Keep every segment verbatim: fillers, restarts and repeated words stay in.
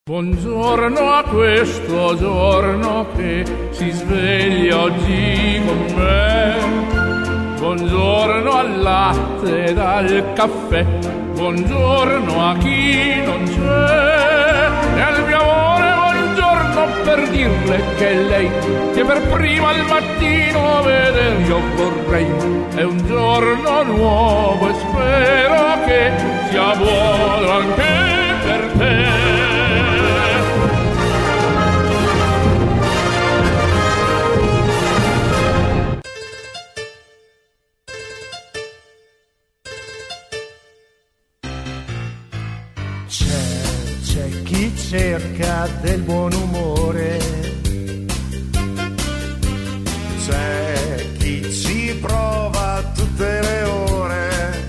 Buongiorno a questo giorno che si sveglia oggi con me. Buongiorno al latte e al caffè. Buongiorno a chi non c'è. E al mio amore buongiorno per dirle che è lei che per prima al mattino vedere io vorrei. È un giorno nuovo e spero che sia buono anche per te. Chi cerca del buon umore, c'è chi ci prova tutte le ore,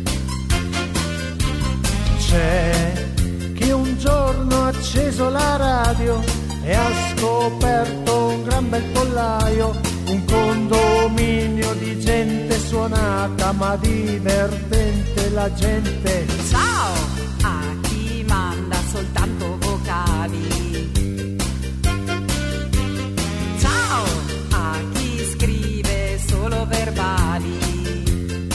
c'è chi un giorno ha acceso la radio e ha scoperto un gran bel pollaio, un condominio di gente suonata ma divertente la gente. Ciao! Soltanto vocali. Ciao a chi scrive solo verbali.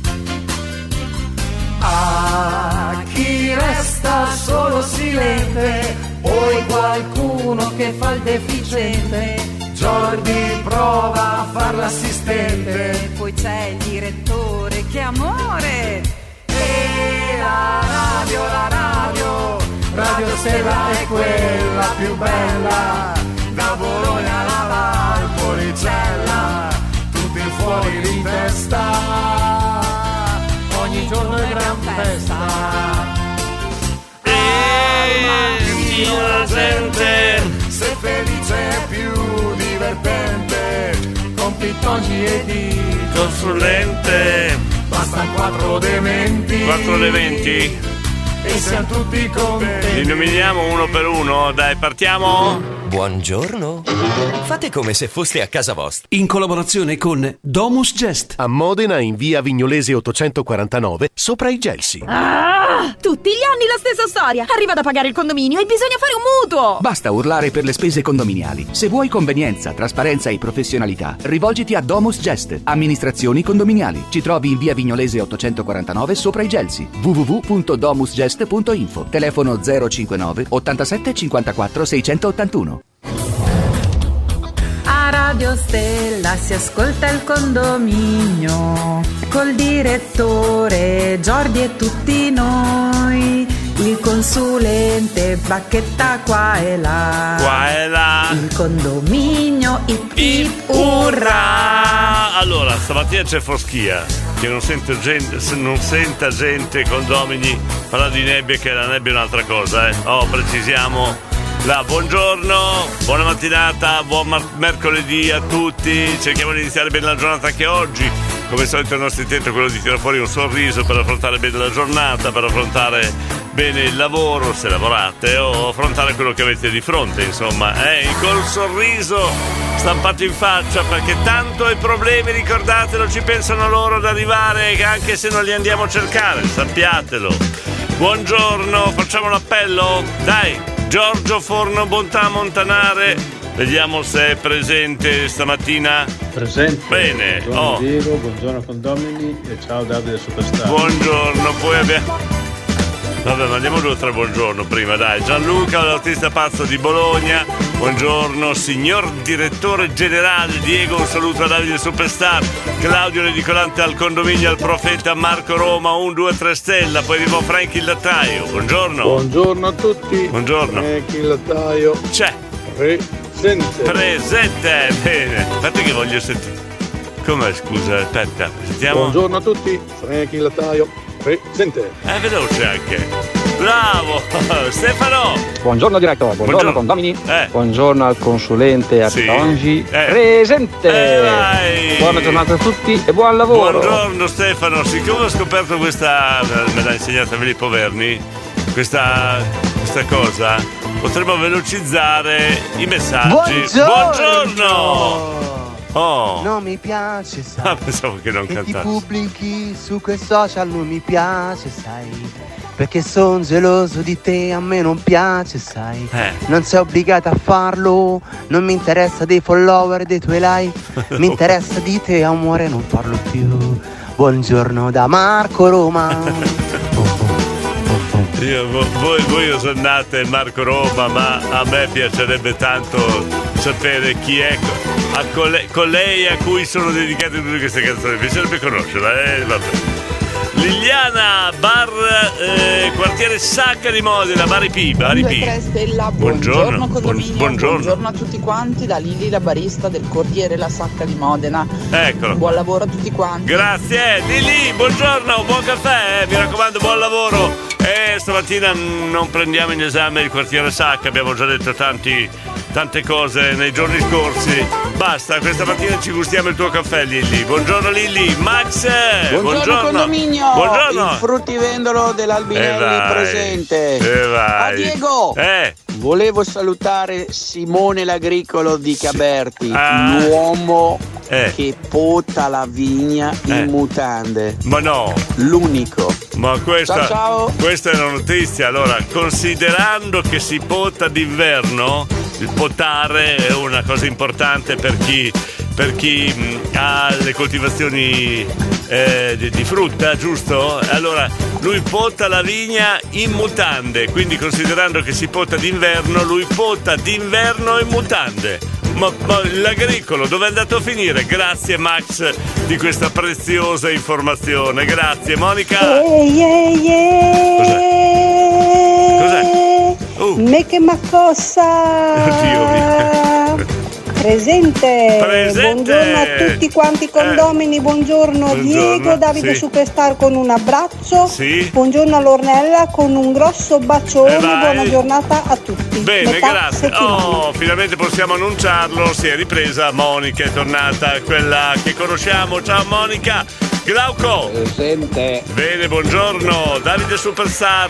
A chi resta solo silente, poi qualcuno che fa il deficiente. Jordi prova a far l'assistente. Poi c'è il direttore, che amore. E la radio, la radio Radio Stella è quella più bella, da Bologna alla Valpolicella, tutti fuori di testa, ogni giorno è gran festa. E la gente, se felice è più divertente, con Pitongi e di consulente, bastano quattro dementi. Quattro dementi? E siamo tutti contenti. Li nominiamo uno per uno, dai, partiamo? Buongiorno. Fate come se foste a casa vostra. In collaborazione con Domus Gest. A Modena, in via Vignolese ottocentoquarantanove, sopra i Gelsi. Ah, tutti gli anni la stessa storia. Arriva da pagare il condominio e bisogna fare un mutuo. Basta urlare per le spese condominiali. Se vuoi convenienza, trasparenza e professionalità, rivolgiti a Domus Gest, amministrazioni condominiali. Ci trovi in via Vignolese ottocentoquarantanove, sopra i Gelsi. w w w punto domus gest punto info. Telefono zero cinquantanove ottantasette cinquantaquattro seicentottantuno. A Radio Stella si ascolta il condominio col direttore Jordi e tutti noi, il consulente Bacchetta qua e là, qua e là, il condominio ip ip urrà. Allora, stamattina c'è foschia, che non sento gente, non senta gente condomini parlare di nebbia, che la nebbia è un'altra cosa, eh. Oh, precisiamo. La buongiorno, buona mattinata, buon mar- mercoledì a tutti. Cerchiamo di iniziare bene la giornata anche oggi. Come al solito il nostro intento è quello di tirare fuori un sorriso per affrontare bene la giornata, per affrontare bene il lavoro, se lavorate, o affrontare quello che avete di fronte, insomma, eh, col sorriso stampato in faccia, perché tanto i problemi, ricordatelo, ci pensano loro ad arrivare, anche se non li andiamo a cercare, sappiatelo. Buongiorno, facciamo un appello? Dai! Giorgio Forno Bontà Montanare, vediamo se è presente stamattina. Presente. Bene. Buongiorno oh. Diego, buongiorno condomini e ciao Davide Superstar. Buongiorno, poi abbiamo... Vabbè, ma andiamo due o tre buongiorno prima, dai. Gianluca, l'autista pazzo di Bologna. Buongiorno, signor direttore generale Diego, un saluto a Davide Superstar. Claudio l'edicolante al condominio, al profeta Marco Roma, un due tre stella. Poi arrivò Franchi il lattaio. Buongiorno. Buongiorno a tutti. Buongiorno. Franchi il lattaio. C'è. Presente. Presente. Bene. Aspetta che voglio sentire. Com'è, scusa? Aspetta, sentiamo. Buongiorno a tutti. Franchi il lattaio. Presente. È veloce anche. Bravo Stefano. Buongiorno direttore, buongiorno, buongiorno. condomini. Eh. Buongiorno al consulente a sì. Pitongi. Eh. Presente. Eh, vai. Buona giornata a tutti e buon lavoro. Buongiorno Stefano, siccome ho scoperto questa, me l'ha insegnata Filippo Verni, questa, questa cosa, potremmo velocizzare i messaggi. Buongiorno. Buongiorno. Oh. Non mi piace, sai. Ah, pensavo che non che cantassi. ti pubblichi su quei social, non mi piace, sai. perché son geloso di te, a me non piace, sai. Eh. Non sei obbligata a farlo, non mi interessa dei follower, dei tuoi like, mi interessa di te, amore, non parlo più. Buongiorno da Marco Roma. Io, voi, voi osannate Marco Roma, ma a me piacerebbe tanto sapere chi è a con, lei, con lei a cui sono dedicate tutte queste canzoni. Mi piacerebbe conoscerla, eh, vabbè. Liliana, bar eh, quartiere Sacca di Modena, Bari P, Bari P. tre Stella, buongiorno, buongiorno condominio, buongiorno. buongiorno a tutti quanti, da Lili, la barista del corriere La Sacca di Modena. Eccolo. Buon lavoro a tutti quanti. Grazie, Lili, buongiorno, buon caffè, eh, mi raccomando, buon lavoro. E stamattina non prendiamo in esame il quartiere Sacca, abbiamo già detto tanti, tante cose nei giorni scorsi. Basta, questa mattina ci gustiamo il tuo caffè, Lilli. Buongiorno Lilli, Max. Buongiorno, buongiorno condominio. Buongiorno. Il fruttivendolo dell'Albinelli eh presente. E vai. A Diego. Eh. Volevo salutare Simone l'Agricolo di Caberti, ah. l'uomo eh. che pota la vigna in eh. mutande. Ma no. L'unico. Ma questa, ciao, ciao. questa è una notizia. Allora, considerando che si pota d'inverno, il potare è una cosa importante per chi, per chi mh, ha le coltivazioni eh, di, di frutta, giusto? Allora, lui pota la vigna in mutande, quindi considerando che si pota d'inverno, lui pota d'inverno in mutande. Ma, ma l'agricolo dove è andato a finire? Grazie Max di questa preziosa informazione. Grazie Monica. Ehi, ehi, ehi. Cos'è? Cos'è? Uh. Me che maccossa. Oddio mio. Presente. Presente. Buongiorno a tutti quanti condomini, buongiorno, buongiorno. Diego, Davide sì. Superstar con un abbraccio, sì. Buongiorno all'Ornella con un grosso bacione, buona giornata a tutti. Bene, Metà grazie. settimana. Oh, finalmente possiamo annunciarlo, si è ripresa, Monica è tornata, quella che conosciamo. Ciao Monica. Glauco. Presente. Bene, buongiorno. Davide Superstar.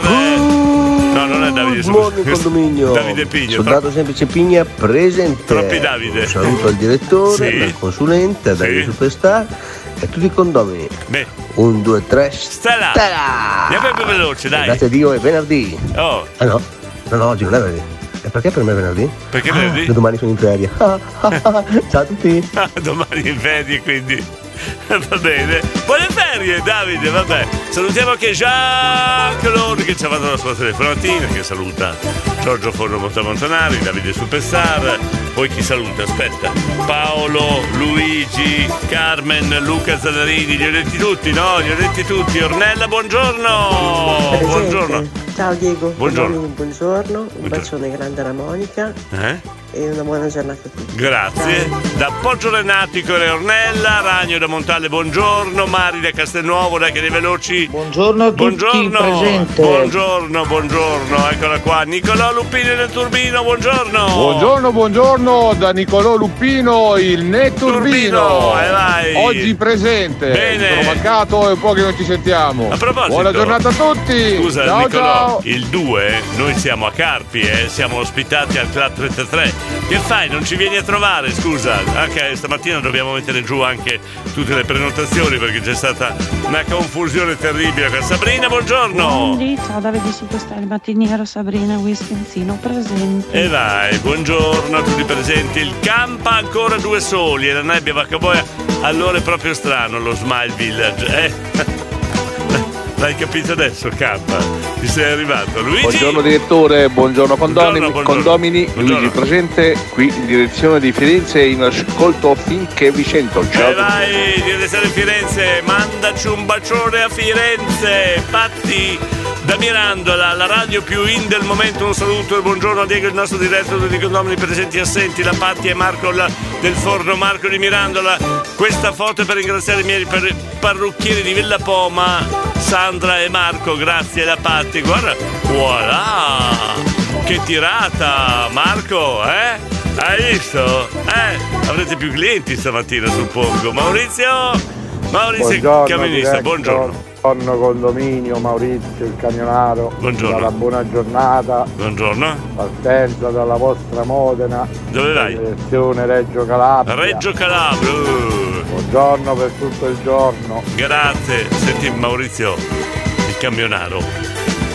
No, non è Davide Superstar. Buon condominio. Davide Pigno. Soldato Tro- semplice Pigna presente. Troppi Davide. Un saluto al direttore, sì. al consulente, a Davide sì. Superstar e a tutti i condomini. Beh. Un, due, tre. Stella. Stella. Andiamo più veloce, dai. Grazie a Dio è venerdì. Oh. Ah no, no, no, oggi non è venerdì. E perché per me è venerdì? Perché ah, venerdì? Domani sono in ferie. Ah, ah, ah. Ciao a tutti. Ah, domani in ferie, quindi. Va bene. Buone ferie, Davide, vabbè. Salutiamo anche Jean-Claude che ci ha fatto la sua telefonatina, che saluta Giorgio Forno Montamontanari, Davide Superstar. Poi chi saluta? Aspetta. Paolo, Luigi, Carmen, Luca Zannarini, li ho detti tutti, no? Li ho detti tutti. Ornella, buongiorno. Presente. Buongiorno. Ciao Diego. Buongiorno. Buongiorno. Un Buongiorno. bacione grande alla Monica. Eh? E una buona giornata a tutti. Grazie. Ciao. Da Poggio Renatico e Ornella, Ragno da Montale, buongiorno, Mari da Castelnuovo, dai che dei veloci. Buongiorno a tutti, buongiorno. presente. Buongiorno, buongiorno, eccola qua. Nicolò Lupino del Turbino, buongiorno. Buongiorno, buongiorno da Nicolò Lupino, il Netturbino. Turbino, eh, vai. Oggi presente. Bene. Sono mancato e un po' che non ci sentiamo. A proposito, buona giornata a tutti. Scusa ciao, Nicolò, ciao. il due, noi siamo a Carpi, eh, siamo ospitati al Club trentatré. Che fai? Non ci vieni a trovare, scusa? Anche stamattina dobbiamo mettere giù anche tutte le prenotazioni perché c'è stata una confusione terribile con Sabrina, buongiorno. Buondì, ciao Davide Superstar, il mattiniero, Sabrina Wisconzino presente. E vai, buongiorno a tutti presenti. Il campa ancora due soli e la nebbia va a caboia. Allora è proprio strano lo Smile Village, eh? L'hai capito adesso, Campa? Ti sei arrivato, Luigi? Buongiorno direttore, buongiorno condomini, Buongiorno, buongiorno. condomini. Buongiorno. Luigi presente, qui in direzione di Firenze in ascolto finché vi sento. Ciao. E vai, direzione di Firenze, mandaci un bacione a Firenze, Patti da Mirandola, la radio più in del momento. Un saluto e buongiorno a Diego, il nostro direttore di condomini presenti e assenti, la Patti e Marco la, del Forno, Marco di Mirandola. Questa foto è per ringraziare i miei par- parrucchieri di Villa Poma, Sandra e Marco, grazie alla Patti. Guarda, voilà, che tirata, Marco, eh? Hai visto? Eh? Avrete più clienti stamattina, suppongo. Maurizio, Maurizio camionista, buongiorno. Buongiorno condominio, Maurizio il camionaro. Buongiorno. Una buona giornata. Buongiorno. Partenza dalla vostra Modena. Dove vai? Direzione Reggio Calabria. Reggio Calabria. Buongiorno per tutto il giorno. Grazie. Senti Maurizio, il camionaro.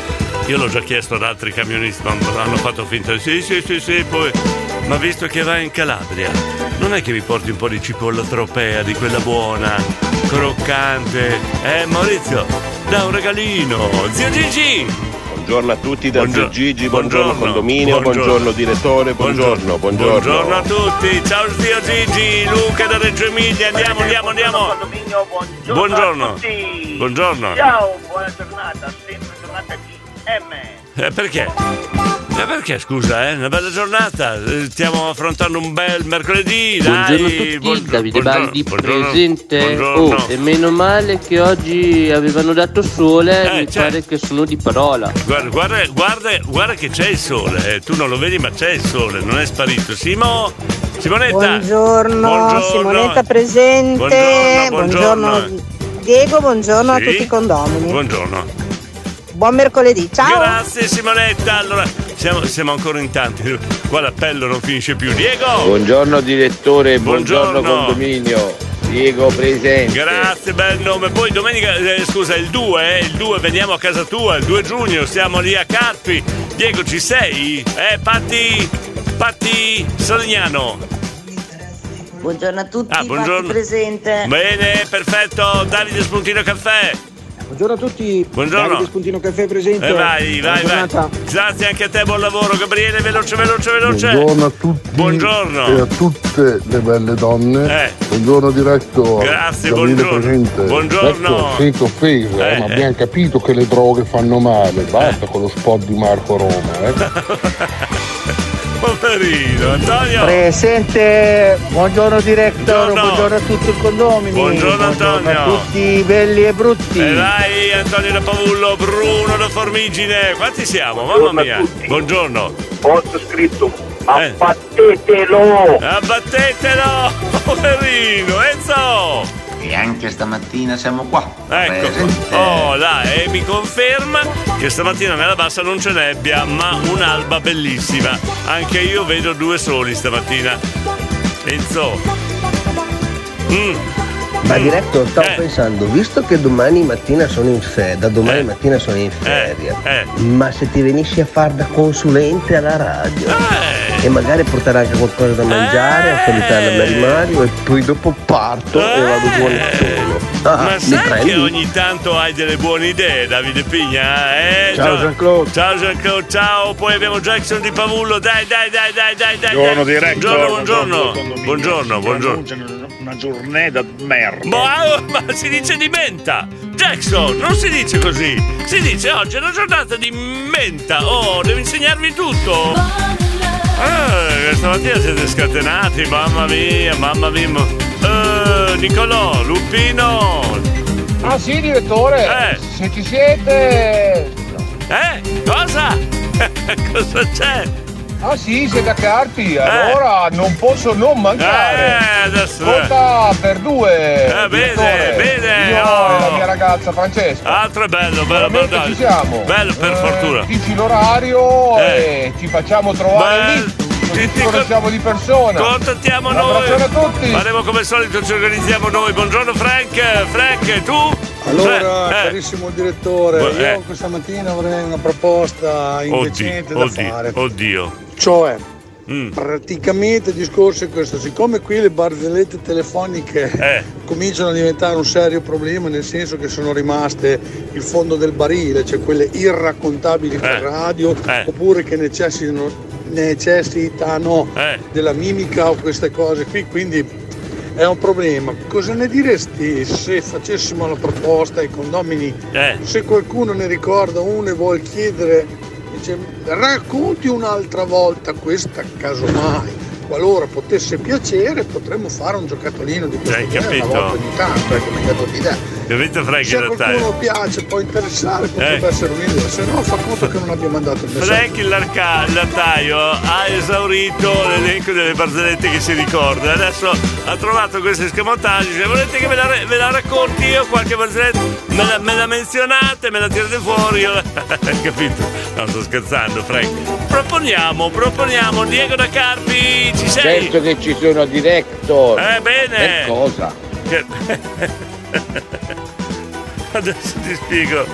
Io l'ho già chiesto ad altri camionisti, ma hanno fatto finta di sì, sì, sì, sì, poi. Ma visto che vai in Calabria, non è che mi porti un po' di cipolla tropea, di quella buona, croccante? Eh, Maurizio, da un regalino, zio Gigi! Buongiorno a tutti da Buongiorno. Zio Gigi, buongiorno, Buongiorno. condominio, buongiorno, Buongiorno. direttore, buongiorno, buongiorno. Buongiorno a tutti, ciao zio Gigi, Luca da Reggio Emilia, andiamo, andiamo, andiamo. Buongiorno, Buongiorno. a tutti. Buongiorno. Ciao, buona giornata, sempre giornata di M. Eh, perché? Eh, perché scusa, eh? Una bella giornata. Eh, Stiamo affrontando un bel mercoledì, dai. Buongiorno a tutti, Buon- Davide buongiorno, Baldi buongiorno, presente. buongiorno. Oh, e meno male che oggi avevano dato sole, Eh, mi c'è. pare che sono di parola. Guarda, guarda, guarda, guarda che c'è il sole, eh. Tu non lo vedi ma c'è il sole, non è sparito. Simo, Simonetta. Buongiorno, Buongiorno. Simonetta presente. Buongiorno, buongiorno. Buongiorno, Diego, buongiorno Sì? a tutti i condomini. Buongiorno. Buon mercoledì, ciao. Grazie Simonetta. Allora, siamo, siamo ancora in tanti. Qua l'appello non finisce più. Diego! Buongiorno direttore, buongiorno, Buongiorno. condominio. Diego presente. Grazie, bel nome. Poi domenica, eh, scusa, il due, eh, il due veniamo a casa tua, il due giugno, siamo lì a Carpi. Diego, ci sei? Eh, Patti, Patti Salignano. Buongiorno a tutti, Ah, buongiorno. Patti presente. Bene, perfetto. Davide Spuntino Caffè. Buongiorno a tutti. Buongiorno. Davide Spuntino Caffè presente. Eh, vai, Buona vai, vai. giornata. Grazie anche a te, buon lavoro, Gabriele. Veloce, veloce, veloce. Buongiorno a tutti Buongiorno. e a tutte le belle donne. Eh. Buongiorno diretto. Grazie, Gabriele buongiorno. presente. Buongiorno. Ecco, senza offesa, Eh, eh, ma eh. abbiamo capito che le droghe fanno male. Basta con lo spot di Marco Roma. Eh. Poverino, Antonio. Presente, buongiorno direttore, Buongiorno. buongiorno a tutto il condomini. Buongiorno, Antonio. a tutti belli e brutti. E dai, Antonio da Pavullo, Bruno da Formigine. Quanti siamo? Mamma mia. Buongiorno. Posto scritto, Eh. abbattetelo. Abbattetelo, poverino. Enzo. E anche stamattina siamo qua. Ecco, Presente. oh là, e mi conferma che stamattina nella bassa non c'è nebbia, ma un'alba bellissima. Anche io vedo due soli stamattina. Enzo. Mm. Ma diretto, stavo Eh. pensando, visto che domani mattina sono in ferie, da domani Eh. mattina sono in ferie, eh. ma se ti venissi a fare da consulente alla radio e magari portare anche qualcosa da mangiare, a salutare la Mary Mario e poi dopo parto e vado giù a lettuno. Ah, Ma mi sai prendi? che ogni tanto hai delle buone idee, Davide Pigna? Eh? Ciao, Gio- Jean-Claude. Ciao Jean-Claude, ciao. Poi abbiamo Jackson di Pavullo. Dai, dai, dai, dai, dai, dai. Buongiorno, dai. direttore. Buongiorno, buongiorno. Buongiorno, Buongiorno, buongiorno. Una giornata di merda. Ma, ma si dice di menta. Jackson, non si dice così. Si dice oggi è una giornata di menta. Oh, devo insegnarvi tutto. Eh, stamattina siete scatenati, mamma mia, mamma mia. Eh, Nicolò, Lupino. Ah sì, direttore? Eh. Se ci siete... Eh? Cosa? Cosa c'è? Ah sì, siete a Carpi, allora non posso non mancare. Eh, adesso... Conta per due. Eh, bene, direttore. bene, Io oh. e la mia ragazza Francesca. Altro è bello, bello, bello. Veramente dai. ci siamo. Bello per Eh, fortuna. Dici l'orario Eh. e ci facciamo trovare Beh, lì. Così ci conosciamo di persona. Contattiamo Un noi. abbraccione a tutti. Faremo come al solito, ci organizziamo noi. Buongiorno Frank. Frank, tu? Allora, Frank, eh. carissimo direttore, Bu- io eh. questa mattina avrei una proposta Oddio, indecente da oddio, fare. oddio. Cioè, Mm. praticamente il discorso è questo, siccome qui le barzellette telefoniche Eh. cominciano a diventare un serio problema, nel senso che sono rimaste il fondo del barile, cioè quelle irraccontabili per radio, Eh. oppure che necessitano, necessitano Eh. della mimica o queste cose qui, quindi è un problema. Cosa ne diresti se facessimo la proposta ai condomini? Eh. Se qualcuno ne ricorda uno e vuol chiedere, dice, racconti un'altra volta questa, casomai, qualora potesse piacere, potremmo fare un giocattolino di questo Hai genere una capito? volta ogni tanto, ecco, mi ha dato l'idea. Capito Frank Se a in qualcuno realtà? piace, può interessare, potrebbe Eh. essere un'idea, se no fa conto che non abbia mandato il messaggio. Frank il larca- il lattaio ha esaurito l'elenco delle barzellette che si ricorda. Adesso ha trovato questi scamottaggi. Dice, volete che ve la, ve la racconti io qualche barzelletta? Me la, me la menzionate, me la tirate fuori. Io la... Hai capito? No, sto scherzando, Frank. Proponiamo, proponiamo. Diego da Carpi, ci sei? Penso che ci sono director. Eh, bene. Per cosa? Che- Adesso ti spiego.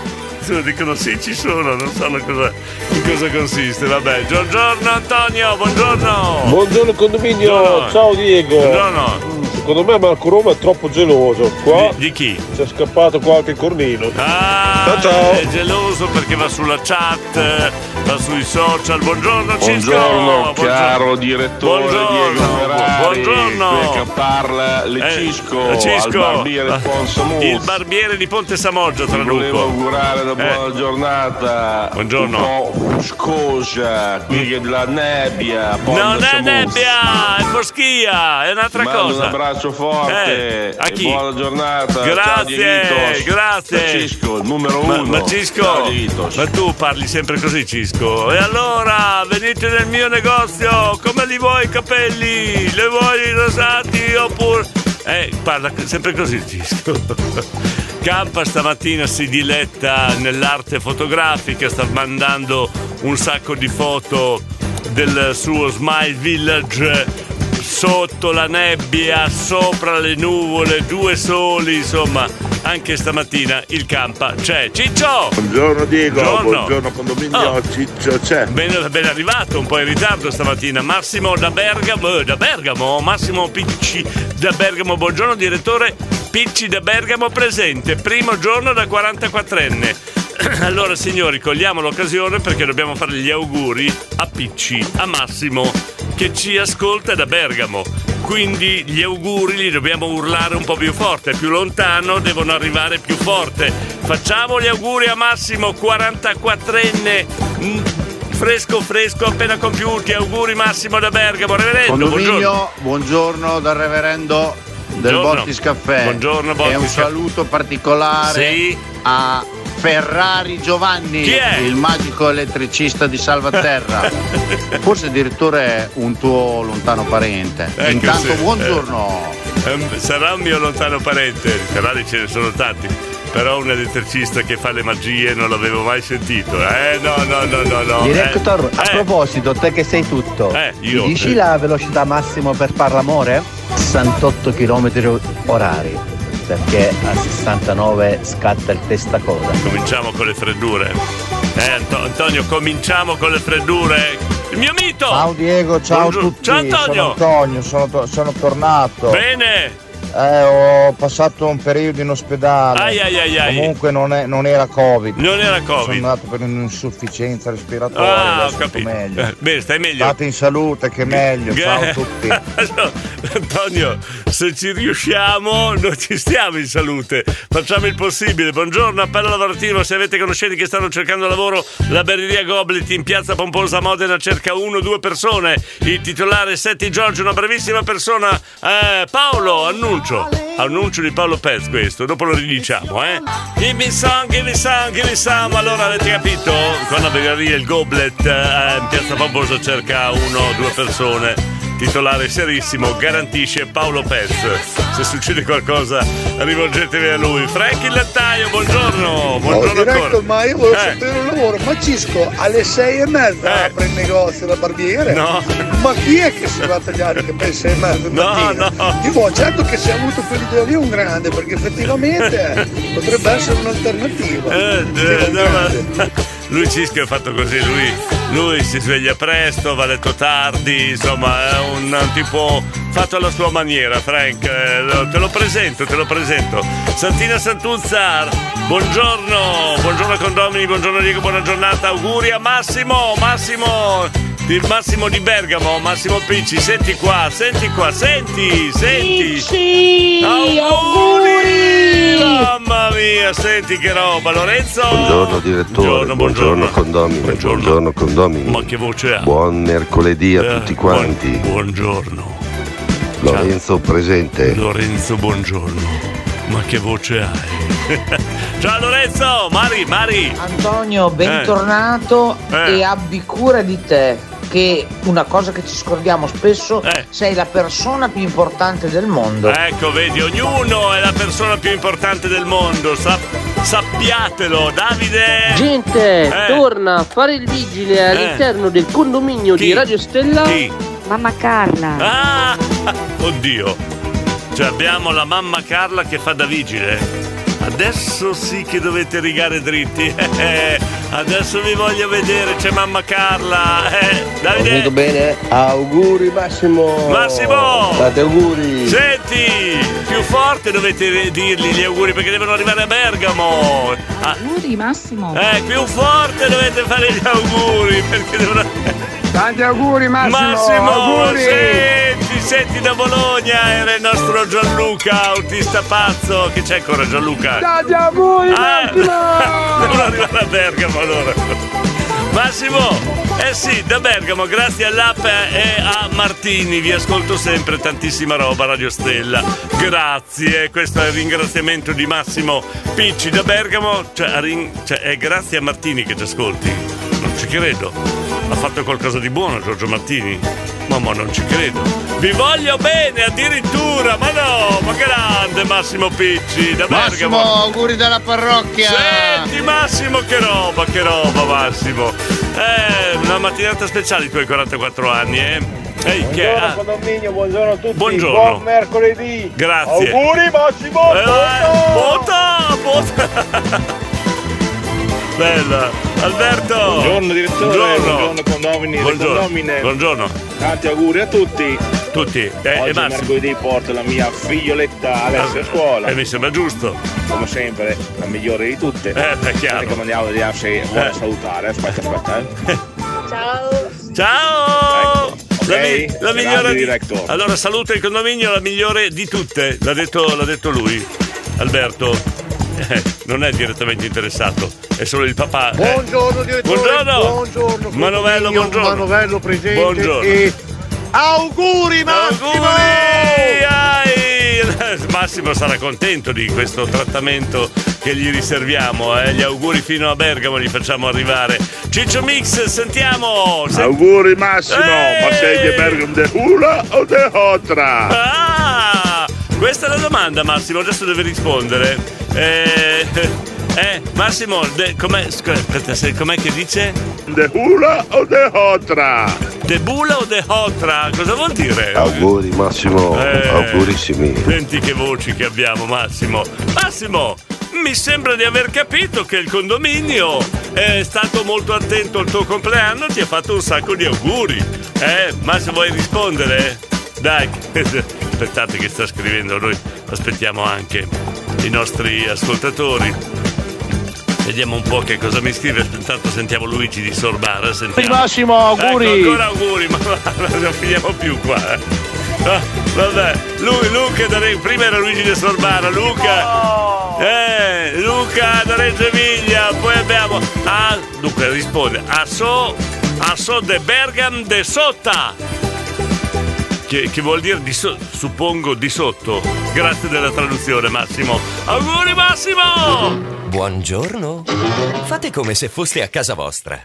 addirittura dicono sì, ci sono, non sanno cosa, in cosa consiste. Vabbè, buongiorno Antonio, buongiorno. Buongiorno condominio, Buongiorno. ciao Diego. Buongiorno. Secondo me Marco Roma è troppo geloso. Qua Di, di chi? c'è scappato qualche cornino. Ah, ciao ciao. È geloso perché va sulla chat, va sui social. Buongiorno Cisco. Buongiorno, caro direttore Buongiorno. Diego Ferrari. Buongiorno. Qui che parla le Eh, Cisco, Cisco. al barbiere di Ponsamus. Il barbiere di Ponte Samoggia, Traduco. Volevo augurare una buona Eh. giornata. Buongiorno. Un po' scosa, qui che della nebbia. Ponte Non è Sammus. nebbia, è foschia, è un'altra Mando cosa. un abbraccio forte Eh, a e chi? buona giornata. Ciao, Grazie, Dieguitos. grazie. Ciao, Cisco, il numero Ma, uno. ma Cisco, Ciao, Dieguitos. ma tu parli sempre così, Cisco. E allora venite nel mio negozio, come li vuoi i capelli? Li vuoi rosati oppure... Eh, parla sempre così, Cisco. Campa stamattina si diletta nell'arte fotografica, sta mandando un sacco di foto del suo Smile Village sotto la nebbia, sopra le nuvole, due soli, insomma, anche stamattina il Campa c'è. Ciccio! Buongiorno Diego, Buongiorno, buongiorno condominio, Oh. Ciccio c'è. Ben, ben arrivato, un po' in ritardo stamattina. Massimo da Bergamo, eh, da Bergamo, Massimo Picci da Bergamo. Buongiorno direttore Picci da Bergamo presente, primo giorno da quarantaquattrenne. Allora signori, cogliamo l'occasione perché dobbiamo fare gli auguri a Picci, a Massimo che ci ascolta da Bergamo. Quindi gli auguri li dobbiamo urlare un po' più forte, più lontano devono arrivare più forte. Facciamo gli auguri a Massimo, quarantaquattrenne, mm, fresco fresco appena compiuti. Auguri Massimo da Bergamo. Reverendo, Condominio, buongiorno. buongiorno dal reverendo del Buongiorno. Bottis Caffè. Buongiorno, E Bottis un Caffè. saluto particolare Sì. a Ferrari Giovanni, Chi è? il magico elettricista di Salvaterra. Forse addirittura è un tuo lontano parente. Ecco, Intanto sì. buongiorno. Eh, ehm, sarà un mio lontano parente, Ferrari ce ne sono tanti, però un elettricista che fa le magie non l'avevo mai sentito. Eh no, no, no, no, no. Director, eh. a proposito, te che sei tutto, Eh, io. mi dici la velocità massima per far l'amore? sessantotto chilometri orari, perché a sessantanove scatta il testacoda. Cominciamo con le freddure. Eh, Anto- Antonio, cominciamo con le freddure. Il mio mito! Ciao Diego, ciao Buongiorno. a tutti. Ciao Antonio. Sono Antonio, sono, to- sono tornato. Bene! Eh, ho passato un periodo in ospedale. Ai, ai, ai, ai. Comunque non, è- non era Covid. Non era Covid. Sono andato per un'insufficienza respiratoria. Ah, adesso ho sto capito. meglio. Eh, bene, stai meglio. State in salute, che meglio. Ciao a tutti. No, Antonio, se ci riusciamo, noi ci stiamo in salute. Facciamo il possibile. Buongiorno, appello lavorativo. Se avete conoscenti che stanno cercando lavoro, la Berreria Goblet in piazza Pomposa Modena cerca uno o due persone. Il titolare Setti Giorgio, una bravissima persona. Eh, Paolo, annuncio. Annuncio di Paolo Pez questo, dopo lo ridiciamo, eh. Give me some, give me some, give me some. Allora avete capito? Con la Berreria il Goblet eh, in piazza Pomposa cerca uno o due persone. Titolare serissimo, garantisce Paolo Pez. Se succede qualcosa rivolgetevi a lui. Frank il lattaio, buongiorno. Buongiorno Oh, diretto, ancora. ma io volevo Eh. sapere un lavoro. Ma Cisco alle sei e mezza apre il negozio da barbiere? No. Ma chi è che si va a tagliare che per sei e mezza? No, mattina? no. Dico, certo che se ha avuto quell'idea lì è un grande, perché effettivamente potrebbe essere un'alternativa. Eh, Dico, eh, un no, grande. ma- lui Cisco è fatto così, lui, lui si sveglia presto, va a letto tardi, insomma è un, un tipo fatto alla sua maniera. Frank, eh, lo- te lo presento, te lo presento. Santina Santuzza, buongiorno, buongiorno condomini, buongiorno Diego, buona giornata, auguri a Massimo, Massimo, di Massimo di Bergamo, Massimo Picci, senti qua, senti qua, senti, senti. Picci, auguri! Mamma mia, senti che roba, Lorenzo. Buongiorno direttore, buongiorno, condomine, buongiorno, condomine. Ma che voce ha? Buon mercoledì a Eh, tutti quanti. buon- buongiorno. Lorenzo presente. Lorenzo, buongiorno. Ma che voce hai? Ciao Lorenzo, Mari, Mari. Antonio, bentornato Eh. e abbi cura di te, che una cosa che ci scordiamo spesso, sei la persona più importante del mondo. Ecco, vedi, ognuno è la persona più importante del mondo, sap- sappiatelo, Davide. Gente, Eh. torna a fare il vigile all'interno del condominio Chi? di Radio Stella. Chi? Mamma Carla. Ah, oddio. Cioè abbiamo la mamma Carla che fa da vigile. adesso sì che dovete rigare dritti. Eh, adesso vi voglio vedere, c'è mamma Carla. Eh, Davide. Ho sentito bene? Auguri Massimo. Massimo. Fate auguri. Senti, più forte dovete dirgli gli auguri perché devono arrivare a Bergamo. Ah, Auguri Massimo. eh, più forte dovete fare gli auguri perché devono... Tanti auguri Massimo. Massimo, auguri. senti, senti da Bologna, era il nostro Gianluca, autista pazzo. Che c'è ancora Gianluca? Tanti auguri Ah, Massimo. devono arrivare a Bergamo allora. Massimo, eh sì, da Bergamo, grazie all'app e a Martini, vi ascolto sempre, tantissima roba, Radio Stella. Grazie, questo è il ringraziamento di Massimo Picci da Bergamo, cioè, a ring- cioè è grazie a Martini che ci ascolti. Non ci credo. Ha fatto qualcosa di buono Giorgio Martini? Mamma, non ci credo. Vi voglio bene addirittura, ma no, ma grande Massimo Picci da Bergamo. Massimo, auguri dalla parrocchia. Senti Massimo, che roba, che roba Massimo. Eh, una mattinata speciale i tuoi quarantaquattro anni, eh? Ehi, che Buongiorno ah, condominio, buongiorno a tutti. Buongiorno. Buon mercoledì. Grazie. Auguri Massimo. Eh, Bota, bota. Bella. Alberto. Buongiorno direttore, Buongiorno, buongiorno condomini, Buongiorno. condomine. Buongiorno. Tanti auguri a tutti. Tutti. Eh, Oggi e Massimo. mercoledì porto la mia figlioletta Alessia a scuola. E mi sembra giusto. Come sempre, la migliore di tutte. Eh, beh, chiaro. Che mandiamo, vediamo se vuole Eh. salutare. Aspetta, aspetta. Eh. Ciao. Ciao! Ecco, La, ok? mi- la Grande migliore di... director. Allora saluta il condominio, la migliore di tutte. L'ha detto, l'ha detto lui, Alberto. Eh, non è direttamente interessato, è solo il papà. eh. Buongiorno direttore. Buongiorno. Buongiorno. Manovello, condominio, buongiorno. Manovello presente. Buongiorno. E auguri Massimo. Auguri! Ai! Massimo sarà contento di questo trattamento che gli riserviamo, eh? Gli auguri fino a Bergamo li facciamo arrivare. Ciccio Mix, sentiamo! Sent- Auguri Massimo, Ehi! ma sei di Bergamo de Hula o de Otra? Ah! Questa è la domanda, Massimo, adesso deve rispondere. Eh, eh Massimo, de, com'è, scusa, aspetta, se- com'è che dice? De Hula o de Otra? De Bula o de Hotra? Cosa vuol dire? Auguri Massimo, Eh. augurissimi. Senti che voci che abbiamo, Massimo. Massimo, mi sembra di aver capito che il condominio è stato molto attento al tuo compleanno, ti ha fatto un sacco di auguri. Eh, Massimo, vuoi rispondere? Dai, aspettate che sta scrivendo, noi aspettiamo anche i nostri ascoltatori. Vediamo un po' che cosa mi scrive. Intanto sentiamo Luigi di Sorbara. Sentiamo. Massimo, auguri. Ecco, ancora auguri, ma non finiamo più qua. eh. Ah, vabbè, lui, Luca da Re- prima era Luigi di Sorbara, Luca. Eh, Luca da Reggio Emilia, poi abbiamo. Ah, dunque risponde. A so, a so de Bergam de Sotta. Che, che vuol dire di so, suppongo di sotto. Grazie della traduzione, Massimo. Auguri Massimo! Buongiorno. Fate come se foste a casa vostra.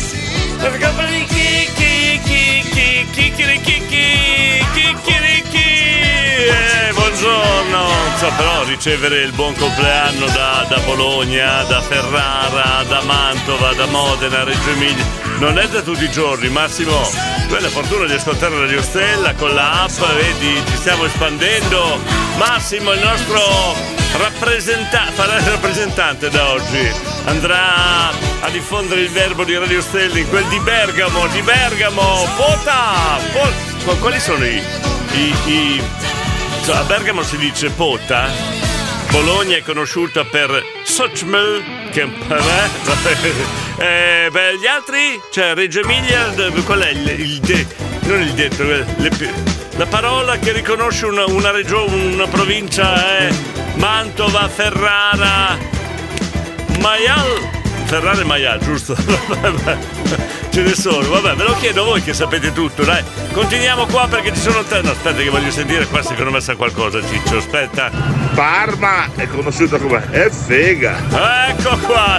Eh, buongiorno. So, però ricevere il buon compleanno da, da Bologna, da Ferrara, da Mantova, da Modena, Reggio Emilia non è da tutti i giorni, Massimo. Tu hai la fortuna di ascoltare Radio Stella con la app, vedi, ci stiamo espandendo. Massimo, il nostro rappresenta- farà il rappresentante da oggi, andrà a diffondere il verbo di Radio Stella in quel di Bergamo, di Bergamo, Pota! Po- quali sono i... i, i... Cioè, a Bergamo si dice Pota, Bologna è conosciuta per Sochmel, che eh, eh, beh, gli altri, cioè Reggio Emilia, qual è il, il de, non il detto, le, la parola che riconosce una, una regione, una provincia è Mantova, Ferrara, Maial, Ferrara e Maial, giusto? Ce ne sono, vabbè, ve lo chiedo a voi che sapete tutto, dai. Continuiamo qua perché ci sono te. No, aspetta che voglio sentire qua, secondo me sa qualcosa, Ciccio, aspetta. Parma è conosciuta come è fega. Ecco qua.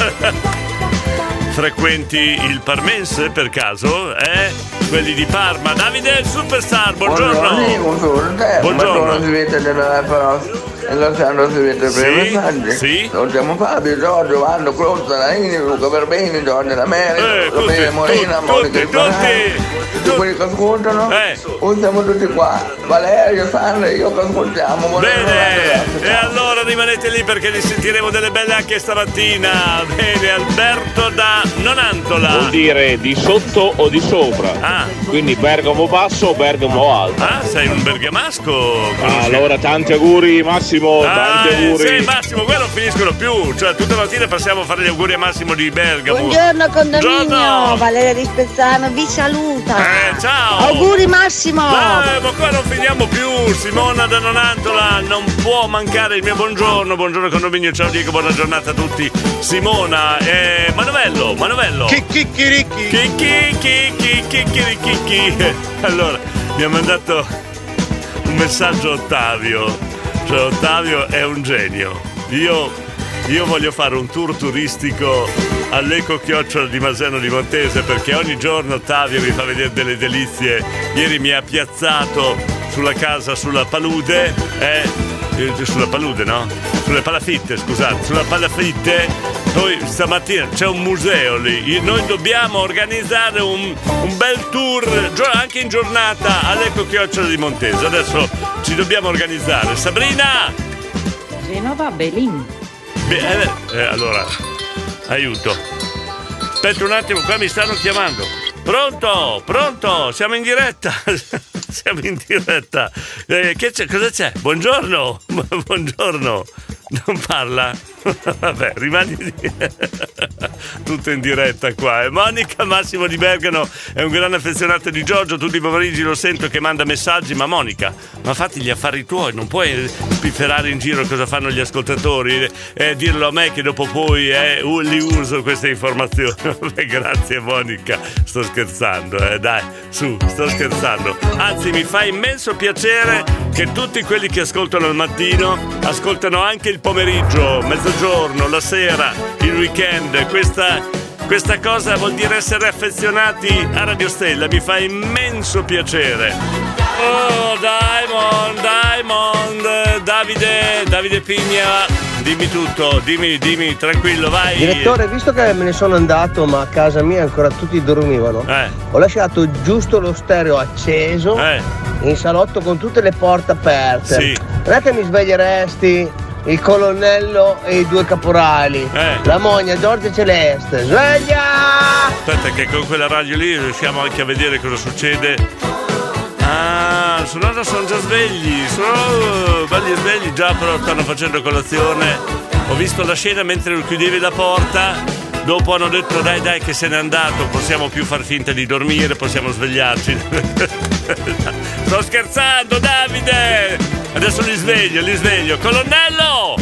Frequenti il Parmense per caso? Eh? Quelli di Parma. Davide il Superstar, buongiorno. Buongiorno, Buongiorno. Ma si vede della però e lo sanno si vede per i Sì, messaggi. sì. Lo siamo Fabio, Giorgio, Vanno, Claudio, Laini, Luca Verbeni, Giorgio Lamere, Eh, Lopere tutti, Morena, tutti, Monica tutti, Sbarani, tutti quelli che ascoltano, Eh. o siamo tutti qua, Valerio, Sandra e io che ascoltiamo. Buongiorno, Bene, ragazzi, e ciao. allora rimanete lì perché ne sentiremo delle belle anche stamattina. Bene, Alberto da Nonantola. Vuol dire di sotto o di sopra. Ah. Quindi Bergamo basso o Bergamo alto. Ah, sei un bergamasco. Allora tanti auguri Massimo, Ah, tanti auguri. sì, Massimo, quello non finiscono più. Cioè, tutte le mattine passiamo a fare gli auguri a Massimo di Bergamo. Buongiorno condominio, Buongiorno. Valeria di Spezzano vi saluta. Eh, ciao. Auguri Massimo. Eh, ma qua non finiamo più. Simona da Nonantola, non può mancare il mio buongiorno. Buongiorno condominio, ciao Diego, buona giornata a tutti. Simona, eh, Manovello, Manovello. Chicchiricchi. Chicchiricchi. Allora, mi ha mandato un messaggio Ottavio. Cioè, Ottavio è un genio. Io, io voglio fare un tour turistico all'Eco Chiocciola di Maseno di Montese, perché ogni giorno Ottavio mi fa vedere delle delizie. Ieri mi ha piazzato sulla casa, sulla palude, eh, eh, sulla palude, no? Sulle palafitte, scusate, sulla palafitte. Poi stamattina c'è un museo lì. Noi dobbiamo organizzare un, un bel tour gio- anche in giornata all'Eco Chiocciola di Montese. Adesso ci dobbiamo organizzare. Sabrina! Genova Belin. Beh, eh, eh, allora, aiuto. Aspetta un attimo, qua mi stanno chiamando. Pronto? Pronto? Siamo in diretta. Siamo in diretta. Eh, che c'è? Cosa c'è? Buongiorno. Buongiorno. Non parla? Vabbè, rimani lì. Tutto in diretta qua. E Monica Massimo di Bergamo è un grande affezionato di Giorgio. Tutti i pomeriggi lo sento che manda messaggi. Ma Monica, ma fatti gli affari tuoi, non puoi spifferare in giro cosa fanno gli ascoltatori e eh, dirlo a me che dopo poi eh, li uso queste informazioni. Vabbè, grazie Monica, sto scherzando, eh, dai, su, sto scherzando. Anzi, mi fa immenso piacere che tutti quelli che ascoltano al mattino ascoltano anche il pomeriggio, mezzogiorno, la sera, il weekend. Questa, questa cosa vuol dire essere affezionati a Radio Stella, mi fa immenso piacere. Oh, Diamond, Diamond, Davide, Davide Pigna, dimmi tutto, dimmi, dimmi, tranquillo, vai. Direttore, visto che me ne sono andato ma a casa mia ancora tutti dormivano, eh. ho lasciato giusto lo stereo acceso eh. in salotto con tutte le porte aperte. Sì. Non è che mi sveglieresti il colonnello e i due caporali, eh. la moglie Giorgia Celeste, sveglia! Aspetta che con quella radio lì riusciamo anche a vedere cosa succede. Ah, sono, sono già svegli, sono belli e svegli già, però stanno facendo colazione. Ho visto la scena mentre chiudevi la porta. Dopo hanno detto dai dai che se n'è andato, possiamo più far finta di dormire, possiamo svegliarci. Sto scherzando, Davide! Adesso li sveglio, li sveglio. Colonnello!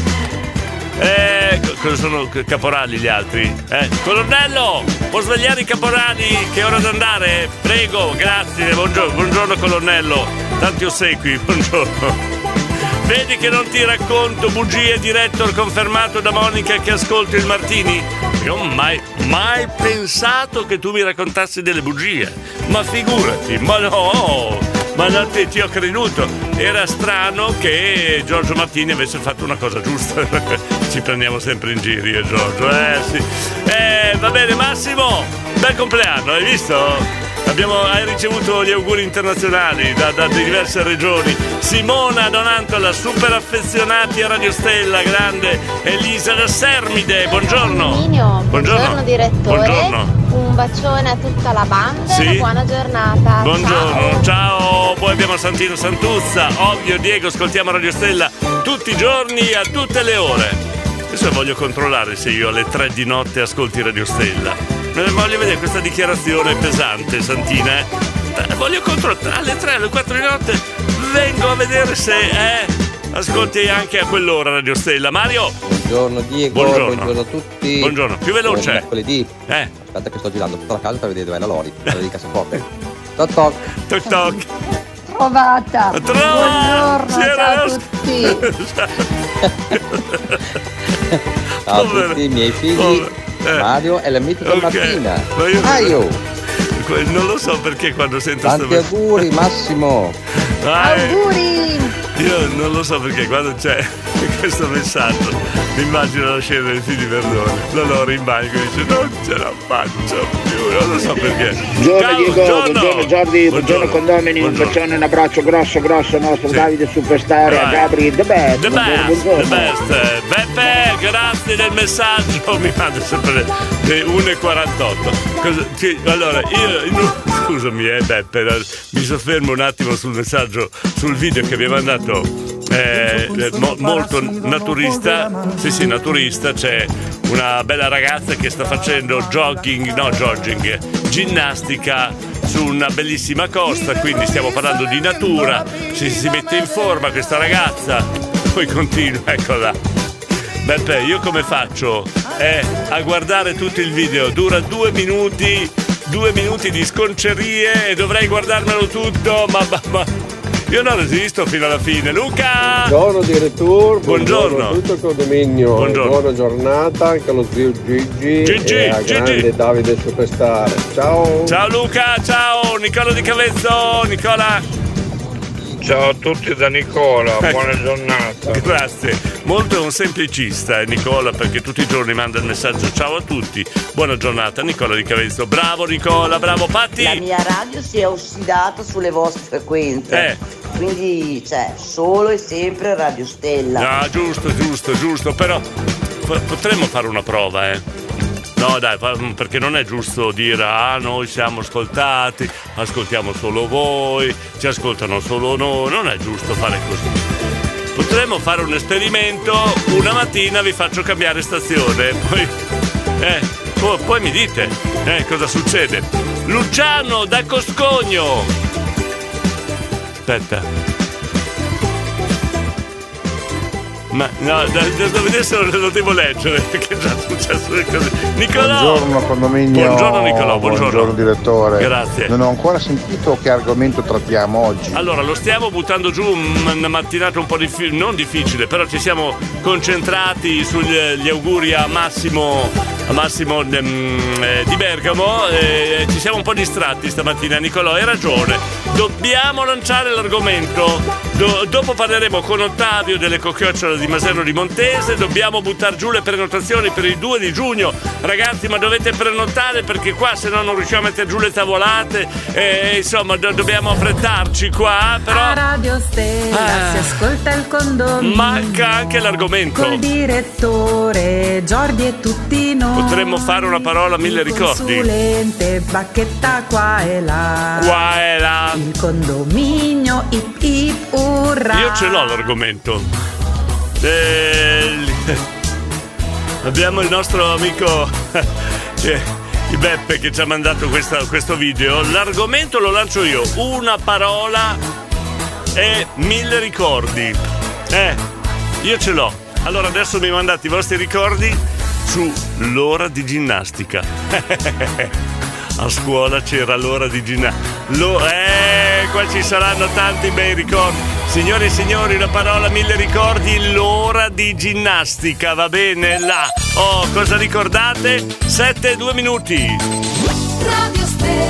Eh, cosa sono caporali gli altri? Eh, colonnello! Può svegliare i caporali? Che è ora di andare? Prego, grazie, buongiorno, buongiorno colonnello. Tanti ossequi, buongiorno. Vedi che non ti racconto bugie, director confermato da Monica che ascolti il Martini? Io ho mai, mai pensato che tu mi raccontassi delle bugie. Ma figurati, ma no, ma non ti, ti ho creduto. Era strano che Giorgio Martini avesse fatto una cosa giusta. Ci prendiamo sempre in giro io e Giorgio, eh sì. Eh, va bene Massimo, bel compleanno, hai visto? Abbiamo, hai ricevuto gli auguri internazionali da, da diverse regioni. Simona Donantola, super affezionati a Radio Stella, grande. Elisa da Sermide, buongiorno. Buongiorno, Buongiorno direttore. Buongiorno. Un bacione a tutta la banda Sì. e buona giornata. Buongiorno, ciao. ciao. Poi abbiamo Santino Santuzza, ovvio Diego, ascoltiamo Radio Stella tutti i giorni a tutte le ore. Adesso voglio controllare se io alle tre di notte ascolti Radio Stella. Voglio vedere questa dichiarazione pesante, Santina, eh? Voglio controllare alle tre, alle quattro di notte. Vengo a vedere se eh, ascolti anche a quell'ora Radio Stella. Mario. Buongiorno Diego, buongiorno, buongiorno a tutti. Buongiorno, più veloce. Buon mercoledì. Eh. Aspetta che sto girando tutta la casa per vedere dove è la Lori, la di cassaforte. Toc toc. Toc toc. Trovata. Trova. Buongiorno, ciao a tutti. Ciao a tutti i miei figli. Oh. Eh. Mario e la mitica Okay. Martina. Ma io- Aio. Non lo so perché quando sento Tanti sto- auguri Massimo. Vai. Auguri. io non lo so perché quando c'è questo messaggio mi immagino la scena del film di Verdone, Loloro in bagno che dice non ce la faccio più, non lo so perché. Buongiorno Diego, buongiorno Giordi, buongiorno condomini, un bacione, un abbraccio grosso grosso al nostro sì. Davide Superstar, a Gabri, the best, the buongiorno, best, buongiorno. The best. Beppe, grazie del messaggio, mi manda sempre le uno e quarantotto. Cosa, che, allora, io, scusami eh Beppe, mi soffermo un attimo sul messaggio, sul video che mi ha mandato. Eh, mo, molto naturista, sì sì naturista, c'è una bella ragazza che sta facendo jogging, no jogging, ginnastica su una bellissima costa, quindi stiamo parlando di natura, si, si mette in forma questa ragazza, poi continua, eccola. Beppe, io come faccio? Eh, a guardare tutto il video, dura due minuti, due minuti di sconcerie e dovrei guardarmelo tutto, ma... ma, ma io non resisto fino alla fine. Luca! Buongiorno direttore, buongiorno, buongiorno a tutto il condominio, buongiorno. Buona giornata anche allo zio Gigi, Gigi e a Gigi. grande Davide Superstar. Ciao! Ciao Luca, ciao Nicola di Cavezzo, Nicola! Ciao a tutti da Nicola, buona giornata. Grazie, molto un semplicista eh, Nicola, perché tutti i giorni manda il messaggio ciao a tutti, buona giornata Nicola di Cavezzo. Bravo Nicola, bravo Patti. La mia radio si è ossidata sulle vostre frequenze, eh. quindi cioè solo e sempre Radio Stella. Ah, giusto, giusto, giusto, però p- potremmo fare una prova eh no dai, perché non è giusto dire ah noi siamo ascoltati, ascoltiamo solo voi, ci ascoltano solo noi, non è giusto fare così. Potremmo fare un esperimento, una mattina vi faccio cambiare stazione, poi eh, poi, poi mi dite eh, cosa succede. Luciano da Coscogno, aspetta, ma no, da, da, da adesso lo devo leggere perché è già successo le cose. Nicolò! Buongiorno condominio. Buongiorno Nicolò, buongiorno. Buongiorno direttore. Grazie. Non ho ancora sentito che argomento trattiamo oggi. Allora, lo stiamo buttando giù una mattinata un po' difficile, non difficile, però ci siamo concentrati sugli auguri a Massimo, a Massimo eh, di Bergamo e ci siamo un po' distratti stamattina. Nicolò, hai ragione. Dobbiamo lanciare l'argomento. Do, dopo parleremo con Ottavio delle cocchiocciole di Maserno di Montese. Dobbiamo buttare giù le prenotazioni per il due di giugno. Ragazzi, ma dovete prenotare perché qua se no non riusciamo a mettere giù le tavolate. E, insomma, do, dobbiamo affrettarci qua. Però a Radio Stella ah, si ascolta il condominio. Manca anche l'argomento. Col direttore Giordi e tutti noi. Potremmo fare una parola a mille ricordi. Consulente, bacchetta qua e là. Qua e là. Il condominio, ip ip urra. Io ce l'ho l'argomento. Eh, abbiamo il nostro amico eh, Beppe che ci ha mandato questa, questo video. L'argomento lo lancio io. Una parola e mille ricordi. Eh, io ce l'ho. Allora adesso mi mandate i vostri ricordi su l'ora di ginnastica. A scuola c'era l'ora di ginnastica. Lo, eh, qua ci saranno tanti bei ricordi. Signore e signori, la parola mille ricordi, l'ora di ginnastica, va bene? Là. Oh, cosa ricordate? Sette e due minuti. Radio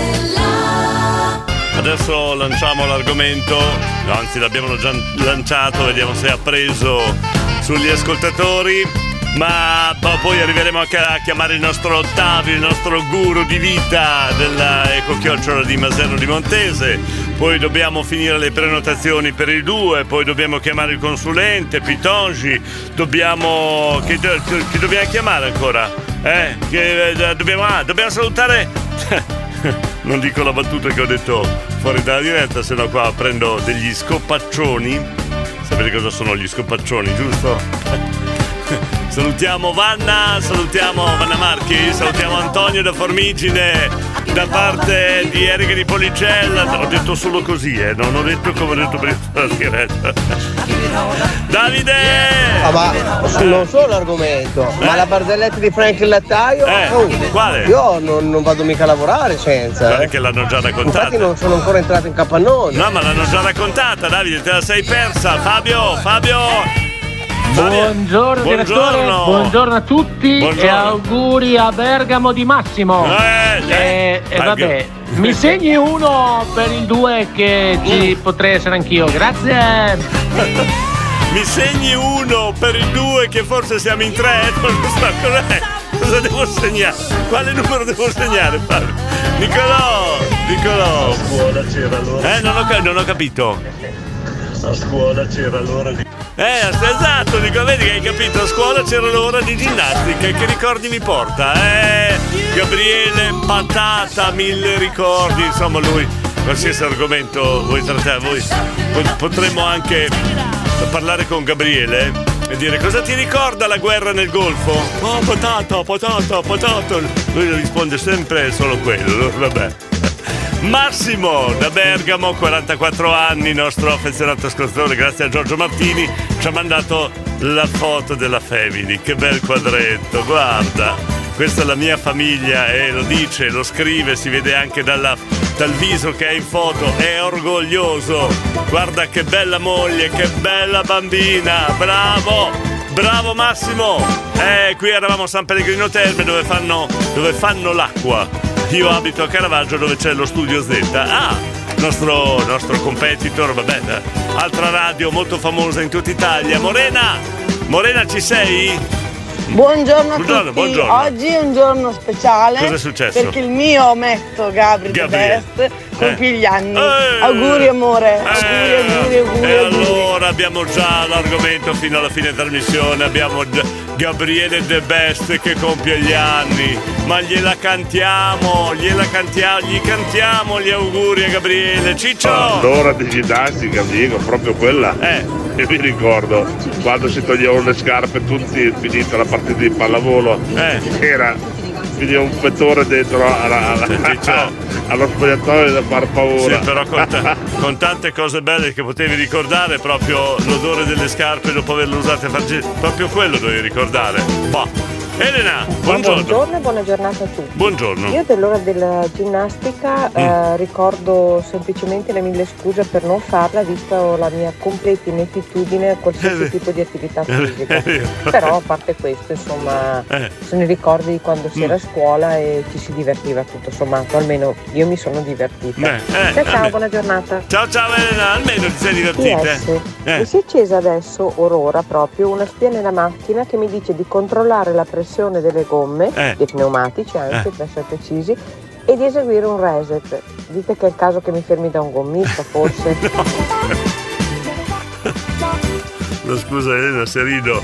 Stella. Adesso lanciamo l'argomento, anzi l'abbiamo già lanciato, vediamo se ha preso sugli ascoltatori. Ma poi arriveremo a chiamare il nostro Ottavio, il nostro guru di vita della Ecochiocciola di Maserno di Montese. Poi dobbiamo finire le prenotazioni per il due, poi dobbiamo chiamare il consulente Pitongi. Dobbiamo che, che dobbiamo chiamare ancora? Eh, che dobbiamo ah, dobbiamo salutare. Non dico la battuta che ho detto fuori dalla diretta, sennò qua prendo degli scopaccioni. Sapete cosa sono gli scopaccioni, giusto? Salutiamo Vanna, salutiamo Vanna Marchi, salutiamo Antonio da Formigine, da parte di Erika di Policella. Ho detto solo così, eh, non ho detto come ho detto prima la diretta. Davide! Ah, ma non solo l'argomento, eh? ma la barzelletta di Frank il lattaio? Eh, oh, quale? Io non, non vado mica a lavorare senza. Guarda eh. che l'hanno già raccontata. Infatti non sono ancora entrato in capannone. No, ma l'hanno già raccontata, Davide, te la sei persa. Fabio, Fabio! Buongiorno, direttore, Buongiorno. buongiorno a tutti Buongiorno. e auguri a Bergamo di Massimo. Eh, e eh, vabbè, mi segni uno per il due che ci potrei essere anch'io, grazie. Mi segni uno per il due che forse siamo in tre, non lo so cos'è. Cosa devo segnare? Quale numero devo segnare, Fabio? Nicolò, Nicolò. A scuola c'era l'ora. Eh, non ho, non ho capito. A scuola c'era l'ora di. Eh, esatto, Nico, vedi che hai capito, a scuola c'era l'ora di ginnastica, che ricordi mi porta? Eh, Gabriele, patata, mille ricordi, insomma lui, qualsiasi argomento voi trattate, voi potremmo anche parlare con Gabriele e dire cosa ti ricorda la guerra nel Golfo? Oh, patata, patata, patata, lui risponde sempre solo quello, vabbè. Massimo da Bergamo, quarantaquattro anni, nostro affezionato ascoltatore, grazie a Giorgio Martini, ci ha mandato la foto della Family. Che bel quadretto, guarda, questa è la mia famiglia e lo dice, lo scrive, si vede anche dalla, dal viso che è in foto, è orgoglioso. Guarda che bella moglie, che bella bambina, bravo, bravo Massimo. Eh, qui eravamo a San Pellegrino Terme dove fanno, dove fanno l'acqua. Io abito a Caravaggio dove c'è lo studio Z. Ah, nostro, nostro competitor, vabbè, altra radio molto famosa in tutta Italia. Morena, Morena ci sei? Buongiorno a Buongiorno, tutti, buongiorno. oggi è un giorno speciale. Cosa è successo? Perché il mio ometto Gabri The Gabriele. Best compie gli anni. Eh. Auguri amore, Eh. auguri, auguri, auguri, E auguri. allora abbiamo già l'argomento fino alla fine trasmissione, abbiamo G- Gabriele The Best che compie gli anni, ma gliela cantiamo, gliela cantiamo, gli cantiamo gli auguri a Gabriele. Ciccio! L'ora di ginnastica, dico, proprio quella. Eh. E mi ricordo quando si toglievano le scarpe tutti, finita la partita di pallavolo, eh. era finiva un pettore dentro alla, alla, allo spogliatoio da far paura. Sì, però con, ta- con tante cose belle che potevi ricordare, proprio l'odore delle scarpe dopo averle usate a far gi- proprio quello dovevi ricordare. Boh. Elena, buongiorno. Buongiorno e buona giornata a tutti. Buongiorno. Io dell'ora della ginnastica Mm. eh, ricordo semplicemente le mille scuse per non farla, visto la mia completa inettitudine a qualsiasi Eh, tipo di attività eh, fisica. eh, vero. Però a parte questo, insomma, Eh. sono i ricordi di quando si Mm. era a scuola e ci si divertiva tutto sommato, almeno io mi sono divertita. Beh, eh, ciao ciao, vabbè. buona giornata. Ciao ciao Elena, almeno ti sei divertita. P S. Eh. Mi si è accesa adesso, or ora proprio, una spia nella macchina che mi dice di controllare la pressione delle gomme, Eh. dei pneumatici anche, Eh. per essere precisi, e di eseguire un reset. Dite che è il caso che mi fermi da un gommista, forse? No, scusa Elena se rido.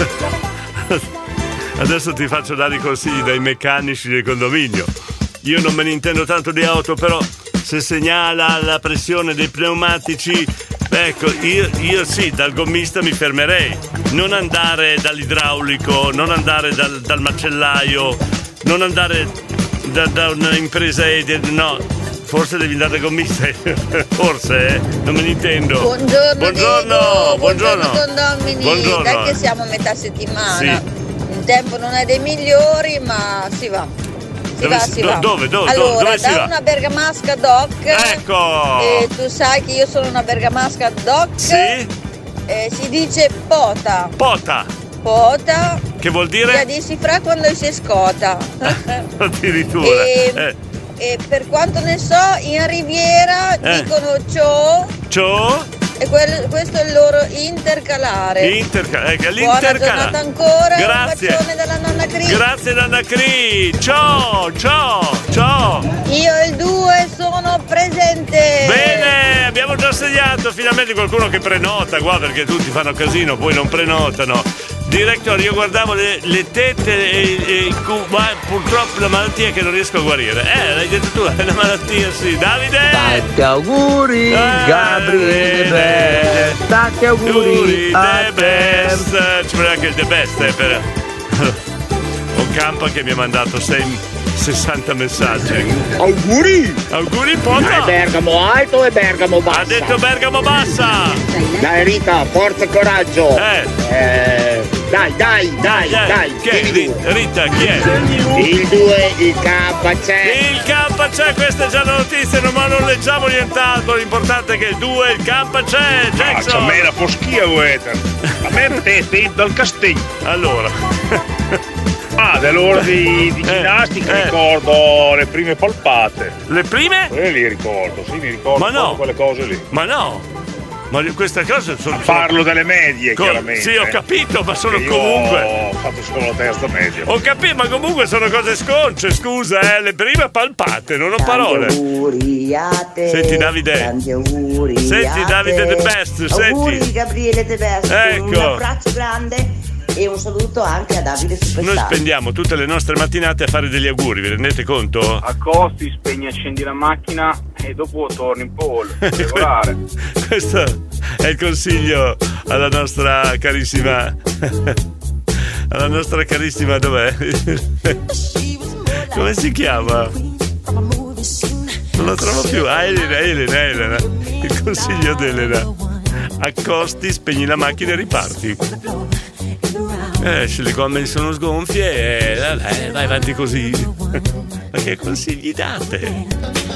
Adesso ti faccio dare i consigli dai meccanici del condominio. Io non me ne intendo tanto di auto, però se segnala la pressione dei pneumatici, ecco, io, io sì, dal gommista mi fermerei. Non andare dall'idraulico, non andare dal, dal macellaio, non andare da, da un'impresa edile, no. Forse devi andare da gommista, forse, eh? Non me ne intendo. Buongiorno, buongiorno, Diego. buongiorno. condomini. Buongiorno. Dai che siamo a metà settimana. Sì. Il tempo non è dei migliori, ma si va. Si Dove va, si- si do- va. dove, dove, allora, dove si da va? una bergamasca doc. Ecco. E tu sai che io sono una bergamasca doc. Sì. Eh, si dice pota. Pota. Pota. Che vuol dire? Già dissi fra quando si scota. Addirittura. E- Eh. E per quanto ne so, in Riviera Eh. dicono ciò. Ciao. E quel- questo è il loro intercalare. Interca- eh, che Buona l'intercala- giornata ancora. Grazie. Un bacione dalla nonna Cri. Grazie Nonna Cri. Ciao, ciao, ciao. Io e il due sono presente. Bene, abbiamo già segnato finalmente qualcuno che prenota qua perché tutti fanno casino, poi non prenotano. Direttore, io guardavo le, le tette e, e il cu- ma purtroppo la malattia che non riesco a guarire. Eh, l'hai detto tu, è una malattia, sì. Davide! Tanti auguri, Gabriele. Tanti auguri a The Best. Ci vuole anche il The Best eh, per un campo che mi ha mandato sei, sessanta messaggi. Auguri! Auguri Pota! È Bergamo alto e Bergamo bassa? Ha detto Bergamo bassa! Dai Rita, forza e coraggio! Eh! Eh, dai, dai, dai, dai. Chi è? Rita, Rita, chi è? Il due, il K c'è. Il K c'è, questa è già la notizia, non, ma non leggiamo nient'altro. L'importante è che il due, il K c'è. Jackson. A me la foschia volete. A me te dal castello. Allora. Ah, dell'ora di, di ginnastica eh, eh. ricordo le prime palpate. Le prime? Quelle li ricordo, sì, mi ricordo. Ma no. Quelle cose lì. Ma no. Ma queste cose sono. Parlo delle medie, Co- chiaramente. Sì, ho capito, ma sono io comunque. Ho fatto solo la terza media. Ho capito, ma comunque sono cose sconce, scusa, eh. Le prime palpate, non ho parole. Tanti auguri a te. Senti, Davide. Tanti auguri. Senti, a Davide te. The Best, auguri, senti. Gabriele The Best. Ecco. Un abbraccio grande. E un saluto anche a Davide Superstar. Noi spendiamo tutte le nostre mattinate a fare degli auguri, vi rendete conto? Accosti, spegni, accendi la macchina e dopo torni in pole. Regolare. Questo è il consiglio alla nostra carissima. Alla nostra carissima, dov'è? Come si chiama? Non lo trovo più. Ah, Elena, Elena, Elena. Il consiglio di Elena. Accosti, spegni la macchina e riparti. Eh, se le gomme sono sgonfie, eh, dai, vai avanti così. Ma che consigli date?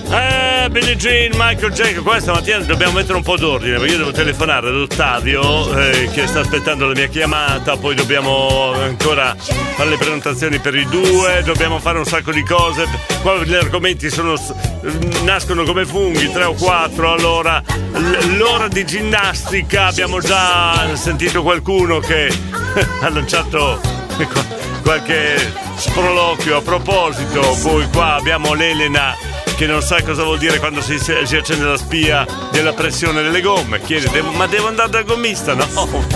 Eh, Billie Jean, Michael Jackson. Qua stamattina dobbiamo mettere un po' d'ordine, perché io devo telefonare ad Ottavio eh, che sta aspettando la mia chiamata. Poi dobbiamo ancora fare le prenotazioni per i due. Dobbiamo fare un sacco di cose. Qua gli argomenti sono, nascono come funghi, tre o quattro. Allora, l- l'ora di ginnastica. Abbiamo già sentito qualcuno che ha lanciato qualche sproloquio a proposito. Poi qua abbiamo l'Elena che non sa cosa vuol dire quando si, si accende la spia della pressione delle gomme. Chiede, devo, ma devo andare dal gommista? No,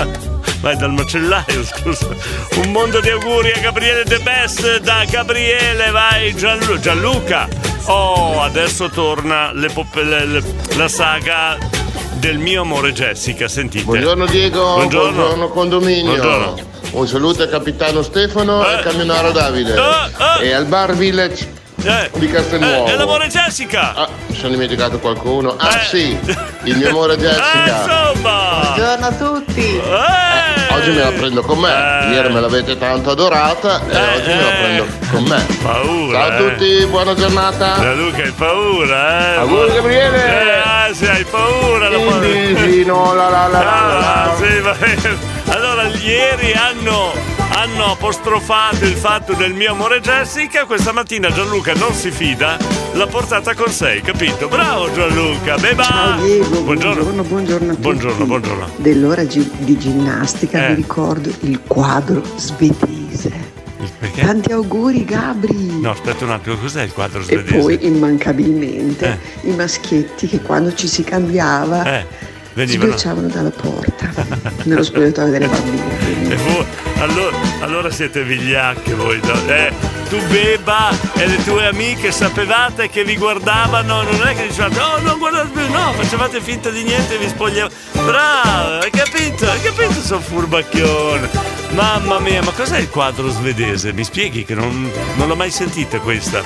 vai dal macellaio, scusa. Un mondo di auguri a Gabriele The Best. Da Gabriele vai Gianlu- Gianluca. Oh, adesso torna le pop- le, le, la saga del mio amore Jessica, sentite. Buongiorno Diego, buongiorno, buongiorno condominio. Buongiorno. Un saluto al capitano Stefano eh. e al camionaro Davide. Eh, eh. E al bar Village eh. di Castelnuovo. Eh, è l'amore Jessica. Ah, mi sono dimenticato qualcuno. Ah eh. sì, il mio amore Jessica. Eh, insomma. Buongiorno a tutti. Eh, oggi me la prendo con me. Eh. Ieri me l'avete tanto adorata e eh, oggi me la prendo con me. Paura. Ciao a tutti, buona giornata. Da Luca hai paura, eh? Auguri Gabriele. Eh, ah, se hai paura la Quindi, no, la la la la, la. Ah, sì, va bene. Allora, ieri hanno, hanno apostrofato il fatto del mio amore Jessica. Questa mattina Gianluca non si fida, l'ha portata con sé, capito? Bravo Gianluca, beba. Ciao Diego, buongiorno, buongiorno, buongiorno a tutti. Buongiorno, buongiorno. Dell'ora gi- di ginnastica Eh. vi ricordo il quadro svedese. Perché? Tanti auguri Gabri. No, aspetta un attimo, cos'è il quadro E svedese? poi immancabilmente Eh. i maschietti che quando ci si cambiava Eh, venivano. sbirciavano dalla porta nello spogliatoio delle bambine. E voi, allora, allora siete vigliacche voi, no? Eh, tu Beba e le tue amiche sapevate che vi guardavano, non è che dicevate oh non guardate più, no, facevate finta di niente e vi spogliavate. Bravo, hai capito? Hai capito, sono furbacchione. Mamma mia, ma cos'è il quadro svedese? Mi spieghi che non, non l'ho mai sentita questa.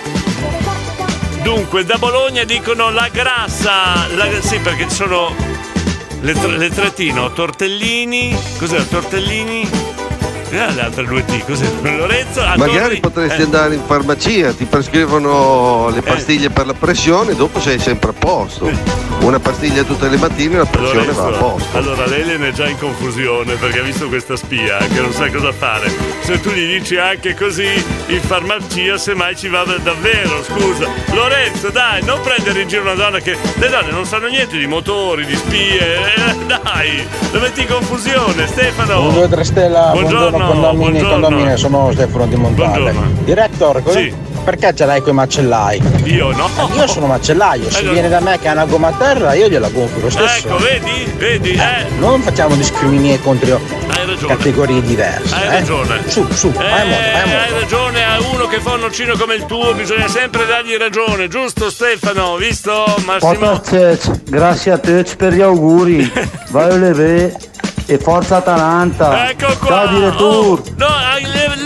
Dunque, da Bologna dicono la grassa, la, sì, perché ci sono le, le tretino, tortellini, cos'è tortellini? Eh, le altre due T, cos'è? Lorenzo, ah, Magari torni- potresti eh. andare in farmacia, ti prescrivono le pastiglie per la pressione, dopo sei sempre a posto. Una pastiglia tutte le mattine e la pressione Lorenzo, va a posto. allora l'Elena è già in confusione perché ha visto questa spia che non sa cosa fare. Se tu gli dici anche così in farmacia, semmai ci va davvero, scusa. Lorenzo, dai, non prendere in giro una donna che le donne non sanno niente di motori, di spie, eh, dai, lo metti in confusione. Stefano. Un, due, tre stella, Buongiorno, buongiorno condomini, buongiorno. condomini, sono Stefano di Montale. Buongiorno. Director, cosa- Sì. perché ce l'hai coi macellai? Io no. Io sono macellaio, se Allora- viene da me che ha una gomma a terra, io gliela gonfio lo stesso. Ecco, vedi? Vedi? Eh, Non facciamo discrimini contro hai ragione. categorie diverse. Hai eh. ragione. Su, su, Eh, vai moto, vai moto. hai ragione, a uno che fa un nocino come il tuo bisogna sempre dargli ragione, giusto Stefano? Visto Massimo? Grazie a te per gli auguri. Vai Leve e forza Atalanta. Ecco qua. Ciao direttore. Oh, no, le-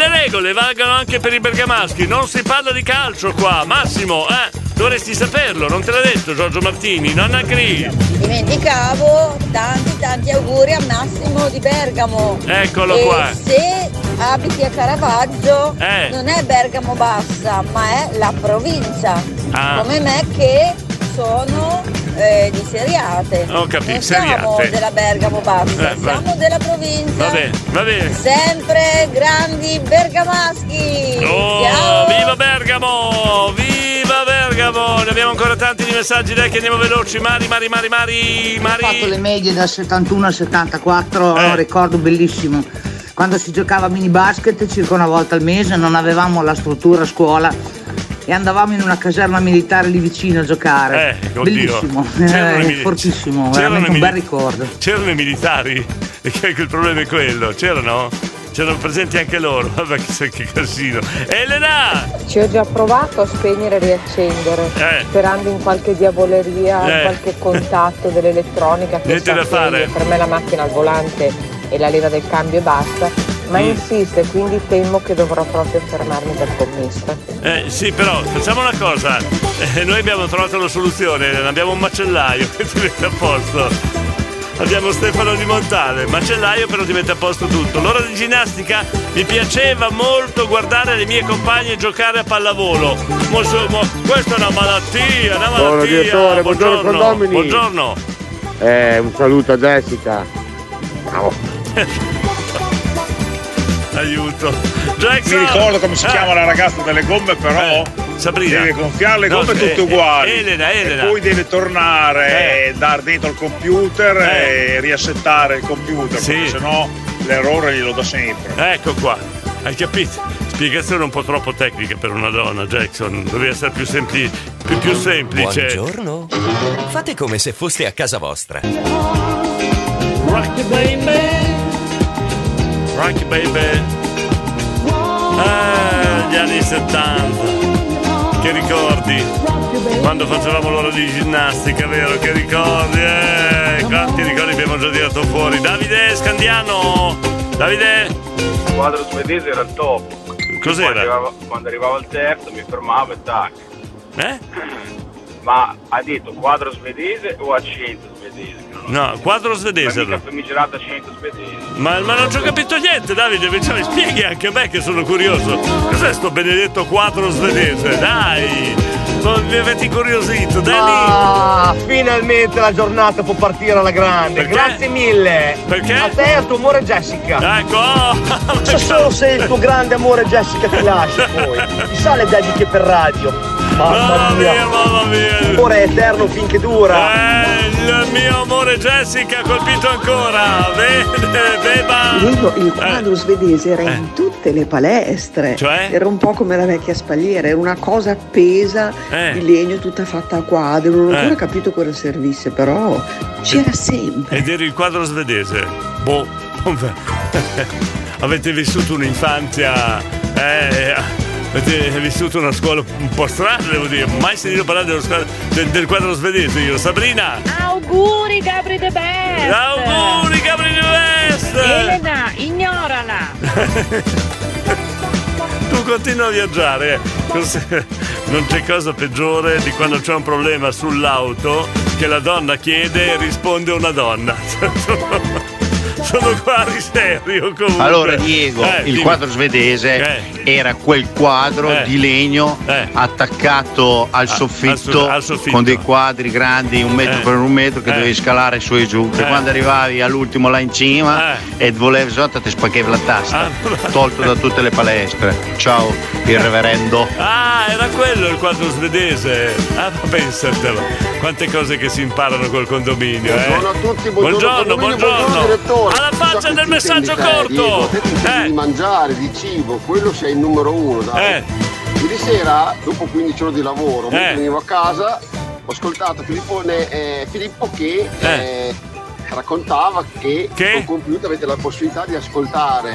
le regole valgono anche per i bergamaschi, non si parla di calcio qua, Massimo, eh? Dovresti saperlo, non te l'ha detto Giorgio Martini, nonna Cri. Dimenticavo, tanti tanti auguri a Massimo di Bergamo. Eccolo e qua. Se abiti a Caravaggio, eh. non è Bergamo Bassa, ma è la provincia. Ah. Come me che sono eh, di Seriate. Ho capito, non siamo Seriate. della Bergamo Bassa, Eh, siamo della provincia. Va bene, va bene. Sempre grandi bergamaschi. Oh, Ciao. viva Bergamo! Viva Bergamo! Ne abbiamo ancora tanti di messaggi, dai che andiamo veloci. Mari, Mari, Mari, Mari, Mari. Ho fatto le medie dal settantuno al settantaquattro, Eh. ho un ricordo bellissimo. Quando si giocava a mini basket circa una volta al mese, non avevamo la struttura a scuola e andavamo in una caserma militare lì vicino a giocare. Eh, oddio. Bellissimo, C'erano eh, i mili- fortissimo, c'erano veramente i un bel mili- ricordo. C'erano i militari? E che il problema è quello, c'erano? C'erano presenti anche loro, vabbè che, che casino. Elena! Ci ho già provato a spegnere e riaccendere, Eh. sperando in qualche diavoleria, Eh. in qualche contatto dell'elettronica che Niente sa da che fare. per me la macchina al volante e la leva del cambio e basta, ma Mm. insiste, quindi temo che dovrò proprio fermarmi per commessa. Eh sì, però facciamo una cosa, eh, noi abbiamo trovato la soluzione, abbiamo un macellaio che ti mette a posto. Abbiamo Stefano di Montale, macellaio però ti mette a posto tutto. L'ora di ginnastica mi piaceva molto guardare le mie compagne giocare a pallavolo. Mo, so- mo, questa è una malattia, una Buongiorno malattia. direttore, buongiorno condomini. Buongiorno. Eh, un saluto a Jessica. Ciao. Aiuto. Jackson. Mi ricordo come si Ah. chiama la ragazza delle gomme, però Eh, Sabrina. deve gonfiare le No, gomme eh, tutte uguali. eh, Elena, Elena. E poi deve tornare Eh. e dar dentro il computer Eh. e riassettare il computer, Sì. perché sennò l'errore glielo dà sempre. Ecco qua, hai capito? Spiegazione un po' troppo tecnica per una donna, Jackson. Doveva essere più, sempli- più, più semplice. Buongiorno. Fate come se foste a casa vostra. Rocky baby. Rocky baby. Ah, gli anni settanta. Che ricordi? Quando facevamo l'ora di ginnastica, vero? Che ricordi? Eh, quanti ricordi abbiamo già tirato fuori? Davide Scandiano! Davide? Il quadro svedese era il top. Cos'era? Quando arrivavo, quando arrivavo al terzo mi fermavo e tac. Eh? Ma ha detto quadro svedese o accento svedese? No, quadro svedese. Mica famigerato accento svedese. Ma, ma non ci ho capito niente, Davide, invece mi spieghi anche a me che sono curioso. Cos'è sto benedetto quadro svedese? Dai! Non mi avete incuriosito, Danny! Ah, finalmente la giornata può partire alla grande. Perché? Grazie mille. Perché? A te e al tuo amore Jessica. Ecco! So solo se il tuo grande amore Jessica ti lascia poi. Chissà le dediche per radio. Mamma mia, mamma mia. Amore eterno finché dura. Eh, il mio amore Jessica ha colpito ancora. Bene, beba. Diego, il quadro svedese era in tutte le palestre. Cioè? Era un po' come la vecchia spalliera, era una cosa appesa Eh. di legno tutta fatta a quadro. Non ho Eh. ancora capito cosa servisse, però c'era sempre. Ed eri il quadro svedese. Boh. Avete vissuto un'infanzia. Eh. Avete vissuto una scuola un po' strana, devo dire. Mai sentito parlare dello scuola, del, del quadro svedese io. Sabrina! Auguri Gabri The Best! Auguri Gabri The Best! Elena, ignorala! Tu continua a viaggiare, eh. Non c'è cosa peggiore di quando c'è un problema sull'auto che la donna chiede e risponde una donna. Sono quasi serio comunque. Allora Diego, Eh, il dimmi. quadro svedese Eh. era quel quadro Eh. di legno Eh. attaccato al, Ah, soffitto, al so- al soffitto. con dei quadri grandi, un metro Eh. per un metro, che Eh. dovevi scalare su e giù. E Eh. quando arrivavi all'ultimo là in cima e volevi sotto ti spacchevi la tasta, Ah. tolto da tutte le palestre. Ciao, il reverendo. Ah, era quello il quadro svedese. Ah, pensatelo. Quante cose che si imparano col condominio, eh? Buongiorno a tutti, buongiorno, buongiorno, condominio, buongiorno. buongiorno, direttore. Alla faccia Ciò che del ti messaggio intendi te, corto. Diego, te ti intendi Eh. di mangiare, di cibo, quello sei il numero uno, dai. Eh. Ieri sera, dopo quindici ore di lavoro, mentre Eh. venivo a casa, ho ascoltato Filippo, eh, Filippo che eh, raccontava che, Che? sul computer avete la possibilità di ascoltare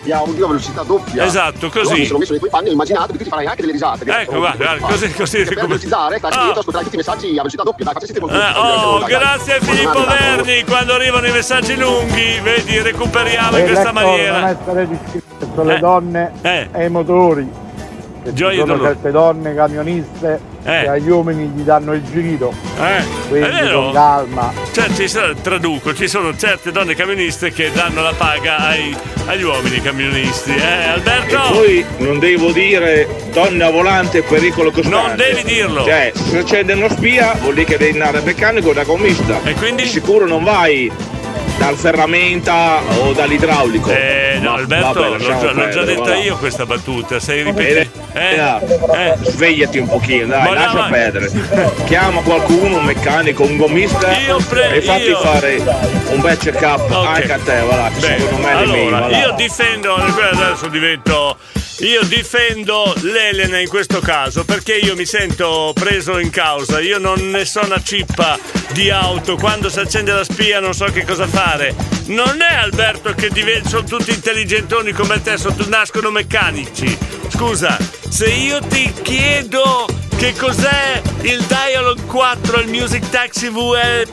di audio a velocità doppia. Esatto, così. Allora mi sono messo nei tuoi panni e ho immaginato che tu ti farai anche delle risate. Ecco, guarda, guarda, così, così. Per velocizzare, stai dietro, ascolterai tutti i messaggi a velocità doppia. Dai, facci sentire un Eh, oh, grazie a Filippo Verni. Quando arrivano i messaggi lunghi, vedi, recuperiamo in questa maniera. Non essere discreto, le Eh. donne Eh. e i motori. Ci Gioia e sono dolore. certe donne camioniste Eh. che agli uomini gli danno il giro. Eh, Quindi è vero? con calma. Cioè, ci sono, traduco, ci sono certe donne camioniste che danno la paga ai, agli uomini camionisti. Eh, Alberto? E poi non devo dire donna volante pericolo costante. Non devi dirlo. Cioè, se accende uno spia vuol dire che devi andare al meccanico da commista. E quindi? Di sicuro non vai dal ferramenta o dall'idraulico. Eh, no, Ma- Alberto, vabbè, l'ho lasciamo già, l'ho già perdere, detta va là. io questa battuta. Sei Bene. ripetito. Eh, Eh, eh. Svegliati un pochino, dai, Ma no, lascia ma- perdere. Chiama qualcuno, un meccanico, un gommista Io pre- e fatti io- fare un bel check up Ok. anche a te, va là, che Beh, secondo me è di allora, meglio, va là. io difendo, adesso divento, io difendo l'Elena in questo caso perché io mi sento preso in causa, io non ne so una cippa di auto, quando si accende la spia non so che cosa fare. Non è Alberto che diven- sono tutti intelligentoni come te, sono, nascono meccanici. Scusa, se io ti chiedo che cos'è il Dialog quattro, il Music Taxi V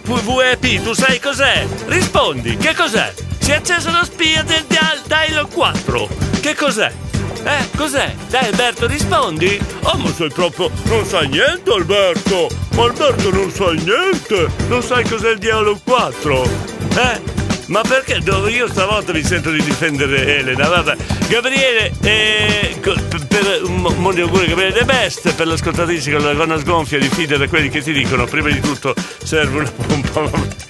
E P, tu sai cos'è? Rispondi, che cos'è? Si è acceso la spia del Dial- Dialog quattro, che cos'è? Eh, cos'è? Dai Alberto, rispondi? Oh, ma sei proprio... non sai niente Alberto! Ma Alberto non sai niente! Non sai cos'è il Dialog quattro? Eh? Ma perché dove io stavolta mi sento di difendere Elena? Vabbè. Gabriele, eh, co- per, per un mo- mondo di auguri Gabriele The Best, per l'ascoltatrice con la gonna sgonfia, diffida da quelli che ti dicono prima di tutto serve una pompa.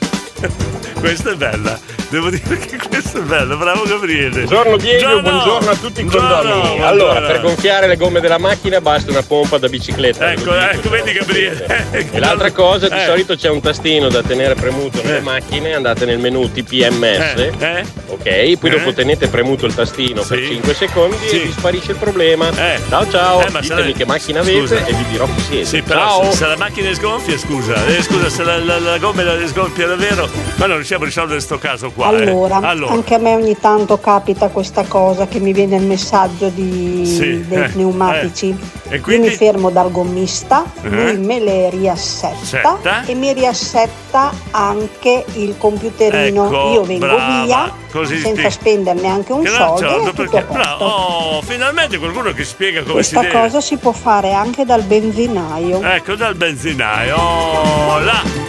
Questa è bella, devo dire che questa è bella, bravo Gabriele. Buongiorno Diego, Buongiorno. buongiorno a tutti i Buongiorno, condomini. buongiorno. Allora, per gonfiare le gomme della macchina basta una pompa da bicicletta. Ecco, ecco, vedi Gabriele. E l'altra cosa, di Eh. solito c'è un tastino da tenere premuto nelle Eh. macchine, andate nel menu T P M S, Eh, eh. ok? Poi Eh. dopo tenete premuto il tastino per Sì. cinque secondi Sì. e vi sparisce il problema. Eh. Ciao ciao, Eh, ma se ditemi la- che macchina avete Scusa. e vi dirò chi siete. Sì, però ciao! se, se la macchina è sgonfia, scusa, eh, scusa, se la, la, la gomma è sgonfia davvero, ma non riusciamo a risolvere sto caso qua. eh. Allora, allora. anche a me ogni tanto capita questa cosa che mi viene il messaggio di- Sì, dei eh, pneumatici. eh. E quindi? Io mi fermo dal gommista, Eh. lui me le riassetta Setta. e mi riassetta anche il computerino. Ecco, Io vengo brava, via così senza ti- spendere neanche un Che soldo e ragione, è tutto perché a posto. bravo, oh, finalmente qualcuno che spiega come Questa si deve. cosa si può fare anche dal benzinaio. Ecco, dal benzinaio, oh, là.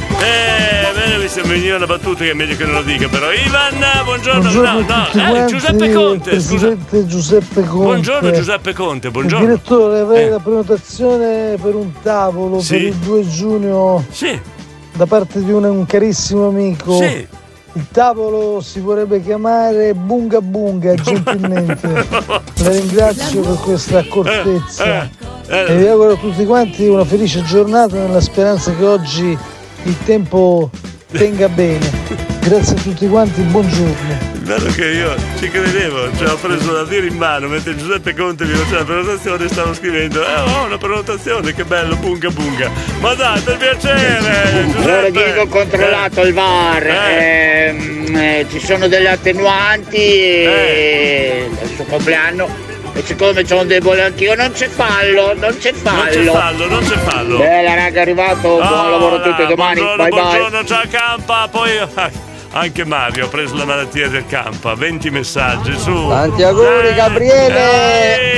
Eh, bene, mi sembra venire una battuta che è meglio che non lo dica, però. Ivan, buongiorno, Buongiorno no, a no, tutti eh, quanti, Giuseppe Conte, scusa. Presidente Giuseppe Conte. Buongiorno Giuseppe Conte, buongiorno. Direttore, avrei Eh. la prenotazione per un tavolo Sì. per il due giugno Sì. da parte di un, un carissimo amico. Sì. Il tavolo si vorrebbe chiamare Bunga Bunga, gentilmente. La ringrazio per questa accortezza. Eh, eh, E vi auguro a tutti quanti una felice giornata nella speranza che oggi il tempo tenga bene. Grazie a tutti quanti, buongiorno. Bello che io ci credevo, cioè ho preso la tira in mano mentre Giuseppe Conte mi faceva la prenotazione e stavo scrivendo eh ho una prenotazione, che bello, bunga bunga. Ma dai, per piacere Allora Giuseppe. Diego, ho controllato il V A R, Eh. ehm, eh, ci sono delle attenuanti e il suo compleanno e siccome c'ho un debole anch'io non c'è fallo, non c'è fallo. Non c'è fallo, non c'è fallo. Bella raga, è arrivato, buon Oh, lavoro a là, tutti domani, buongiorno, bye bye. buongiorno, ciao Campa, poi anche Mario ha preso la malattia del Campa, venti messaggi su. Tanti auguri, Eh, Gabriele.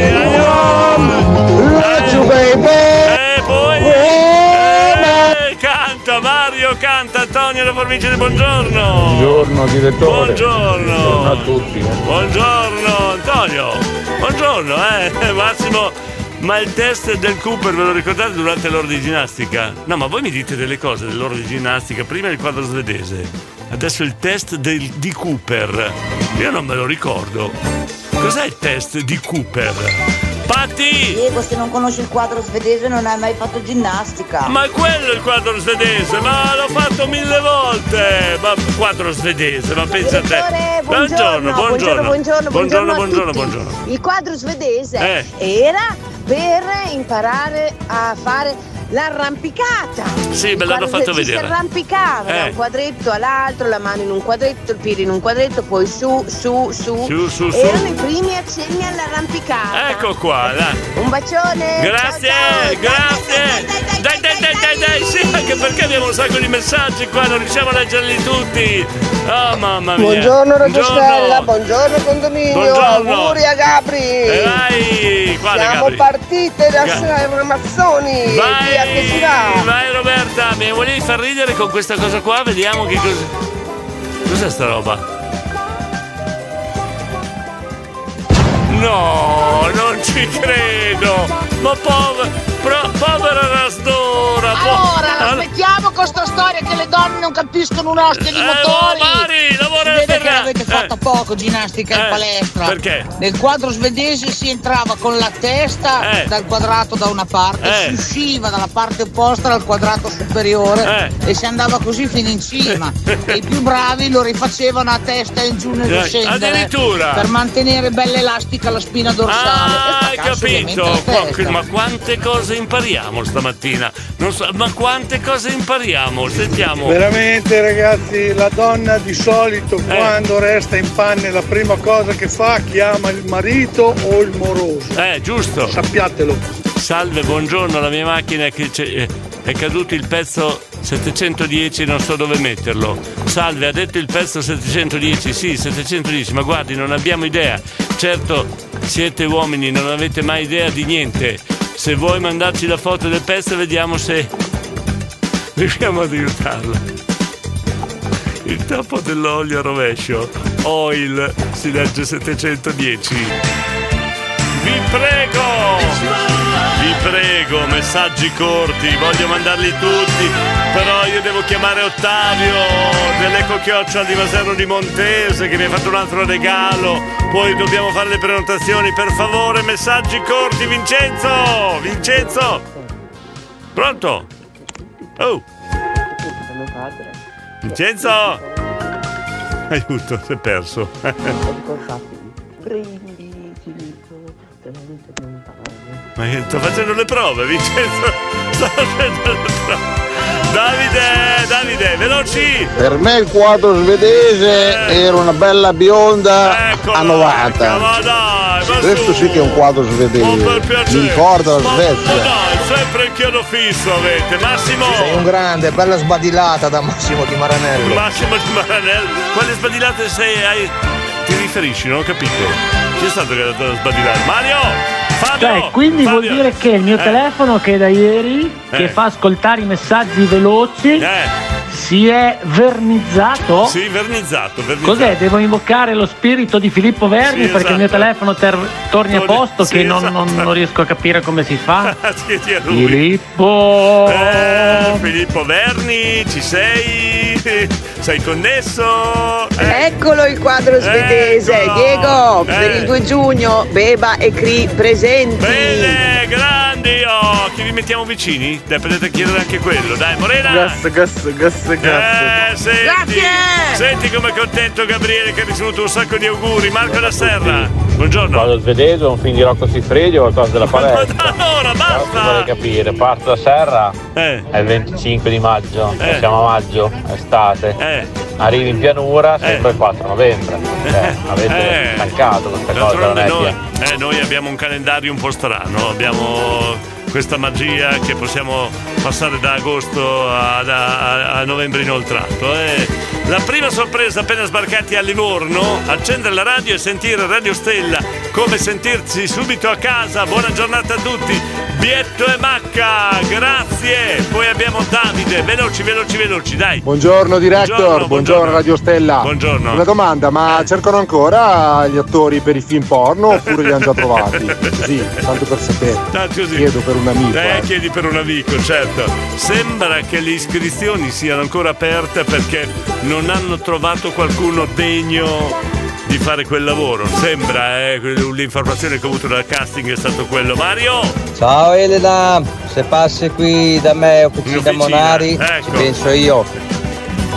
Raggio baby. E poi eh, canta Mario, canta Antonio da Formigine, buongiorno. Buongiorno direttore. Buongiorno. Buongiorno a tutti. Buongiorno Antonio. Buongiorno, eh Massimo. Ma il test del Cooper ve lo ricordate durante l'ora di ginnastica? No, ma voi mi dite delle cose dell'ora di ginnastica, prima il quadro svedese, adesso il test del, di Cooper. Io non me lo ricordo. Cos'è il test di Cooper? Patti! Diego, se non conosci il quadro svedese non hai mai fatto ginnastica. Ma è quello il quadro svedese, ma l'ho fatto mille volte! Ma quadro svedese, ma pensa a te! Direttore, buongiorno, buongiorno, buongiorno, buongiorno, a buongiorno, tutti. buongiorno. Il quadro svedese Eh. era per imparare a fare l'arrampicata. Sì, me l'hanno fatto Quando ci vedere. si arrampicava Eh. da un quadretto all'altro, la mano in un quadretto, il piede in un quadretto, poi su, su, su. Su, su, su. Erano i primi accenni all'arrampicata. Ecco qua, dai. Un bacione. Grazie, Ciao, ciao. grazie. Dai, dai, dai, dai, dai, sì, anche perché abbiamo un sacco di messaggi qua, non riusciamo a leggerli tutti. Oh, mamma mia. Buongiorno Radio Buongiorno. Stella, buongiorno condominio, Buongiorno. auguri a Gabri. E vai, quale Siamo Gabri? partite da Ga- Ramazzoni, Vai, via che si va. vai Roberta, mi volevi far ridere con questa cosa qua? Vediamo che cosa. Cos'è sta roba? No, non ci credo! Ma povera, povera Rasdora! Allora, l'aspettiamo con sta storia che le donne non capiscono un'ostia di Eh, motori. Mari, lavora Si vede per che me. avete fatto Eh. poco ginnastica in Eh, palestra. perché? Nel quadro svedese si entrava con la testa Eh. dal quadrato da una parte, Eh. si usciva dalla parte opposta dal quadrato superiore e si andava così fino in cima. E i più bravi lo rifacevano a testa in giù nello Eh, scendere addirittura? per mantenere bella elastica la spina dorsale. Ah, E hai sta cazzo ovviamente la capito? testa. Ma quante cose impariamo stamattina? Non so, ma quante cose impariamo? Sentiamo. Veramente ragazzi, la donna di solito Eh. quando resta in panne la prima cosa che fa chiama il marito o il moroso. Eh, giusto. Sappiatelo. Salve, buongiorno, la mia macchina è, che c'è- eh, è caduto il pezzo settecentodieci, non so dove metterlo. Salve, ha detto il pezzo settecentodieci, sì, settecentodieci, ma guardi, non abbiamo idea. Certo, siete uomini, non avete mai idea di niente. Se vuoi mandarci la foto del pezzo, vediamo se riusciamo ad aiutarla. Il tappo dell'olio a rovescio. Oil, si legge settecentodieci. Vi prego! Vi prego, messaggi corti, voglio mandarli tutti, però io devo chiamare Ottavio dell'Eco Chiocciola di Maserno di Montese che mi ha fatto un altro regalo, poi dobbiamo fare le prenotazioni, per favore, messaggi corti, Vincenzo! Vincenzo! Pronto? Oh! Vincenzo! Aiuto, si è perso. Ma io sto facendo le prove, Vincenzo. Sto facendo le prove. Davide, Davide, veloci. Per me il quadro svedese era una bella bionda a novanta. Ma dai, ma Questo sì che è un quadro svedese. Mi ricorda la Ma Svezia. dai, sempre il chiodo fisso avete. Massimo. Sei un grande, bella sbadilata da Massimo Di Maranello. Massimo Di Maranello. Quale sbadilate sei hai? Ti riferisci? Non ho capito. Chi è stato che ha dato a sbadilare? Mario! Fabio! Cioè, quindi Fabio. vuol dire che il mio Eh. telefono che è da ieri, Eh. che fa ascoltare i messaggi veloci, si è vernizzato? Sì, vernizzato, vernizzato. Cos'è? Devo invocare lo spirito di Filippo Verni Sì, perché il mio esatto. telefono ter- torni a Torni- posto sì, che non, esatto. non- non riesco a capire come si fa. Sì, sì, è lui. Filippo! Eh, Filippo Verni, ci sei? Sei connesso? Eh. Eccolo il quadro svedese, Eccolo. Diego, Eh. per il due giugno, Beba e Cri presenti. Bene, grandi! Oh, chi vi mettiamo vicini? Dai, potete chiedere anche quello. Dai, Morena! Gas, gas, gas, Eh, senti, Grazie! senti com'è contento Gabriele che ha ricevuto un sacco di auguri. Marco da Serra, buongiorno. Quadro svedese, un film di Rocco Siffredi o qualcosa della palestra? Allora, Però vorrei capire, parto da Serra, Eh. è il venticinque di maggio, Eh. siamo a maggio, estate, Eh. arrivi in pianura, sempre il quattro novembre, cioè, avete Eh. stancato questa cosa, non D'altronde è noi, che... eh, noi abbiamo un calendario un po' strano, abbiamo questa magia che possiamo passare da agosto a, a- a novembre inoltrato. eh. La prima sorpresa appena sbarcati a Livorno, accendere la radio e sentire Radio Stella, come sentirsi subito a casa. Buona giornata a tutti, Bietto e Macca, grazie. Poi abbiamo Davide, veloci, veloci, veloci, dai. Buongiorno director, Buongiorno, buongiorno, Radio Stella. Buongiorno. Una domanda, ma cercano ancora gli attori per i film porno oppure li hanno già trovati? Così, tanto per sapere. Tanto così. Chiedo per un amico. Eh, eh. chiedi per un amico, certo. Sembra che le iscrizioni siano ancora aperte perché non hanno trovato qualcuno degno di fare quel lavoro. Sembra, eh, l'informazione che ho avuto dal casting è stato quello. Mario! Ciao Elena, se passi qui da me, Officina Officina, Monari, ecco. ci penso io.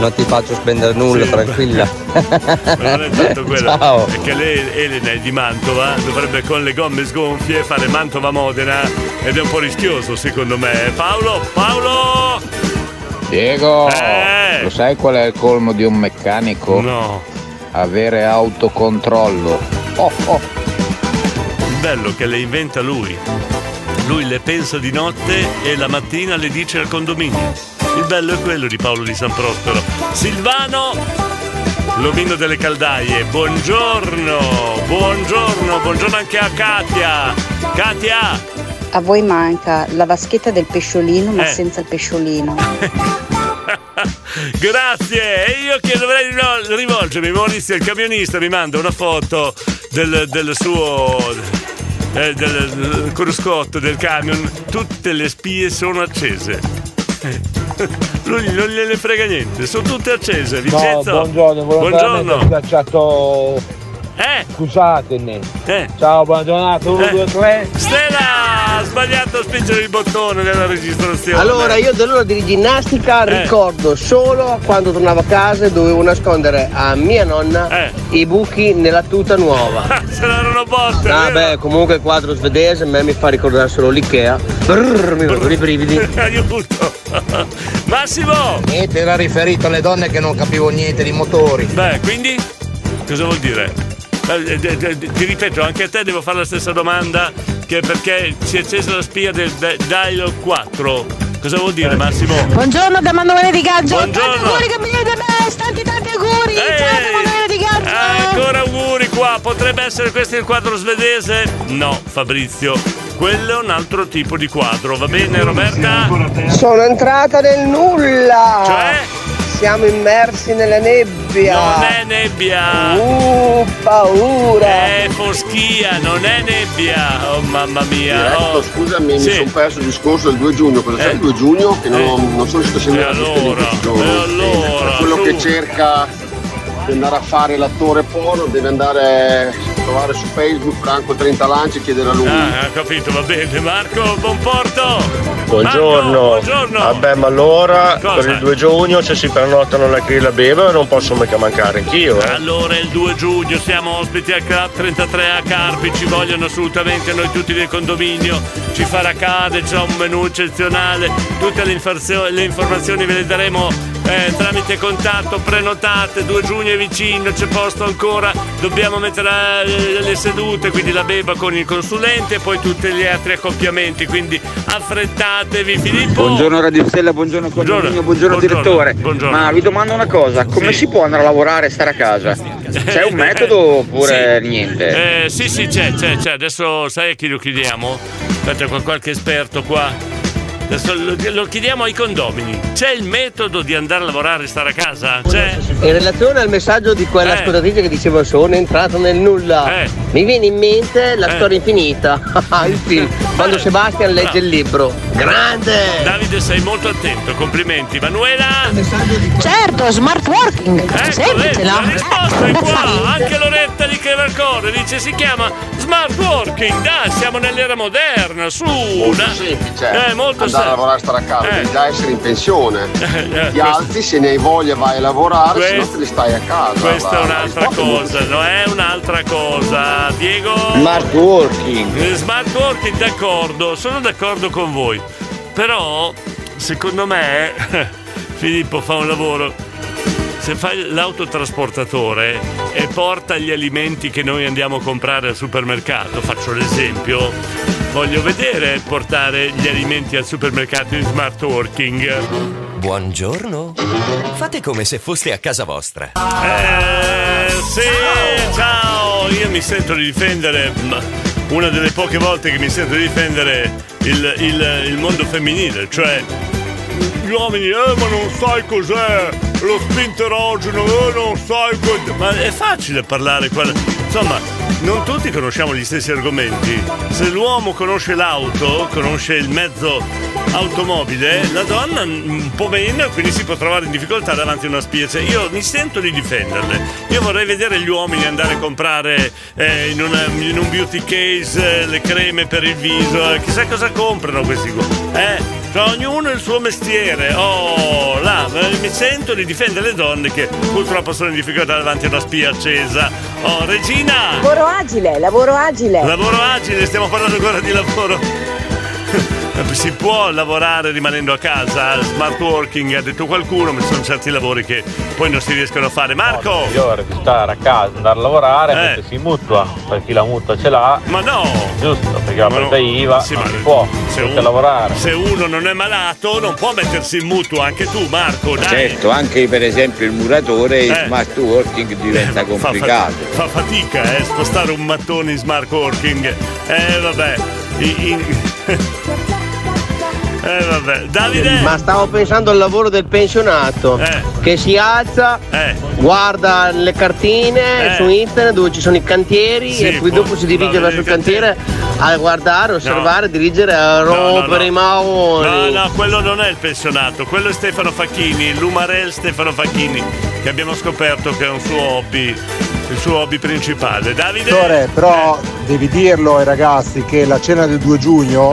non ti faccio spendere nulla, Sì. tranquilla. Ma non è tanto quella, Ciao. è che lei, Elena è di Mantova, dovrebbe con le gomme sgonfie fare Mantova-Modena ed è un po' rischioso secondo me. Paolo, Paolo! Diego, Eh. lo sai qual è il colmo di un meccanico? No. Avere autocontrollo. Oh, oh. Il bello che le inventa lui. Lui le pensa di notte e la mattina le dice al condominio. Il bello è quello di Paolo di San Prospero. Silvano, l'omino delle caldaie. Buongiorno, buongiorno, buongiorno anche a Katia. Katia! A voi manca la vaschetta del pesciolino, ma Eh. senza il pesciolino. Grazie, e io che dovrei rivol- rivolgermi, Maurizio, il camionista mi manda una foto del, del suo eh, del, del cruscotto del camion, tutte le spie sono accese. Lui non gliene frega niente, sono tutte accese. Vincenzo, No, buongiorno, volontariamente buongiorno. ho schiacciato. Eh. Scusatemi. Eh. Ciao, buona giornata. uno, Eh. due, tre. Stella, ha sbagliato a spingere il bottone della registrazione. Allora, io dell'ora di ginnastica Eh. ricordo solo quando tornavo a casa e dovevo nascondere a mia nonna i buchi nella tuta nuova. Se l'erano botte. Ah beh, comunque il quadro svedese a me mi fa ricordare solo l'Ikea. Brrr, mi vengono i brividi. Aiuto. Massimo! Niente, era riferito alle donne che non capivo niente di motori. Beh, quindi? Cosa vuol dire? Eh, eh, eh, Ti ripeto, anche a te devo fare la stessa domanda, che perché si è accesa la spia del de- Dial quattro. Cosa vuol dire, Massimo? Buongiorno da Manuele di Gaggio. Buongiorno. Tanti auguri Gabriele De Best, tanti tanti auguri. Ciao da Manuele di Gaggio. Eh, ancora auguri qua. Potrebbe essere questo il quadro svedese? No, Fabrizio. Quello è un altro tipo di quadro, va bene, Roberta? Sono entrata nel nulla. Cioè? Siamo immersi nella nebbia. Non è nebbia. Uh, paura. È foschia, non è nebbia. Oh mamma mia. Diretto, Oh. scusami, Sì. mi sono perso il discorso del due giugno. Cosa c'è il due giugno? Che non, non sono riuscito a seguire la questione in questi giorni. e allora, Quello tu- che cerca di andare a fare l'attore porno deve andare a trovare su Facebook Franco trenta lanci e chiedere a lui. Ah, ho capito, va bene. Marco, buon porto. Buongiorno. Marco, buongiorno. Vabbè, ma allora Cosa? per il due giugno se si prenotano la grilla beve non posso mica mancare anch'io. Eh. Allora il due giugno siamo ospiti al Club trentatré a Carpi, ci vogliono assolutamente noi tutti del condominio, ci farà cade, c'è un menù eccezionale, tutte le, infarzio- le informazioni ve le daremo eh, tramite contatto, prenotate, due giugno è vicino, c'è posto ancora, dobbiamo mettere eh, le sedute, quindi la beba con il consulente e poi tutti gli altri accoppiamenti, quindi affrettatevi. Filippo. Buongiorno Radio Stella, buongiorno condominio, buongiorno, Buongiorno. direttore. Buongiorno. Ma vi domando una cosa, come Sì. si può andare a lavorare e stare a casa? C'è un metodo oppure niente? Eh, sì, sì, c'è, c'è, c'è. Adesso sai a chi lo chiediamo? Aspetta, con qualche esperto qua. Adesso lo, lo chiediamo ai condomini. C'è il metodo di andare a lavorare e stare a casa? C'è? In relazione al messaggio di quella Eh. ascoltatrice che diceva sono entrato nel nulla, Eh. mi viene in mente la Eh. storia infinita, il film, quando Sebastian legge il libro. Grande! Davide, sei molto attento, complimenti. Manuela? Certo, smart working. Ecco, Semplice, vedi, no? la risposta è qua. Anche Loretta di Crevalcore dice si chiama smart working. Dai, siamo nell'era moderna, su. Molto da- semplice. Eh, molto andare a sem- lavorare e stare a casa, Eh. devi già essere in pensione. eh, Ti questo- alzi, se ne hai voglia vai a lavorare, se no Questo- te ne stai a casa. Questa La- è la un'altra risposta è molto cosa, no? È un'altra cosa. Diego? Smart working. Eh, Smart working, d'accordo, sono d'accordo con voi. Però, secondo me, Filippo fa un lavoro. Se fai l'autotrasportatore e porta gli alimenti che noi andiamo a comprare al supermercato, faccio l'esempio, voglio vedere portare gli alimenti al supermercato in smart working. Buongiorno. Fate come se foste a casa vostra. Eh, sì, ciao. Io mi sento di difendere, ma una delle poche volte che mi sento di difendere il, il, il mondo femminile, cioè gli uomini, eh ma non sai cos'è lo spinterogeno, eh non sai cos'è. Ma è facile parlare qua. Insomma, non tutti conosciamo gli stessi argomenti. Se l'uomo conosce l'auto, conosce il mezzo automobile, la donna un po' meno, quindi si può trovare in difficoltà davanti a una spia. Cioè, io mi sento di difenderle. Io vorrei vedere gli uomini andare a comprare eh, in, una, in un beauty case eh, le creme per il viso, eh, chissà cosa comprano questi qua. Eh? cioè, ognuno il suo mestiere. Oh, là, mi sento di difendere le donne che purtroppo sono in difficoltà davanti a una spia accesa. Oh, Regina! Lavoro agile, lavoro agile. Lavoro agile, stiamo parlando ancora di lavoro. Si può lavorare rimanendo a casa, smart working, ha detto qualcuno, ma ci sono certi lavori che poi non si riescono a fare. Marco! No, il migliore di stare a casa, andare a lavorare, Eh. mettersi in mutua, per chi la mutua ce l'ha. Ma no! Giusto, perché la Ma no. presa I V A Sì, non ma si può, se non uno, lavorare. se uno non è malato non può mettersi in mutuo, anche tu Marco, dai! Certo, anche per esempio il muratore in Eh. smart working diventa Fa, complicato. fa, fa fatica, eh, spostare un mattone in smart working. Eh vabbè. I- i- Eh vabbè, Davide! Ma stavo pensando al lavoro del pensionato Eh. che si alza, Eh. guarda le cartine Eh. su internet dove ci sono i cantieri Sì, e poi può- dopo si dirige va verso il bene, cantiere a guardare, osservare, dirigere, a rompere i maoni. No, no, quello non è il pensionato, quello è Stefano Facchini, l'Umarell Stefano Facchini, che abbiamo scoperto che è un suo hobby, il suo hobby principale. Davide? Dottore, però devi dirlo ai ragazzi che la cena del due giugno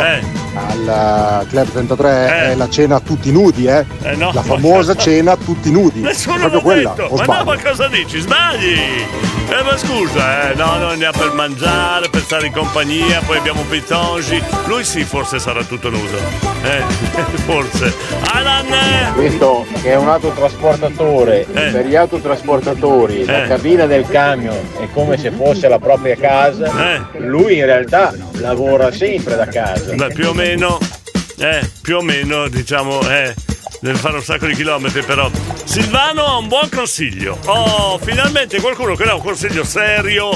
al Club trentatré è la cena tutti nudi, eh? Eh, no. La famosa cena tutti nudi. Nessuno È proprio l'ha quella, detto. o Ma sbaglio? no, ma cosa dici? Sbagli! Eh ma scusa, eh, no, noi andiamo per mangiare, per stare in compagnia, poi abbiamo Pitongi. Lui sì, forse sarà tutto nudo. Eh, forse. Alan! Questo che è un autotrasportatore, per gli autotrasportatori la Eh. cabina del camion è come se fosse la propria casa, lui in realtà lavora sempre da casa. Beh, più o meno, eh, più o meno, diciamo, eh, deve fare un sacco di chilometri, però. Silvano ha un buon consiglio. Oh, finalmente qualcuno che dà un consiglio serio,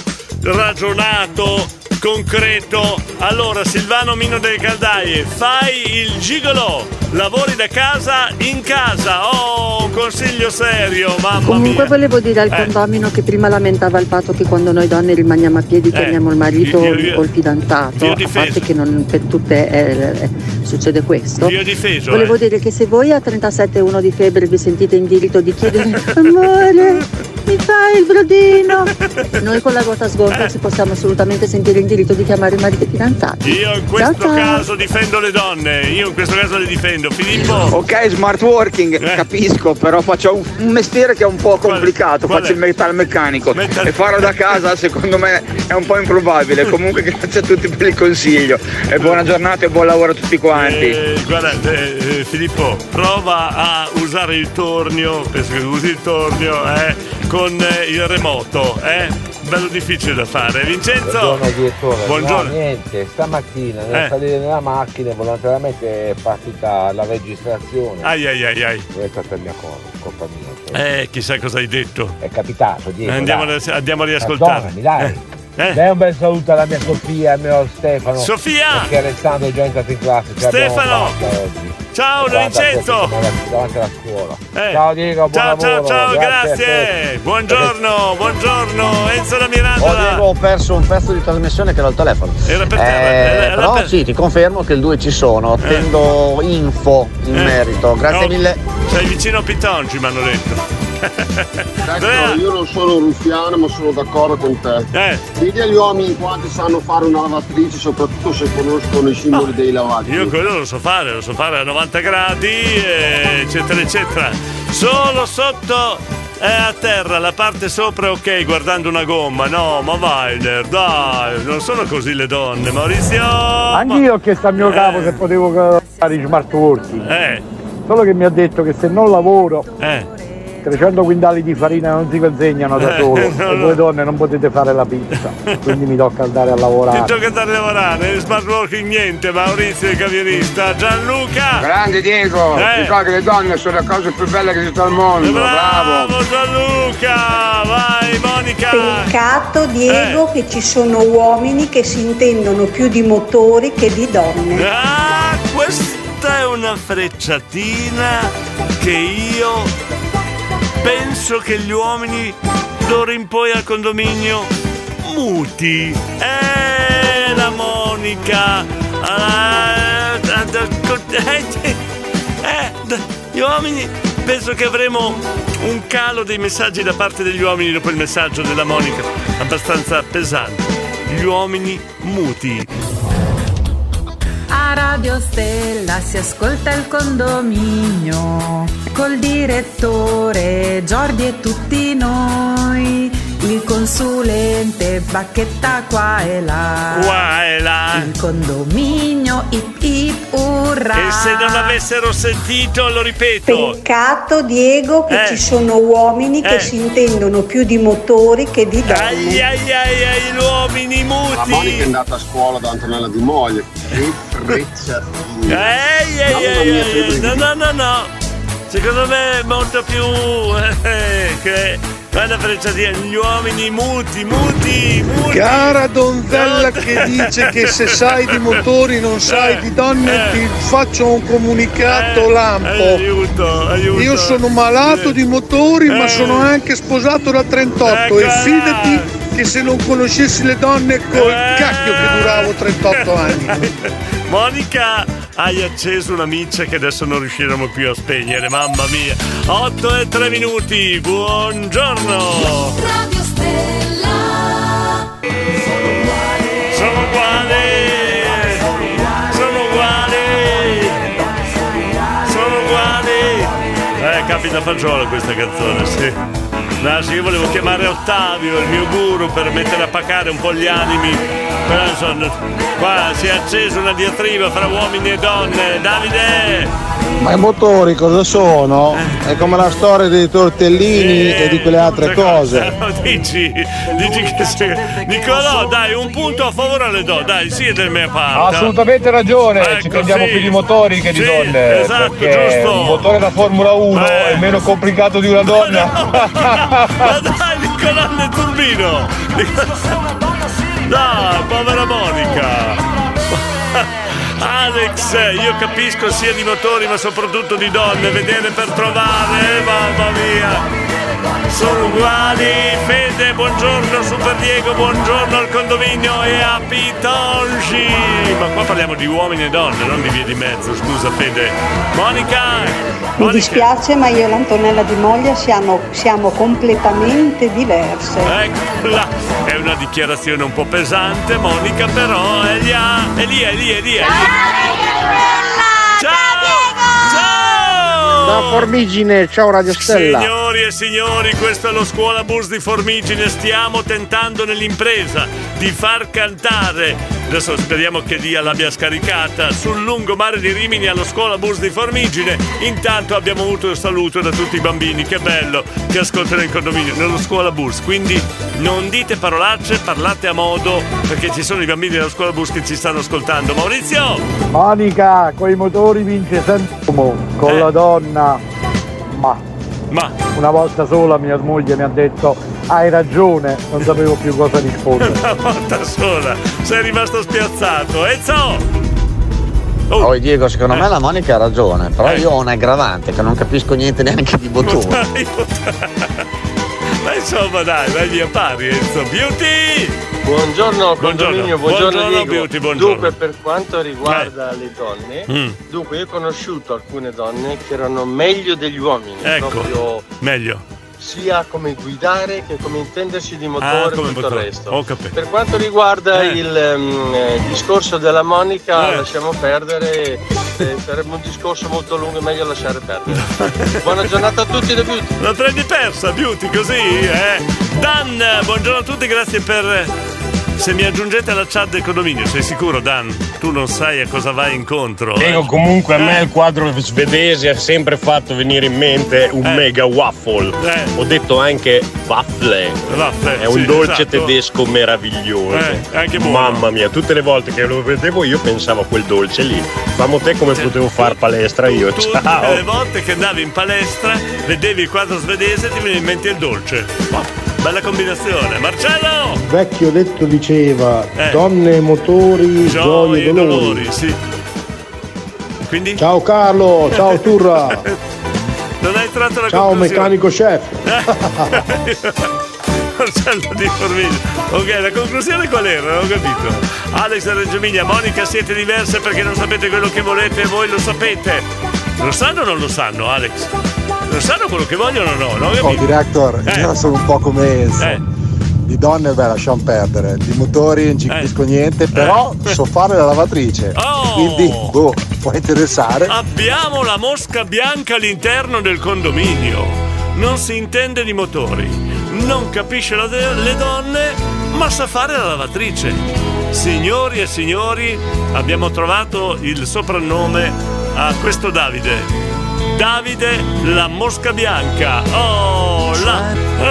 ragionato, concreto. Allora, Silvano Mino delle Caldaie, fai il gigolò, lavori da casa in casa. Oh, un consiglio serio, mamma Comunque mia. volevo dire al Eh. condomino che prima lamentava il fatto che quando noi donne rimaniamo a piedi chiamiamo il marito io- io- o il fidanzato, io ho a difeso. parte che non per tutte eh, eh, succede questo. Io ho difeso, Volevo eh. dire che se voi a trentasette e uno di febbre vi sentite in diritto di chiedere amore, mi fai il brodino? Noi con la ruota sgonfia ci possiamo assolutamente sentire in diritto di chiamare i mariti fidanzati. Io in questo Ciao, ciao. caso difendo le donne, io in questo caso le difendo. Filippo? Ok, smart working, capisco, però faccio un, un mestiere che è un po' complicato, qual faccio è? il metalmeccanico Metal- e farlo da casa secondo me è un po' improbabile. Comunque grazie a tutti per il consiglio e buona giornata e buon lavoro a tutti quanti. Eh, guarda, eh, eh, Filippo, prova a usare il tornio, penso che usi il tornio, eh, con eh, il remoto, eh? Bello difficile da fare. Vincenzo? Buongiorno direttore. Buongiorno. No, niente, stamattina nel Eh. salire nella macchina volontariamente è partita la registrazione. Ai ai ai ai. Non è stata mia cosa, colpa mia. cioè. Eh, chissà cosa hai detto. È capitato, Diego. Andiamo, dai. a, andiamo a riascoltare. Perdonami, dai. Eh? Dai un bel saluto alla mia Sofia e al mio Stefano. Sofia! Perché Alessandro è già entrato in classe. ce l'abbiamo Stefano! fatta oggi. Ciao, Guarda, Vincenzo! davanti alla scuola. Eh. Ciao Diego, buon Ciao, ciao, lavoro. ciao, Grazie a grazie. te. Buongiorno, buongiorno. Enzo da Oh Mirandola. Diego, ho perso un pezzo di trasmissione che era il telefono. Era per terra, Eh, era- era però per- sì, ti confermo che il due ci sono. Attendo info in Eh. merito. Grazie No, mille. Sei vicino a Pitonci, mi hanno detto. Ecco, io non sono ruffiano ma sono d'accordo con te. Eh. Dì agli uomini quanti sanno fare una lavatrice, soprattutto se conoscono i simboli dei lavati. Io quello lo so fare, lo so fare a novanta gradi, eh, eccetera, eccetera. Solo sotto è a terra, la parte sopra è ok, guardando una gomma. No, ma Weiler, dai, non sono così le donne, Maurizio. Anch'io ho chiesto al mio capo se potevo fare in smart working. Eh. Solo che mi ha detto che se non lavoro Eh. trecento quintali di farina non si consegnano da Eh, solo no, e no. voi donne non potete fare la pizza, quindi mi tocca andare a Ti lavorare. tocca andare a lavorare, in smart working niente, Maurizio il camionista, Gianluca. Grande Diego, Eh. ricorda che le donne sono le cose più belle che esiste al mondo, bravo. Bravo Gianluca, vai Monica. Peccato, Diego, che ci sono uomini che si intendono più di motori che di donne. Ah, questa è una frecciatina che io penso che gli uomini d'ora in poi al condominio muti. Eh, la Monica. Ah, eh, eh, gli uomini, penso che avremo un calo dei messaggi da parte degli uomini dopo il messaggio della Monica, abbastanza pesante. Gli uomini muti. A Radio Stella si ascolta il condominio col direttore Giordi e tutti noi, il consulente Bacchetta qua e là, qua e là, il condominio ip ip urra. E se non avessero sentito, lo ripeto. Peccato, Diego, che Eh. ci sono uomini che Eh. si intendono più di motori che di donne. Ai ai ai ai, gli uomini muti. La Monica è andata a scuola da Antonella Di Moglie. Che freccia. Ehi, ehi, ehi, ehi, no, no, no, no. Secondo me è molto più eh, che guarda frecciatina, gli uomini muti, muti, muti. Cara donzella che dice che se sai di motori non sai di donne, ti faccio un comunicato lampo. Aiuto, aiuto. Io sono malato di motori, ma sono anche sposato da trentotto e fidati che se non conoscessi le donne col cacchio che duravo trentotto anni. Monica, hai acceso una miccia che adesso non riusciremo più a spegnere, mamma mia. otto e tre minuti, buongiorno. Radio Stella. Sono uguali, sono uguali, sono uguali. Eh, capita fagiolo questa canzone, sì. No, sì, io volevo chiamare Ottavio, il mio guru, per mettere a pacare un po' gli animi. Però insomma, qua si è accesa una diatriba fra uomini e donne. Davide! Ma i motori cosa sono? È come la storia dei tortellini Eh, e di quelle altre cose. No, dici, dici che se... Nicolò, dai, un punto a favore alle donne, dai, sì, è del mia parte. Ha assolutamente ragione, Ecco, ci prendiamo sì. più di motori che di Sì, donne. esatto, perché giusto. un motore da Formula uno Eh. è meno complicato di una donna. Ma dai, Nicolò nel turbino! Dai, povera Monica! Alex, io capisco sia di motori ma soprattutto di donne, vedere per trovare, mamma mia! Sono uguali. Fede, buongiorno. Super Diego, buongiorno al condominio e a Pitongi. Ma qua parliamo di uomini e donne, non di vie di mezzo, scusa Fede. Monica! Mi Monica. dispiace, ma io e l'Antonella Di Moglia siamo, siamo completamente diverse. Eccola, è una dichiarazione un po' pesante, Monica, però è lì, è lì, è lì, è lì. È lì. Da Formigine, ciao Radio Stella. Signori e signori, questo è lo Scuola Bus di Formigine. Stiamo tentando nell'impresa di far cantare, adesso speriamo che Dia l'abbia scaricata, sul lungomare di Rimini allo Scuola Bus di Formigine. Intanto abbiamo avuto il saluto da tutti i bambini, che bello, che ascoltano il condominio nello Scuola Bus. Quindi non dite parolacce, parlate a modo, perché ci sono i bambini dello Scuola Bus che ci stanno ascoltando. Maurizio! Monica, con i motori vince sempre uomo, con Eh. la donna. Ma, Ma una volta sola mia moglie mi ha detto hai ragione, non sapevo più cosa rispondere. una volta sola, sei rimasto spiazzato. E so! Oh Diego, secondo Eh. me la Monica ha ragione, però Eh. io ho un aggravante che non capisco niente neanche di motori. Dai, ma insomma dai, vai via pari, Enzo. Beauty! Buongiorno condominio, buongiorno, Buongiorno, Diego. Beauty, buongiorno. Dunque, per quanto riguarda le donne, Mm. dunque io ho conosciuto alcune donne che erano meglio degli uomini, Ecco, proprio meglio. sia come guidare che come intendersi di motore e come tutto motore. il resto. Ho capito. Per quanto riguarda Eh. il ehm, eh, discorso della Monica, Eh. lasciamo perdere, eh, sarebbe un discorso molto lungo, è meglio lasciare perdere. Buona giornata a tutti da Beauty. La prendi persa, Beauty, così, eh? Dan, buongiorno a tutti, grazie per... Se mi aggiungete alla chat del condominio, sei sicuro, Dan? Tu non sai a cosa vai incontro. Diego, eh? comunque a me il quadro svedese ha sempre fatto venire in mente un Eh. mega waffle. Eh. Ho detto anche waffle. Waffle, È un sì, dolce esatto. tedesco meraviglioso. Eh, anche buono. Mamma mia, tutte le volte che lo vedevo io pensavo a quel dolce lì. Fammo te come potevo far palestra io. Tu, Ciao. le volte che andavi in palestra, vedevi il quadro svedese e ti veniva in mente il dolce. Wow, bella combinazione. Marcello! Vecchio detto diceva Eh. donne, motori, Gioie gioie e e dolori, dolori. sì. Quindi? Ciao Carlo, ciao Turra, Non hai tratto la ciao conclusione. meccanico chef. Marcello di Formiglia. Ok, la conclusione qual era? Non ho capito. Alex da Reggio Emilia, Monica, siete diverse perché non sapete quello che volete e voi lo sapete. Lo sanno o non lo sanno, Alex? Lo sanno quello che vogliono o no? Non ho Oh capito. director, Eh. io sono un po' come Enzo. Eh. Di donne, beh, lasciamo perdere. Di motori non ci capisco Eh. niente, però so fare la lavatrice. Oh! Quindi, boh, può interessare. Abbiamo la mosca bianca all'interno del condominio. Non si intende di motori, non capisce la de- le donne, ma sa fare la lavatrice. Signori e signori, abbiamo trovato il soprannome a questo Davide. Davide la mosca bianca. Oh, la...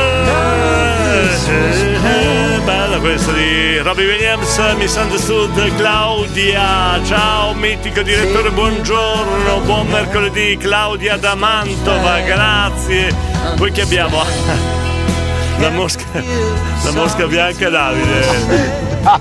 Eh, eh, bella questa di Robbie Williams, Misunderstood. Claudia, ciao mitico direttore, buongiorno, buon mercoledì. Claudia da Mantova, grazie. Poi che abbiamo? La mosca, la mosca bianca Davide.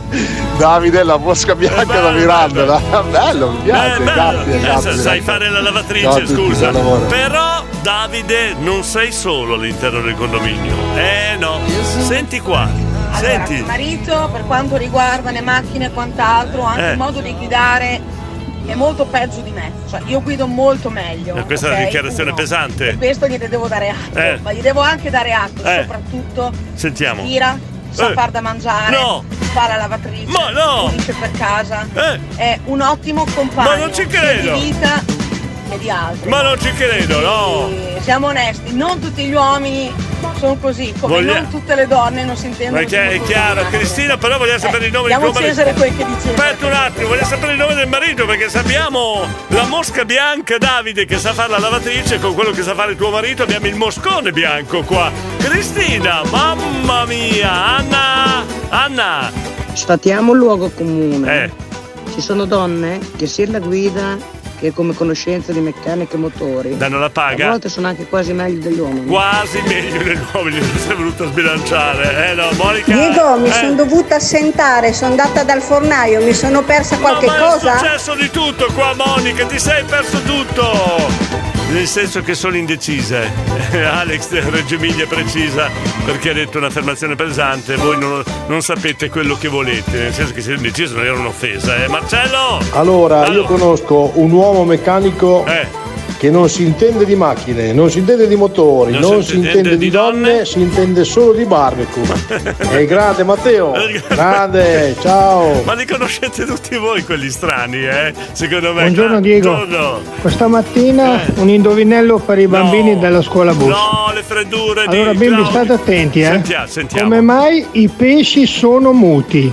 Davide la mosca bianca da Mirandola. Bello, mi piace. Eh, grazie, eh, grazie. sai fare la lavatrice, Ciao a tutti, scusa. buon lavoro. Però Davide non sei solo all'interno del condominio. Eh no. Senti qua. Senti. Allora, marito, per quanto riguarda le macchine e quant'altro, anche Eh. il modo di guidare è molto peggio di me. Cioè, io guido molto meglio. Eh, Questa è ok? una dichiarazione Uno. pesante. Per questo gliene devo dare atto. Eh. Ma gli devo anche dare atto, Eh. soprattutto Sentiamo. tira, sa Eh. far da mangiare, No. fa la lavatrice, Ma no. pulisce per casa. Eh. È un ottimo compagno. Ma non ci sia credo. di vita che di altri. Ma non ci credo, no. E siamo onesti, non tutti gli uomini sono così, come Voglia- non tutte le donne non si intendono. Perché è più chiaro, così. Cristina, però vogliamo sapere Eh, il nome di diamo tuo marito. Cesare quel che dice. Aspetta un attimo, voglio sapere il nome del marito perché sappiamo la mosca bianca Davide che sa fare la lavatrice, con quello che sa fare il tuo marito abbiamo il moscone bianco qua. Cristina, mamma mia, Anna, Anna. Sfatiamo il luogo comune. Eh. Ci sono donne che sia la guida che come conoscenza di meccanica e motori. Danno la A paga? volte sono anche quasi meglio degli uomini. Quasi meglio degli uomini, non sei voluto sbilanciare. Eh no, Monica. Diego, mi eh. sono dovuta assentare, sono andata dal fornaio, mi sono persa qualche ma cosa? è successo di tutto qua, Monica, ti sei perso tutto. Nel senso che sono indecise. Alex Reggio Emilia precisa perché ha detto un'affermazione pesante. Voi non, non sapete quello che volete. Nel senso che se indeciso non era un'offesa. Eh, Marcello! Allora, io conosco un uomo meccanico Eh. che non si intende di macchine, non si intende di motori, Non non, si si intende intende di di donne, si intende solo di barbecue. E grande Matteo, grande, ciao. Ma li conoscete tutti voi quelli strani, eh? Secondo me. Buongiorno Diego. Buongiorno. Questa mattina un indovinello per i bambini della scuola bus. No, le freddure di Allora bimbi Claudio. state attenti, eh. Sentiamo, sentiamo. Come mai i pesci sono muti?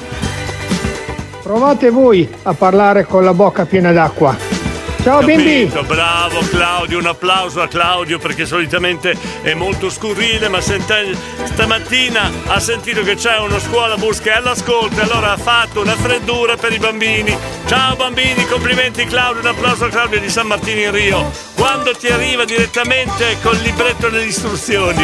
Provate voi a parlare con la bocca piena d'acqua. Ciao bimbi! Capito, bravo Claudio, un applauso a Claudio perché solitamente è molto scurrile, ma sente- stamattina ha sentito che c'è una scuola bus che è all'ascolto e allora ha fatto una freddura per i bambini. Ciao bambini, complimenti Claudio, un applauso a Claudio di San Martino in Rio. Quando ti arriva direttamente col libretto delle istruzioni.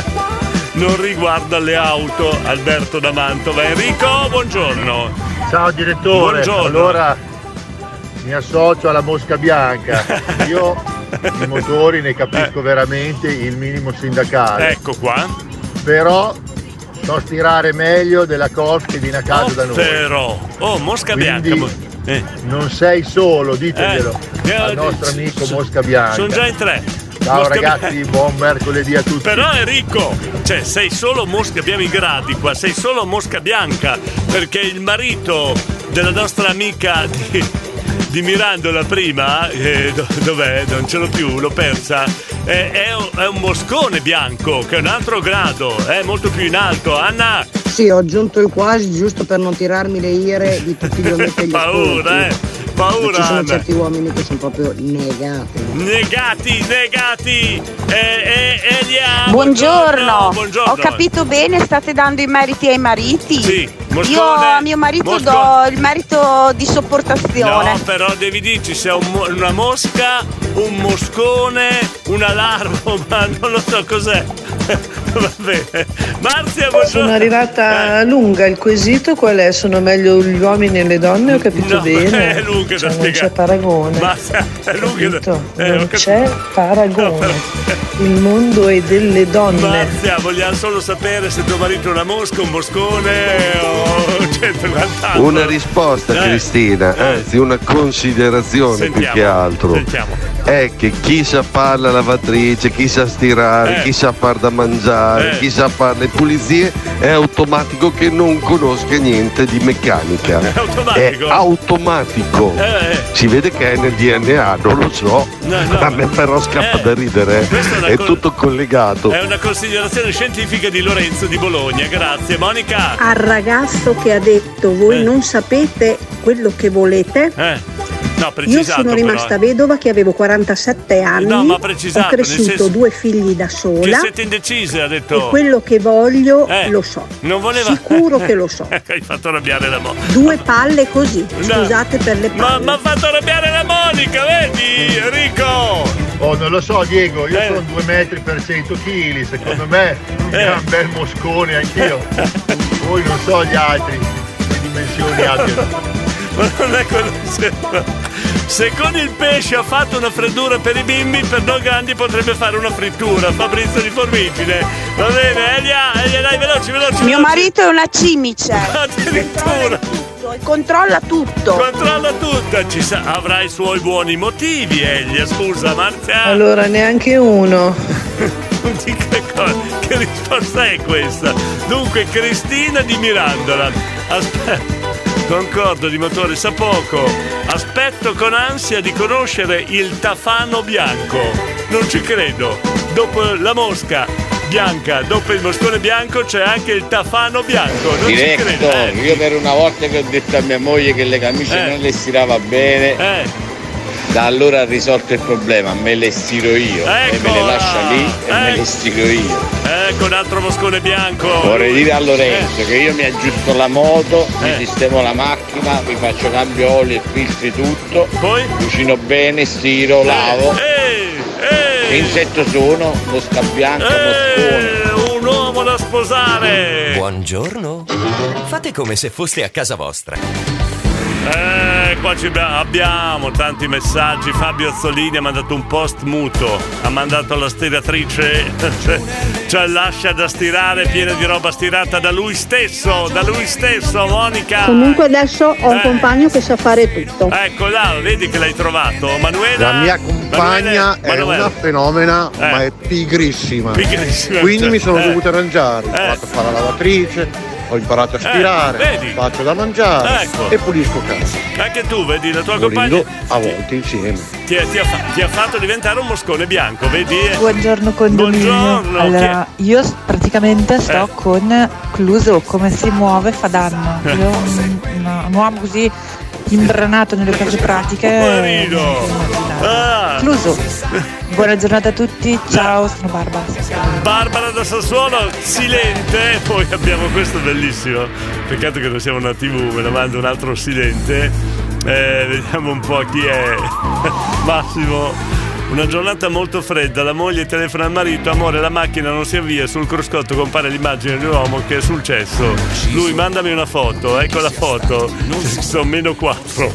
Non riguarda le auto, Alberto da Mantova. Enrico, buongiorno. Ciao direttore, Buongiorno. allora mi associo alla mosca bianca. Io i motori ne capisco veramente il minimo sindacale. Ecco qua. Però so stirare meglio della Golf che viene a casa Oh, da noi. però. Oh, mosca Quindi bianca. mo- eh. non sei solo, diteglielo Eh, al eh, nostro s- amico s- Mosca Bianca. Sono già in tre. Ciao Mosca ragazzi, bianca. buon mercoledì a tutti. Però Enrico, cioè sei solo mosca, abbiamo i gradi qua, sei solo mosca bianca, perché il marito della nostra amica di, di Mirandola prima, eh, do- dov'è? Non ce l'ho più, l'ho persa. È, è un- è un moscone bianco, che è un altro grado, è molto più in alto. Anna! Sì, ho aggiunto il quasi giusto per non tirarmi le ire di tutti gli uomini che gli Paura, ascolti. eh! Paura, Ci sono Anna. certi uomini che sono proprio negati. Negati, negati! E, e, Elia! Buongiorno. Buongiorno! Ho capito bene, state dando i meriti ai mariti? Sì, moscone, Io a mio marito mosco- do il merito di sopportazione. No, però devi dirci se è un mo- una mosca, un moscone, una larva, ma non lo so cos'è. Va bene. Marzia, buongiorno. Sono arrivata lunga, il quesito qual è? Sono meglio gli uomini e le donne? Ho capito No, bene. è lunga da Cioè, non spiegare. c'è paragone. Marzia, è lunga da... Capito? eh, ho non capito. c'è paragone. Il mondo è delle donne. Marzia, vogliamo solo sapere se tuo marito è una mosca, un moscone o centoquarant'anni. Una risposta Eh. Cristina, anzi una considerazione più Sentiamo, che altro. sentiamo. è che chi sa fare la lavatrice, chi sa stirare, Eh. chi sa far da mangiare, Eh. chi sa fare le pulizie, è automatico che non conosca niente di meccanica. È automatico? È automatico. Eh, eh. Si vede che è nel D N A, non lo so. No, no. A me però scappa Eh. da ridere. Questa è una È co- tutto collegato. È una considerazione scientifica di Lorenzo di Bologna, grazie. Monica? Al ragazzo che ha detto voi Eh. non sapete quello che volete. Eh. No, Io precisato sono rimasta però, eh. vedova che avevo quarantasette anni, No, ma precisato, ho cresciuto nel senso- due figli da Che sola siete indecise, ha detto. e quello che voglio Eh. lo so. Non voleva. Sicuro che lo so. Hai fatto arrabbiare la Monica. Due palle così, scusate per le Ma palle. mi ha fatto arrabbiare la Monica, vedi, Enrico? Oh, non lo so, Diego, io Eh. sono due metri per cento chili, secondo me è un bel moscone anch'io. Poi non so gli altri che dimensioni abbiano. Ma non è quello che sembra. Se con il pesce ha fatto una freddura per i bimbi, per noi grandi potrebbe fare una frittura. Fabrizio di Formigine. Va bene, Elia, Elia, dai, veloci, veloci. Mio veloci. marito è una cimice. Addirittura. E controlla tutto. Controlla tutto. Ci sa- avrà i suoi buoni motivi, Elia. Scusa, Marzia. Allora, neanche uno. Di che, cosa? Che risposta è questa? Dunque, Cristina di Mirandola. Aspetta. Concordo, di motore sa poco. Aspetto con ansia di conoscere il tafano bianco. Non ci credo. Dopo la mosca bianca, dopo il moscone bianco c'è anche il tafano bianco. Non ci Diretto, credo. Eh. io per una volta che ho detto a mia moglie che le camicie Eh. non le stirava bene, Eh. da allora ha risolto il problema, me le stiro io e me le lascia lì e me le stiro io. Ecco un altro moscone bianco. Vorrei dire a Lorenzo Eh. che io mi aggiusto la moto, Eh. mi sistemo la macchina, mi faccio cambio olio e filtri tutto, poi cucino bene, stiro, lavo. Che insetto sono? Mosca bianca, moscone. Eh, un uomo da sposare. Buongiorno. Fate come se foste a casa vostra. Eh, qua ci abbiamo tanti messaggi. Fabio Azzolini ha mandato un post muto. Ha mandato la stiratrice. Cioè, cioè lascia da stirare, piena di roba stirata da lui stesso. Da lui stesso, Monica. Comunque adesso ho un Eh. compagno che sa fare tutto. Ecco là, vedi che l'hai trovato. Manuela. La mia compagna Manuela- è Manuela. una fenomena, Eh. ma è pigrissima. Pigrissima, Quindi cioè, mi sono eh. dovuto arrangiare. Ho Eh. imparato a fare la lavatrice, ho imparato a stirare, vedi? faccio da mangiare Ecco. e pulisco casa. Anche tu, vedi, la tua Volendo, compagna a volte insieme. ti, ti ha, fa- ti ha fatto diventare un moscone bianco, vedi? Buongiorno condominio. Buongiorno. Allora, io s- praticamente sto Eh. con Cluso, come si muove fa danno. Io un, una- un uomo così imbranato nelle cose pratiche. Poverino. Ah. Cluso, buona giornata a tutti, ciao, sono Barbara. Barbara da Sassuolo, silente. Poi abbiamo questo bellissimo. Peccato che non siamo una tivù, me ne mando un altro silente. Eh, vediamo un po' chi è. Massimo. Una giornata molto fredda, la moglie telefona al marito, amore la macchina non si avvia, sul cruscotto compare l'immagine di un uomo che è sul cesso. Lui mandami una foto, ecco la foto, sono meno quattro.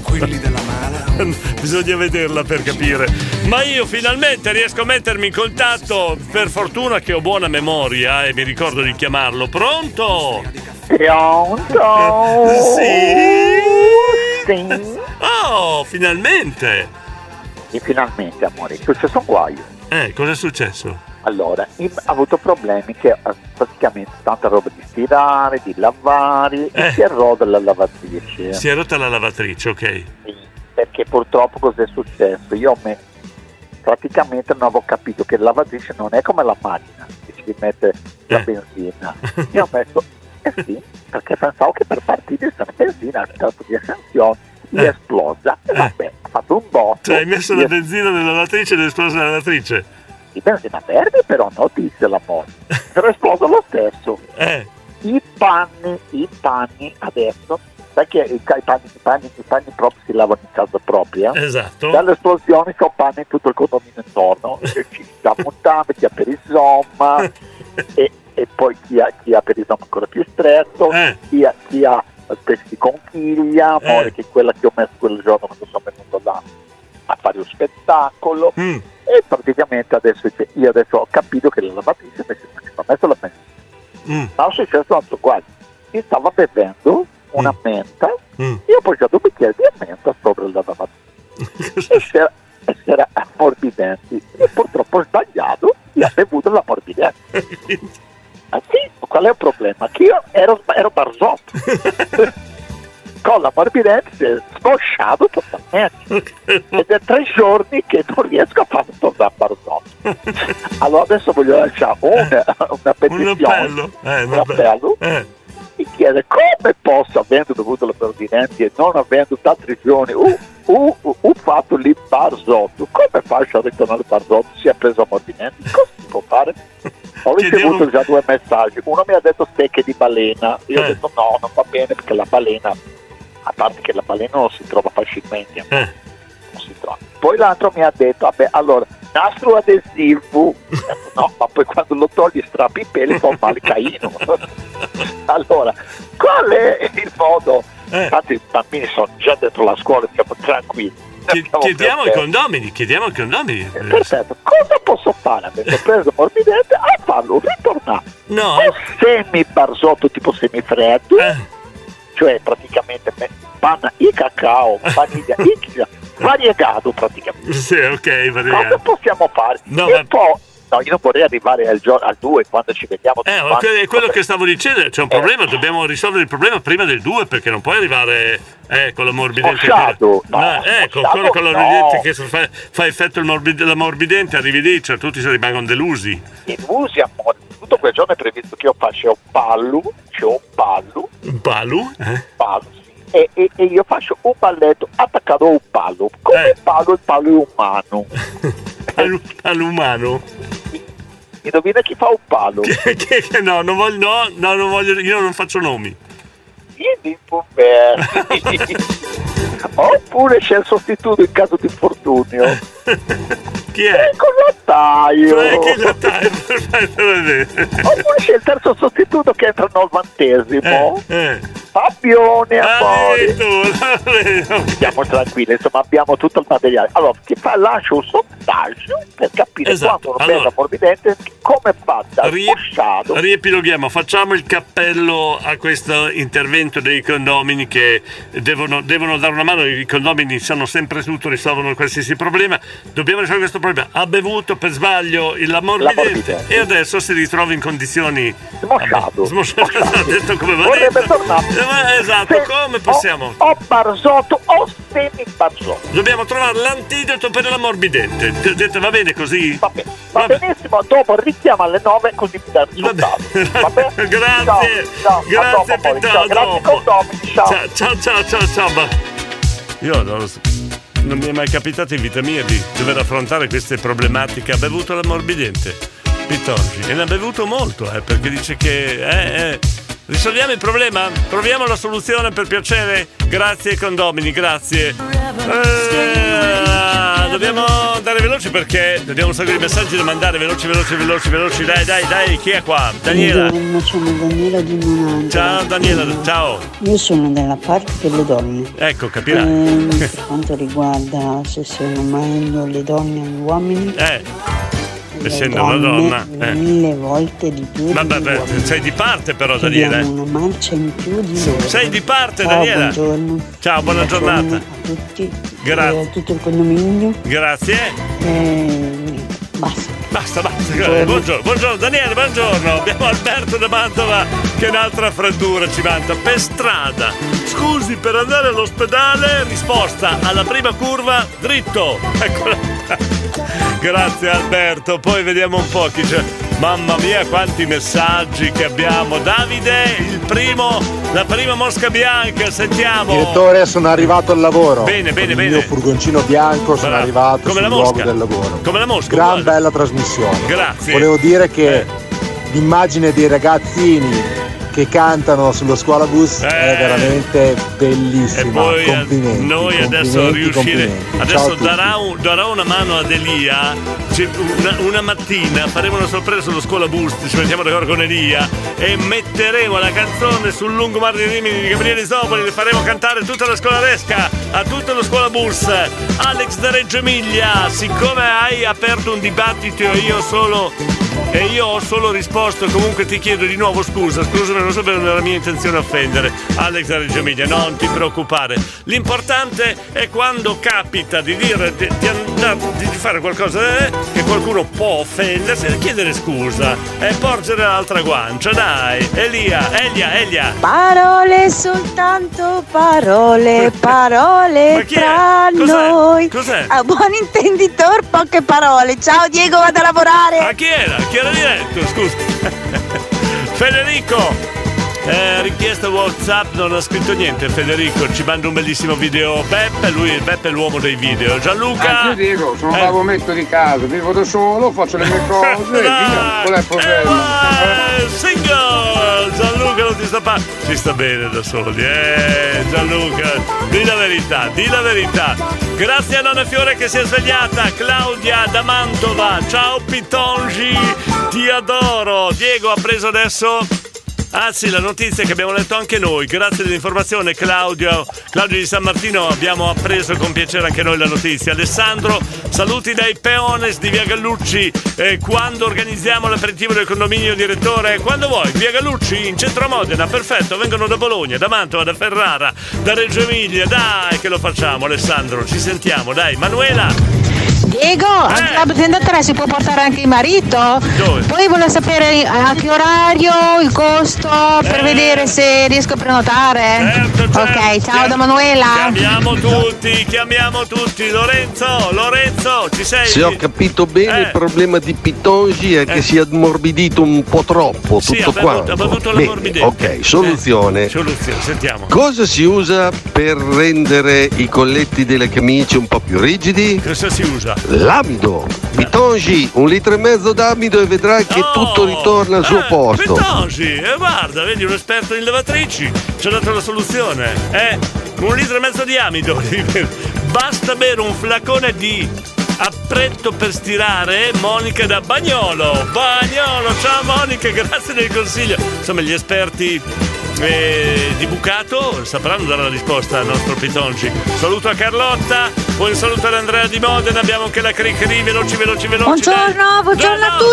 Bisogna vederla per capire. Ma io finalmente riesco a mettermi in contatto, per fortuna che ho buona memoria e mi ricordo di chiamarlo. Pronto? Pronto? Sì? Sì. Oh, finalmente! E finalmente, amore, è successo un guaio. Eh, cosa è successo? Allora, ho avuto problemi che eh, praticamente tanta roba di stirare, di lavare Eh. e si è rotta la lavatrice. Si è rotta la lavatrice, ok. Perché purtroppo cosa è successo? Io me, praticamente non avevo capito che la lavatrice non è come la macchina che ci mette la benzina. Io ho messo, eh sì, perché pensavo che per partire questa benzina ha stato di accensione, è esplosa, e vabbè, ha fatto un botto. Cioè hai messo la benzina nella lavatrice ed è esplosa la lavatrice? Di benzina verde però no, disse la moglie, però è esploso lo stesso. Eh. I panni, i panni adesso, sai che i, i, panni, i, panni, i panni proprio si lavano in casa propria? Esatto. Dall'esplosione c'ho panni in tutto il condominio intorno, e ci sta montando, chi ha per il somma, e, e poi chi ha, chi ha per il somma ancora più stretto, Eh. chi ha, chi ha specie di conchiglia, amore, che è quella che ho messo quel giorno quando sono venuto là a fare lo spettacolo. Mm. E praticamente adesso io adesso ho capito che la lavatrice mi ha messo la benzina. Mm. Ma è successo un altro guaio. Io stavo bevendo una menta Mm. e ho poggiato un bicchiere di menta sopra la lavatrice e si è, e si è prendere ammorbidenti e purtroppo ho sbagliato e ha bevuto l'ammorbidente. Ah sì, qual è il problema? Che io ero, ero barzotto. Con l'ammorbidente si è scosciato totalmente ed è tre giorni che non riesco a farlo tornare barzotto. Allora adesso voglio lasciare una, una petizione, un appello, eh, un appello. Eh. Mi chiede come posso, avendo bevuto l'ammorbidente e non avendo altri giorni uh, uh, uh, uh, fatto lì barzotto, come faccio a ritornare barzotto se ha preso l'ammorbidente? Cosa si può fare? Ho ricevuto Chiediamo... già due messaggi, uno mi ha detto stecche di balena, io eh. ho detto no, non va bene perché la balena, a parte che la balena non si trova facilmente, eh. non si trova. Poi l'altro mi ha detto, vabbè, allora, nastro adesivo, no, ma poi quando lo togli strappi i peli fa un male caino. Allora, qual è il modo? Eh. Infatti i bambini sono già dentro la scuola, siamo tranquilli. Chiediamo ai condomini, chiediamo ai condomini. Eh, perfetto, cosa posso fare? Avendo preso morbidente a farlo ritornare. No. O semi barzotto tipo semifreddo, eh. cioè praticamente panna e cacao, vaniglia e variegato praticamente. Sì, ok, variegato. Cosa possiamo fare? No, e ma... poi no, io non vorrei arrivare al, gio- al due quando ci vediamo. Eh, è quello che stavo dicendo, c'è un eh. problema, dobbiamo risolvere il problema prima del due perché non puoi arrivare eh, con l'ammorbidente. Scosciato, no, no, ecco, scosciato, con l'ammorbidente no. che fa, fa effetto il morbid- l'ammorbidente, arrivi lì, cioè tutti si rimangono delusi. Delusi, amore. Tutto quel giorno è previsto che io faccia un ballo, c'è un ballo. Un ballo? Eh? Ballo, sì. E, e, e io faccio un balletto attaccato a un palo. Come eh. il palo, il palo è umano. Palo, palo umano? Indovina chi fa un palo? Che, che, che no, non voglio, no, no, non voglio, io non faccio nomi. I puberti. Oppure c'è il sostituto in caso di infortunio. Chi è? Il lattaio. Eh, che lattaio? Oppure c'è il terzo sostituto che entra al novantesimo. Eh, eh. Fabione, amore. Ah, Stiamo tranquilli, insomma abbiamo tutto il materiale. Allora, ti fa, lascio un sondaggio per capire esatto. quanto uno allora, morbidente, come fa dal riep- pusciato. Riepiloghiamo, facciamo il cappello a questo intervento dei condomini che devono, devono dare una mano. I condomini sanno sempre tutto, risolvono qualsiasi problema. Dobbiamo risolvere questo problema. Ha bevuto per sbaglio il morbidente e adesso si ritrova in condizioni smosciato. Smosciato, ha detto come va Vorrebbe detto. tornare. Esatto, Se, come possiamo? O, o barzotto o semi barzotto. Dobbiamo trovare l'antidoto per l'ammorbidente. Ti ho detto va bene così? Va bene, va, va benissimo, dopo richiama alle nove così mi dà il risultato. Va bene? Grazie, ciao, ciao, grazie per ciao, grazie condomini, ciao. ciao. Ciao ciao ciao ciao. Ma io non lo so. Non mi è mai capitato in vita mia di dover affrontare queste problematiche. Ha bevuto l'ammorbidente Pitorgi e ne ha bevuto molto, eh, perché dice che eh, eh. risolviamo il problema? Troviamo la soluzione per piacere? Grazie ai condomini, grazie. Eh, dobbiamo andare veloci perché abbiamo un sacco di messaggi da mandare, veloci, veloci, veloci, veloci. Dai, dai, dai, chi è qua? Daniela. Buongiorno, sono Daniela di Monante. Ciao Daniela, ciao. Io sono della parte delle donne. Ecco, capirai. Eh, per quanto riguarda se siano meglio le donne o gli uomini. Eh. Essendo donne, una donna eh. mille volte di più. Ma di beh, sei di parte però Chiediamo Daniela. Una marcia in più di loro. Sei di parte Ciao, Daniela. Buongiorno. Ciao, buona Buongiorno giornata. a tutti. Grazie. A tutto il condominio. Grazie. E basta. Basta, basta. Buongiorno. buongiorno, buongiorno Daniele, buongiorno. Abbiamo Alberto da Mantova che un'altra freddura ci manda. Per strada. Scusi, per andare all'ospedale, risposta alla prima curva, dritto. Eccola. Grazie Alberto, poi vediamo un po' chi c'è. Mamma mia quanti messaggi che abbiamo. Davide, il primo, la prima mosca bianca, sentiamo. Direttore, sono arrivato al lavoro. Bene, bene, Con bene. il mio furgoncino bianco sono Bravo. arrivato Come sul la luogo mosca. del lavoro. Come la mosca. Gran uguale. bella trasmissione. Grazie. Volevo dire che eh. l'immagine dei ragazzini che cantano sullo scuola bus eh. è veramente bellissima. E poi complimenti, noi adesso complimenti, riuscire complimenti. adesso darà, un, darà una mano ad Elia. Una, una mattina faremo una sorpresa sullo scuola bus, ci mettiamo d'accordo con Elia e metteremo la canzone sul lungomare di Rimini di Gabriele Zopoli, le faremo cantare tutta la scolaresca a tutta la scuola bus. Alex da Reggio Emilia, siccome hai aperto un dibattito e io solo e io ho solo risposto, comunque ti chiedo di nuovo scusa, scusami, non sapevo, non era mia intenzione offendere. Alex da Reggio Emilia, non ti preoccupare, l'importante è quando capita di dire di, di, da, di fare qualcosa eh, che qualcuno può offendersi e chiedere scusa e porgere l'altra guancia, dai. Elia, Elia, Elia. Parole soltanto, parole, parole tra Cos'è? noi. Cos'è? A buon intenditor, poche parole. Ciao Diego, vado a lavorare. Ma chi era? Chi era diretto? Scusa. Federico. Eh, richiesta WhatsApp, non ha scritto niente. Federico ci manda un bellissimo video. Beppe, lui Beppe è l'uomo dei video. Gianluca. Anche io dico, sono eh. un lavometto di casa, vivo da solo, faccio le mie cose e via, qual è il problema? Eh, single! Gianluca non ti sta pa- ci sta bene da soli, eh Gianluca, di la verità, di la verità. Grazie a Nonna Fiore che si è svegliata. Claudia da Mantova, ciao Pitongi, ti adoro. Diego ha preso adesso. Ah sì, la notizia che abbiamo letto anche noi, grazie dell'informazione Claudio, Claudio di San Martino, abbiamo appreso con piacere anche noi la notizia. Alessandro, saluti dai Peones di Via Gallucci, eh, quando organizziamo l'aperitivo del condominio direttore? Quando vuoi, Via Gallucci in centro a Modena, perfetto, vengono da Bologna, da Mantova, da Ferrara, da Reggio Emilia, dai che lo facciamo Alessandro, ci sentiamo, dai. Manuela. Diego, al Eh. club trentatré si può portare anche il marito? Dove? Poi volevo sapere a che orario, il costo, per Eh. vedere se riesco a prenotare. Certo, certo. Ok, ciao da Manuela. Chiamiamo tutti, chiamiamo tutti. Lorenzo, Lorenzo, ci sei? Se ho capito bene, Eh. il problema di Pitongi è che si è ammorbidito un po' troppo, Sì, tutto ha bevuto- quanto. ha bevuto Bene, l'ammorbidente. ok, soluzione. Eh, soluzione, sentiamo. Cosa si usa per rendere i colletti delle camicie un po' più rigidi? Cosa si usa? L'amido. Pitongi, un litro e mezzo d'amido e vedrai che tutto ritorna al suo Eh, posto. Pitongi, eh, guarda, vedi un esperto in lavatrici, ci ha dato la soluzione. Eh, un litro e mezzo di amido. Basta bere un flacone di appretto per stirare. Monica da Bagnolo. Bagnolo, ciao Monica, grazie del consiglio. Insomma, gli esperti eh, di bucato sapranno dare la risposta al nostro Pitongi. Saluto a Carlotta, poi un saluto ad Andrea di Modena, abbiamo anche la Cricri, veloci, veloci, veloci. Buongiorno, buongiorno a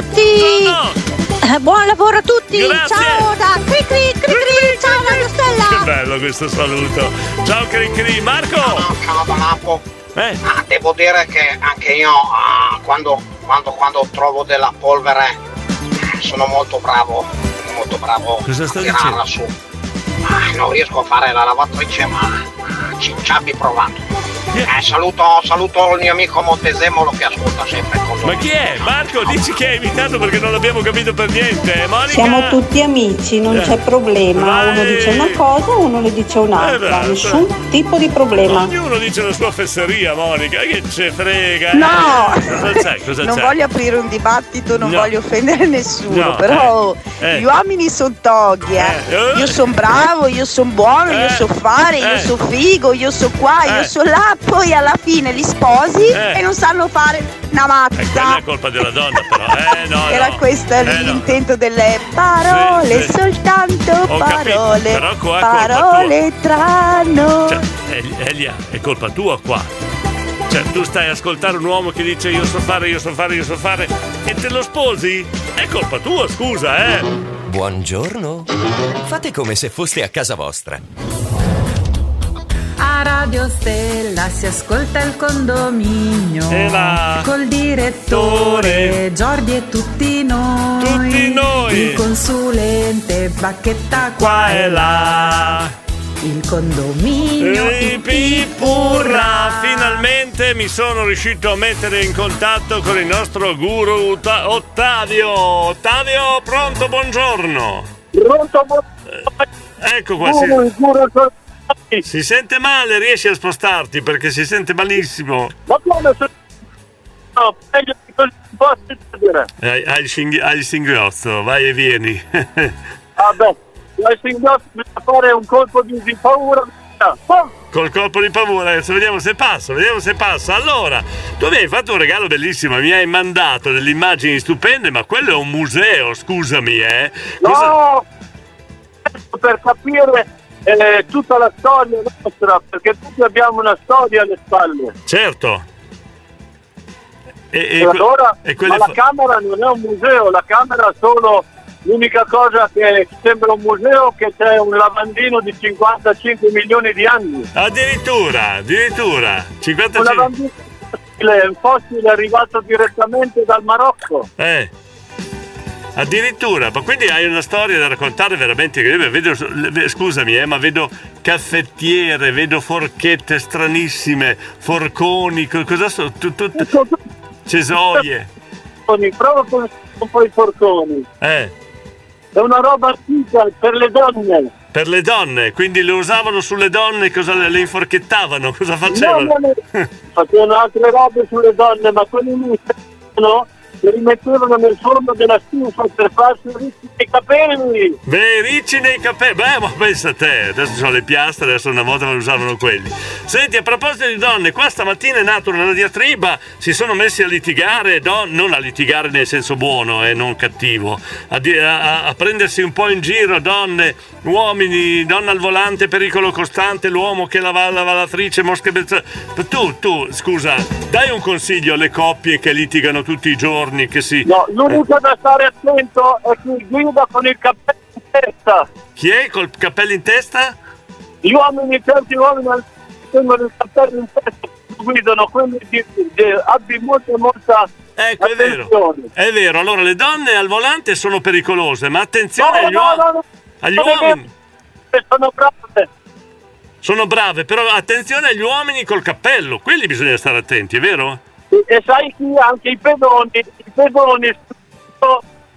tutti. Eh, Buon lavoro a tutti. Grazie. Ciao da Cri Cri Cri Cri. Ciao Radio Stella. Che bello questo saluto. Ciao Cricri. Marco. Ciao da Napoli. Eh. Ah, devo dire che anche io ah, quando, quando, quando trovo della polvere eh, sono molto bravo, molto bravo Cosa a stai tirarla su. Ah, non riesco a fare la lavatrice, ma ah, ci, ci abbi provato. Eh, saluto, saluto il mio amico Montesemolo che ascolta sempre con noi. Ma chi è? Marco, dici che hai invitato perché non l'abbiamo capito per niente. Monica. Siamo tutti amici, non Eh. c'è problema. Vai. Uno dice una cosa, uno ne dice un'altra. Eh, beh, Nessun tipo di problema. Ognuno dice la sua fesseria, Monica, che ce frega. No. Eh, cosa c'è? Cosa Non c'è? voglio aprire un dibattito, non No. voglio offendere nessuno, No, però eh, eh. gli uomini sono toghi, eh. Eh. Io sono bravo, io sono buono, io Eh. so fare, io Eh. so figo, io so qua, io Eh. so là, poi alla fine li sposi Eh. e non sanno fare una Eh, quella mazza. è colpa della donna, però. Eh, no, Era no. questo Eh, no. l'intento delle parole, Sì, sì. soltanto Ho capito, parole, però qua è colpa parole tra noi. Cioè, El- Elia, è colpa tua qua. Cioè, tu stai a ascoltare un uomo che dice io so fare, io so fare, io so fare e te lo sposi? È colpa tua, scusa, eh. Buongiorno. Fate come se foste a casa vostra. A Radio Stella si ascolta il condominio E va. col direttore Giordi e tutti noi. Tutti noi. Il consulente Bacchetta Qua e là. Il condominio Ehi, pipurra! Finalmente mi sono riuscito a mettere in contatto con il nostro guru Otta- Ottavio. Ottavio, pronto? Buongiorno. Pronto, buongiorno. Ecco qua. Si, si sente male, riesci a spostarti perché si sente malissimo. Ma come se... No, meglio di così non posso dire. Hai, hai il, singhi- hai il singhiozzo, vai e vieni. Vabbè, la singhiozzo bisogna fare un colpo di, di paura. Oh, Col colpo di paura, adesso vediamo se passa, vediamo se passa. Allora, tu mi hai fatto un regalo bellissimo, mi hai mandato delle immagini stupende, ma quello è un museo, scusami, eh. Cosa- no! Per capire eh, tutta la storia nostra, perché tutti abbiamo una storia alle spalle. Certo. E, E e que- allora, e quelle ma fo- la Camera non è un museo, la Camera è solo l'unica cosa che sembra un museo, che c'è un lavandino di cinquantacinque milioni di anni. Addirittura, addirittura. Un cinquantacinque. lavandino fossile, un fossile arrivato direttamente dal Marocco. Eh. Addirittura, ma quindi hai una storia da raccontare veramente incredibile. Vedo, scusami, eh, ma vedo caffettiere, vedo forchette stranissime, forconi, cosa sono? Tu, tu, tu, cesoie. Prova con un po' i forconi. Eh. È una roba antica per le donne. Per le donne, quindi le usavano sulle donne, cosa le, le inforchettavano? Cosa facevano? No, no, facevano altre robe sulle donne, ma quelli lì no? Le rimettevano nel forno della stufa per farsi ricci nei capelli. Beh, ricci nei capelli. Beh, ma pensa a te, adesso sono le piastre, adesso una volta usavano quelli. Senti, a proposito di donne, qua stamattina è nata una diatriba, si sono messi a litigare, don- non a litigare nel senso buono e eh, non cattivo, a, di- a-, a prendersi un po' in giro donne, uomini, donna al volante, pericolo costante, l'uomo che lava la lavatrice, mosche bezza. Tu, tu, scusa, dai un consiglio alle coppie che litigano tutti i giorni. Che si... No, l'unico da stare attento è chi guida con il cappello in testa. Chi è col cappello in testa? Gli uomini, certi uomini tengono il cappello in testa, guidano, quelli di, di, abbi molta molta ecco, è vero, è vero. Allora le donne al volante sono pericolose, ma attenzione no, agli, no, uom- no, no, agli no, uomini. Sono brave. Sono brave, però attenzione agli uomini col cappello, quelli bisogna stare attenti, è vero? E sai chi? Anche i pedoni, i pedoni sono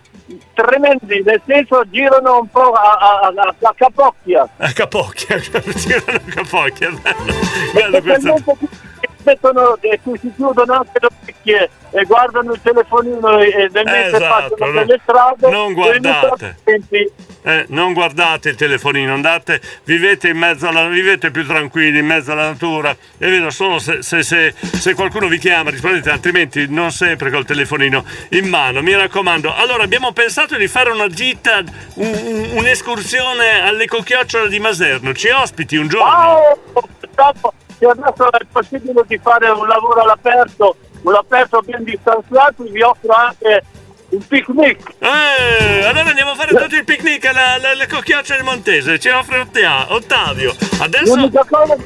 tremendi, nel senso girano un po' a, a, a, a capocchia. A capocchia, girano a capocchia, bello, bello questo. Mettono, eh, si chiudono anche le orecchie e guardano il telefonino e nel mentre esatto, passano no, per le strade. Non guardate. Eh, non guardate il telefonino, andate, vivete in mezzo alla, vivete più tranquilli in mezzo alla natura. E vedo solo se, se, se, se qualcuno vi chiama rispondete, altrimenti non sempre col telefonino in mano, mi raccomando. Allora abbiamo pensato di fare una gita, un, un, un'escursione all'Ecocchiocciola di Maserno. Ci ospiti un giorno? Oh, se adesso è possibile di fare un lavoro all'aperto, un aperto ben distanziato, vi offro anche un picnic. Eh, allora andiamo a fare tutto il picnic alle, alle, alle Cocchiocciole del Montese, ci offre Ottavio. Adesso... L'unica cosa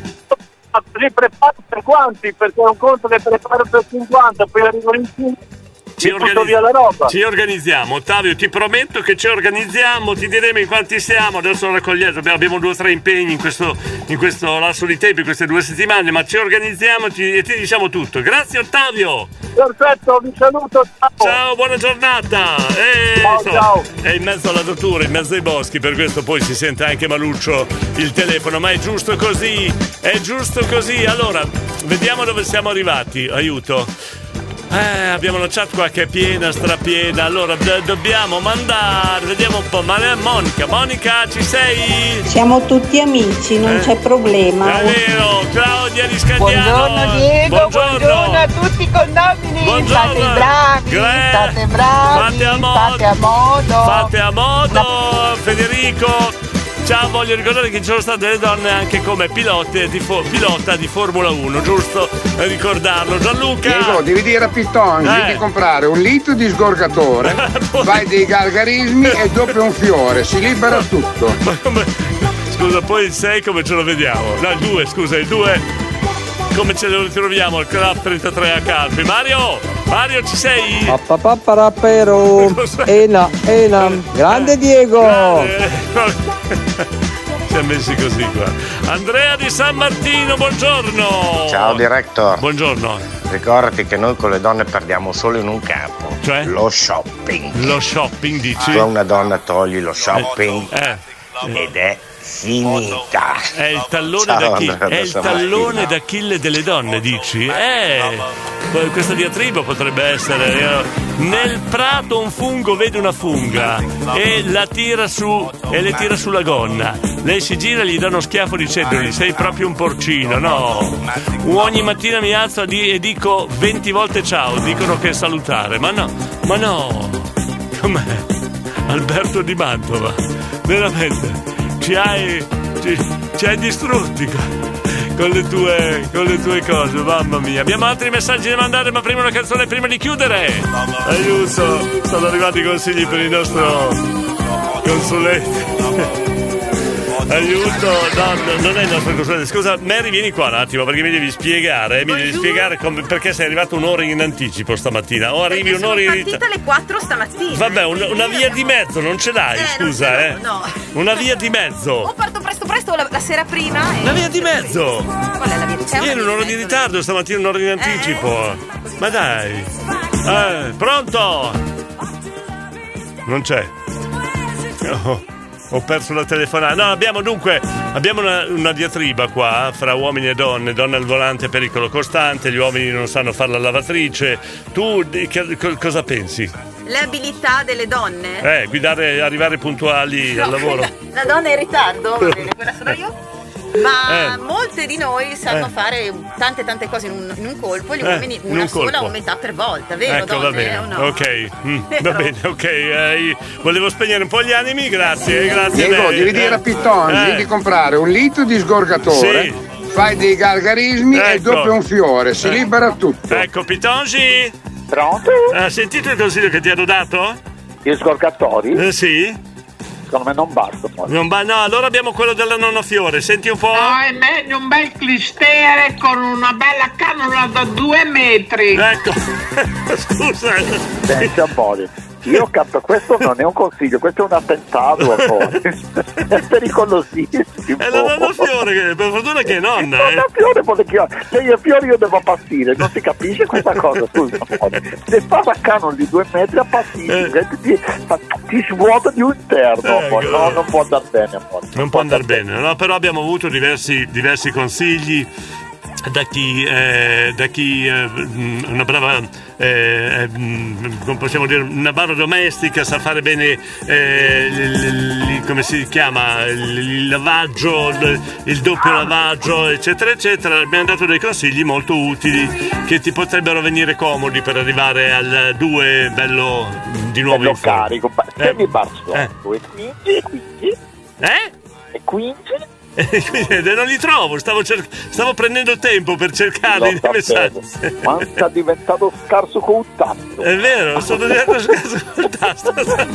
li preparo per quanti, perché è un conto che preparo per cinquanta, poi arrivo in cima. Ci, organizz- via la roba. Ci organizziamo, Ottavio, ti prometto che ci organizziamo, ti diremo in quanti siamo. Adesso raccogliamo, abbiamo due o tre impegni in questo, in questo lasso di tempo, in queste due settimane, ma ci organizziamo ti, e ti diciamo tutto. Grazie Ottavio. Perfetto, vi saluto, ciao. Ciao, buona giornata. E, ciao, insomma, ciao. È in mezzo alla natura, in mezzo ai boschi, per questo poi si sente anche maluccio il telefono, ma è giusto così, è giusto così. Allora, vediamo dove siamo arrivati, aiuto. Eh, abbiamo una chat qua che è piena, strapiena. Allora d- dobbiamo mandare, vediamo un po'. Ma Monica, Monica, ci sei? Siamo tutti amici, non eh? c'è problema. È vero, Claudia di Scandiano. Buongiorno Diego, buongiorno, buongiorno a tutti i condomini. Buongiorno. State bravi, Gra- state bravi, fate a modo, fate a modo. Fate a modo, Federico. Ciao, voglio ricordare che ci sono state delle donne anche come pilote di fo- pilota di Formula uno, giusto ricordarlo. Gianluca! Diego, devi dire a Piston eh. di comprare un litro di sgorgatore, fai dei gargarismi e doppio un fiore, si libera tutto. Ma come? Scusa, poi il sei come ce lo vediamo? No, il due, scusa, il due come ce lo ritroviamo? Il Club trentatré a Carpi. Mario! Mario, ci sei? Papapaparappero! Ena, Ena! Grande Diego! Grande. Siamo messi così qua. Andrea di San Martino, buongiorno! Ciao director! Buongiorno! Ricordati che noi con le donne perdiamo solo in un campo. Cioè? Lo shopping. Lo shopping, dici? Tu a una donna togli lo shopping eh. Eh. ed è finita. È il tallone Ciao, d'Achille, Andrea, è il tallone d'Achille delle donne, dici? Eh, questa diatriba potrebbe essere nel prato un fungo vede una funga e la tira su e le tira sulla gonna. Lei si gira e gli dà uno schiaffo dicendogli sei proprio un porcino. No, ogni mattina mi alzo e dico venti volte ciao, dicono che è salutare, ma no, ma no, com'è? Alberto di Mantova, veramente ci hai, ci, ci hai distrutti con le, tue, con le tue cose, mamma mia. Abbiamo altri messaggi da mandare, ma prima una canzone prima di chiudere. Aiuto, sono arrivati i consigli per il nostro consulente. Aiuto, no, no, non è il nostro consulente. Scusa, Mary, vieni qua un attimo perché mi devi spiegare. Mi devi spiegare come, perché sei arrivato un'ora in anticipo stamattina. O arrivi perché un'ora in ritardo. Sono partita alle quattro stamattina. Vabbè, un, una via di mezzo non ce l'hai, eh, scusa, eh. No. Una via di mezzo. O parto presto presto la, la sera prima. E... Una via di mezzo. Qual è la via di mezzo? Ieri un'ora di ritardo, stamattina un'ora in anticipo. Eh. Ma dai. Eh, pronto? Non c'è. Oh. Ho perso la telefonata. No, abbiamo dunque abbiamo una, una diatriba qua fra uomini e donne. Donne al volante, pericolo costante. Gli uomini non sanno fare la lavatrice. Tu che, cosa pensi? Le abilità delle donne? Eh, guidare, arrivare puntuali no, al lavoro. La, la donna è in ritardo, va bene, quella sono io. Ma eh. molte di noi sanno eh. fare tante tante cose in un, in un colpo, gli uomini eh, una sola colpo. o metà per volta, vero? Ecco, donne, va bene. O no? Ok, mm, va bene, ok. Eh, volevo spegnere un po' gli animi, grazie, grazie. Diego, devi dire a Pittongi eh. di comprare un litro di sgorgatore. Sì. Fai dei gargarismi ecco. e doppio un fiore, si eh. libera tutto. Ecco, Pittongi. Pronto? Ha sentito il consiglio che ti hanno dato? Gli sgorgatori? Eh, sì. Secondo me non basta. Non ba- no, allora abbiamo quello della nonna Fiore, senti un po'. No, è meglio un bel clistere con una bella cannula da due metri. Ecco, scusa. Pensa un po'. Io capto, questo non è un consiglio, questo è un attentato a voi. È pericolosissimo. È la nonna Fiore, che, per fortuna che è nonna. La nonna eh. Fiore vuole che se io Fiore io devo passire, non si capisce questa cosa, scusa. Se fa la cannon di due metri a passire, eh. ti, ti svuota di un interno, eh, no, non può andare bene. Non, non può andare bene, bene. No, però abbiamo avuto diversi, diversi consigli da chi, eh, da chi eh, una brava eh, come possiamo dire una brava domestica sa fare bene eh, il, il, come si chiama il, il lavaggio, il, il doppio lavaggio eccetera eccetera. Abbiamo dato dei consigli molto utili che ti potrebbero venire comodi per arrivare al due bello di nuovo bello in forma. Carico eh. mi barzotto eh. e quindi e quindi eh? e quindi non li trovo, stavo, cer- stavo prendendo tempo per cercarli nei messaggi. Ma sta diventato scarso con un tasto. È vero, sono diventato scarso con un tasto.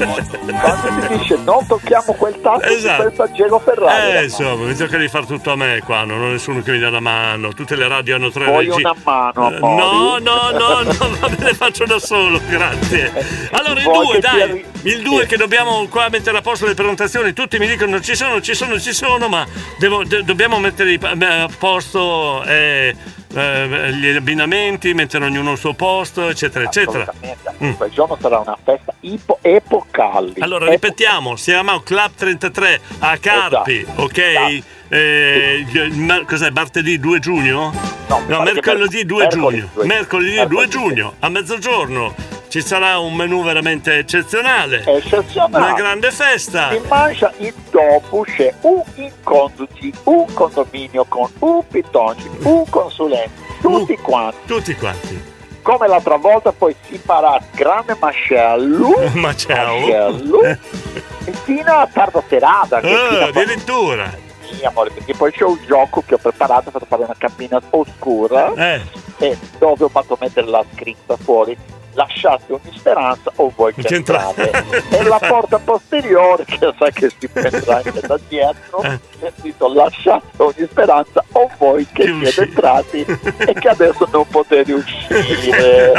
Quando ti dice non tocchiamo quel tasto, esatto. Pensa a Diego Ferrari. Eh, insomma, mi tocca di fare tutto a me qua, non ho nessuno che mi dà una mano. Tutte le radio hanno tre Vuoi regi. una mano, amore? No, no, no, no, no, me le faccio da solo, grazie. Allora il due, dai, arri- il due sì. Che dobbiamo qua mettere a posto le prenotazioni. Tutti mi dicono ci sono, ci sono, ci sono, ma Devo, de- dobbiamo mettere a posto eh, eh, gli abbinamenti, mettere ognuno al suo posto, eccetera, eccetera. Mm. Quel giorno sarà una festa ipo- epocale. Allora, Epo- ripetiamo, siamo al Club trentatré a Carpi, esatto. Ok? Esatto. Eh, ma- cos'è? Martedì due giugno? No, no mercoledì due giugno. due. Mercoledì mercoledì due giugno, a mezzogiorno. Ci sarà un menù veramente eccezionale. Eccezionale. Una grande festa. Si mangia il dopo, c'è un inconduci, un condominio con un Pittongi, un consulente, tutti uh, quanti. Tutti quanti. Come l'altra volta poi si farà grande macello. Macello. E fino a tarda serata. Che uh, addirittura. Poi, sì, amore, perché poi c'è un gioco che ho preparato, ho fatto fare una cabina oscura. Eh. E dove ho fatto mettere la scritta fuori. Lasciate ogni speranza o voi che entrate. E la porta posteriore che sai che si prendrà anche da dietro eh. È scritto lasciate ogni speranza o voi che siete uscire. Entrati e che adesso non potete uscire.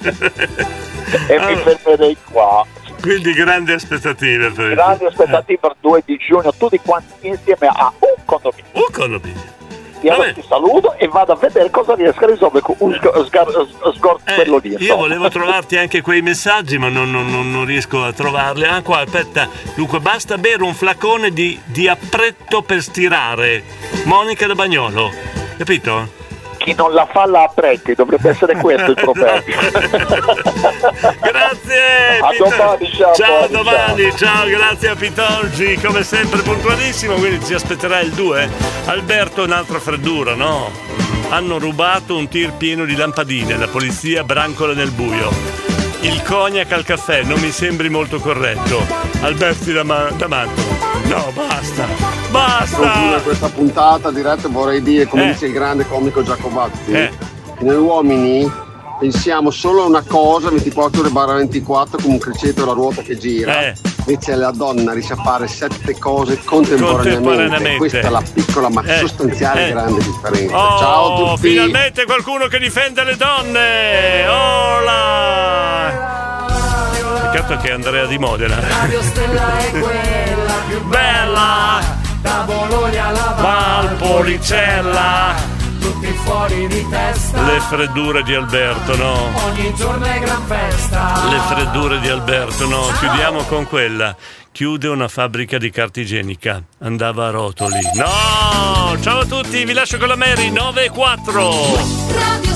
E allora, mi fermerei qua. Quindi grandi aspettative per grandi aspettative eh. per due di giugno tutti quanti insieme a un condominio. Un condominio. Io ti saluto e vado a vedere cosa riesco a risolvere con un sgortello lì. Io volevo trovarti anche quei messaggi, ma non, non, non riesco a trovarli. Ah, qua, aspetta. Dunque, basta bere un flacone di, di appretto per stirare. Monica da Bagnolo. Capito? Chi non la fa la appretti, dovrebbe essere questo il proverbio. Grazie. A domani, ciao. Ciao, a domani, ciao. ciao, grazie a Pittongi, come sempre puntualissimo, quindi ci aspetterà il due. Alberto, un'altra freddura, no? Hanno rubato un tir pieno di lampadine, la polizia brancola nel buio. Il cognac al caffè non mi sembri molto corretto. Alberti da, ma- da Mantova. No, basta, basta! Concludo questa puntata diretta, vorrei dire, come eh. dice il grande comico Giacobazzi, eh. che noi uomini pensiamo solo a una cosa, ventiquattro ore barra ventiquattro, come un criceto alla ruota che gira, eh. Invece la donna riesce a fare sette cose contemporaneamente. Contemporaneamente. Questa è la piccola ma Eh, sostanziale eh. grande differenza. Oh, Ciao a tutti. finalmente qualcuno che difende le donne. Hola! Peccato che è Andrea di Modena. Radio Stella è quella più bella, da Bologna alla Valpolicella. tutti fuori di testa. Le freddure di Alberto, no? Ogni giorno è gran festa. Le freddure di Alberto, no? Chiudiamo con quella. Chiude una fabbrica di carta igienica. Andava a rotoli. No! Ciao a tutti, vi lascio con la Mary nove e quattro.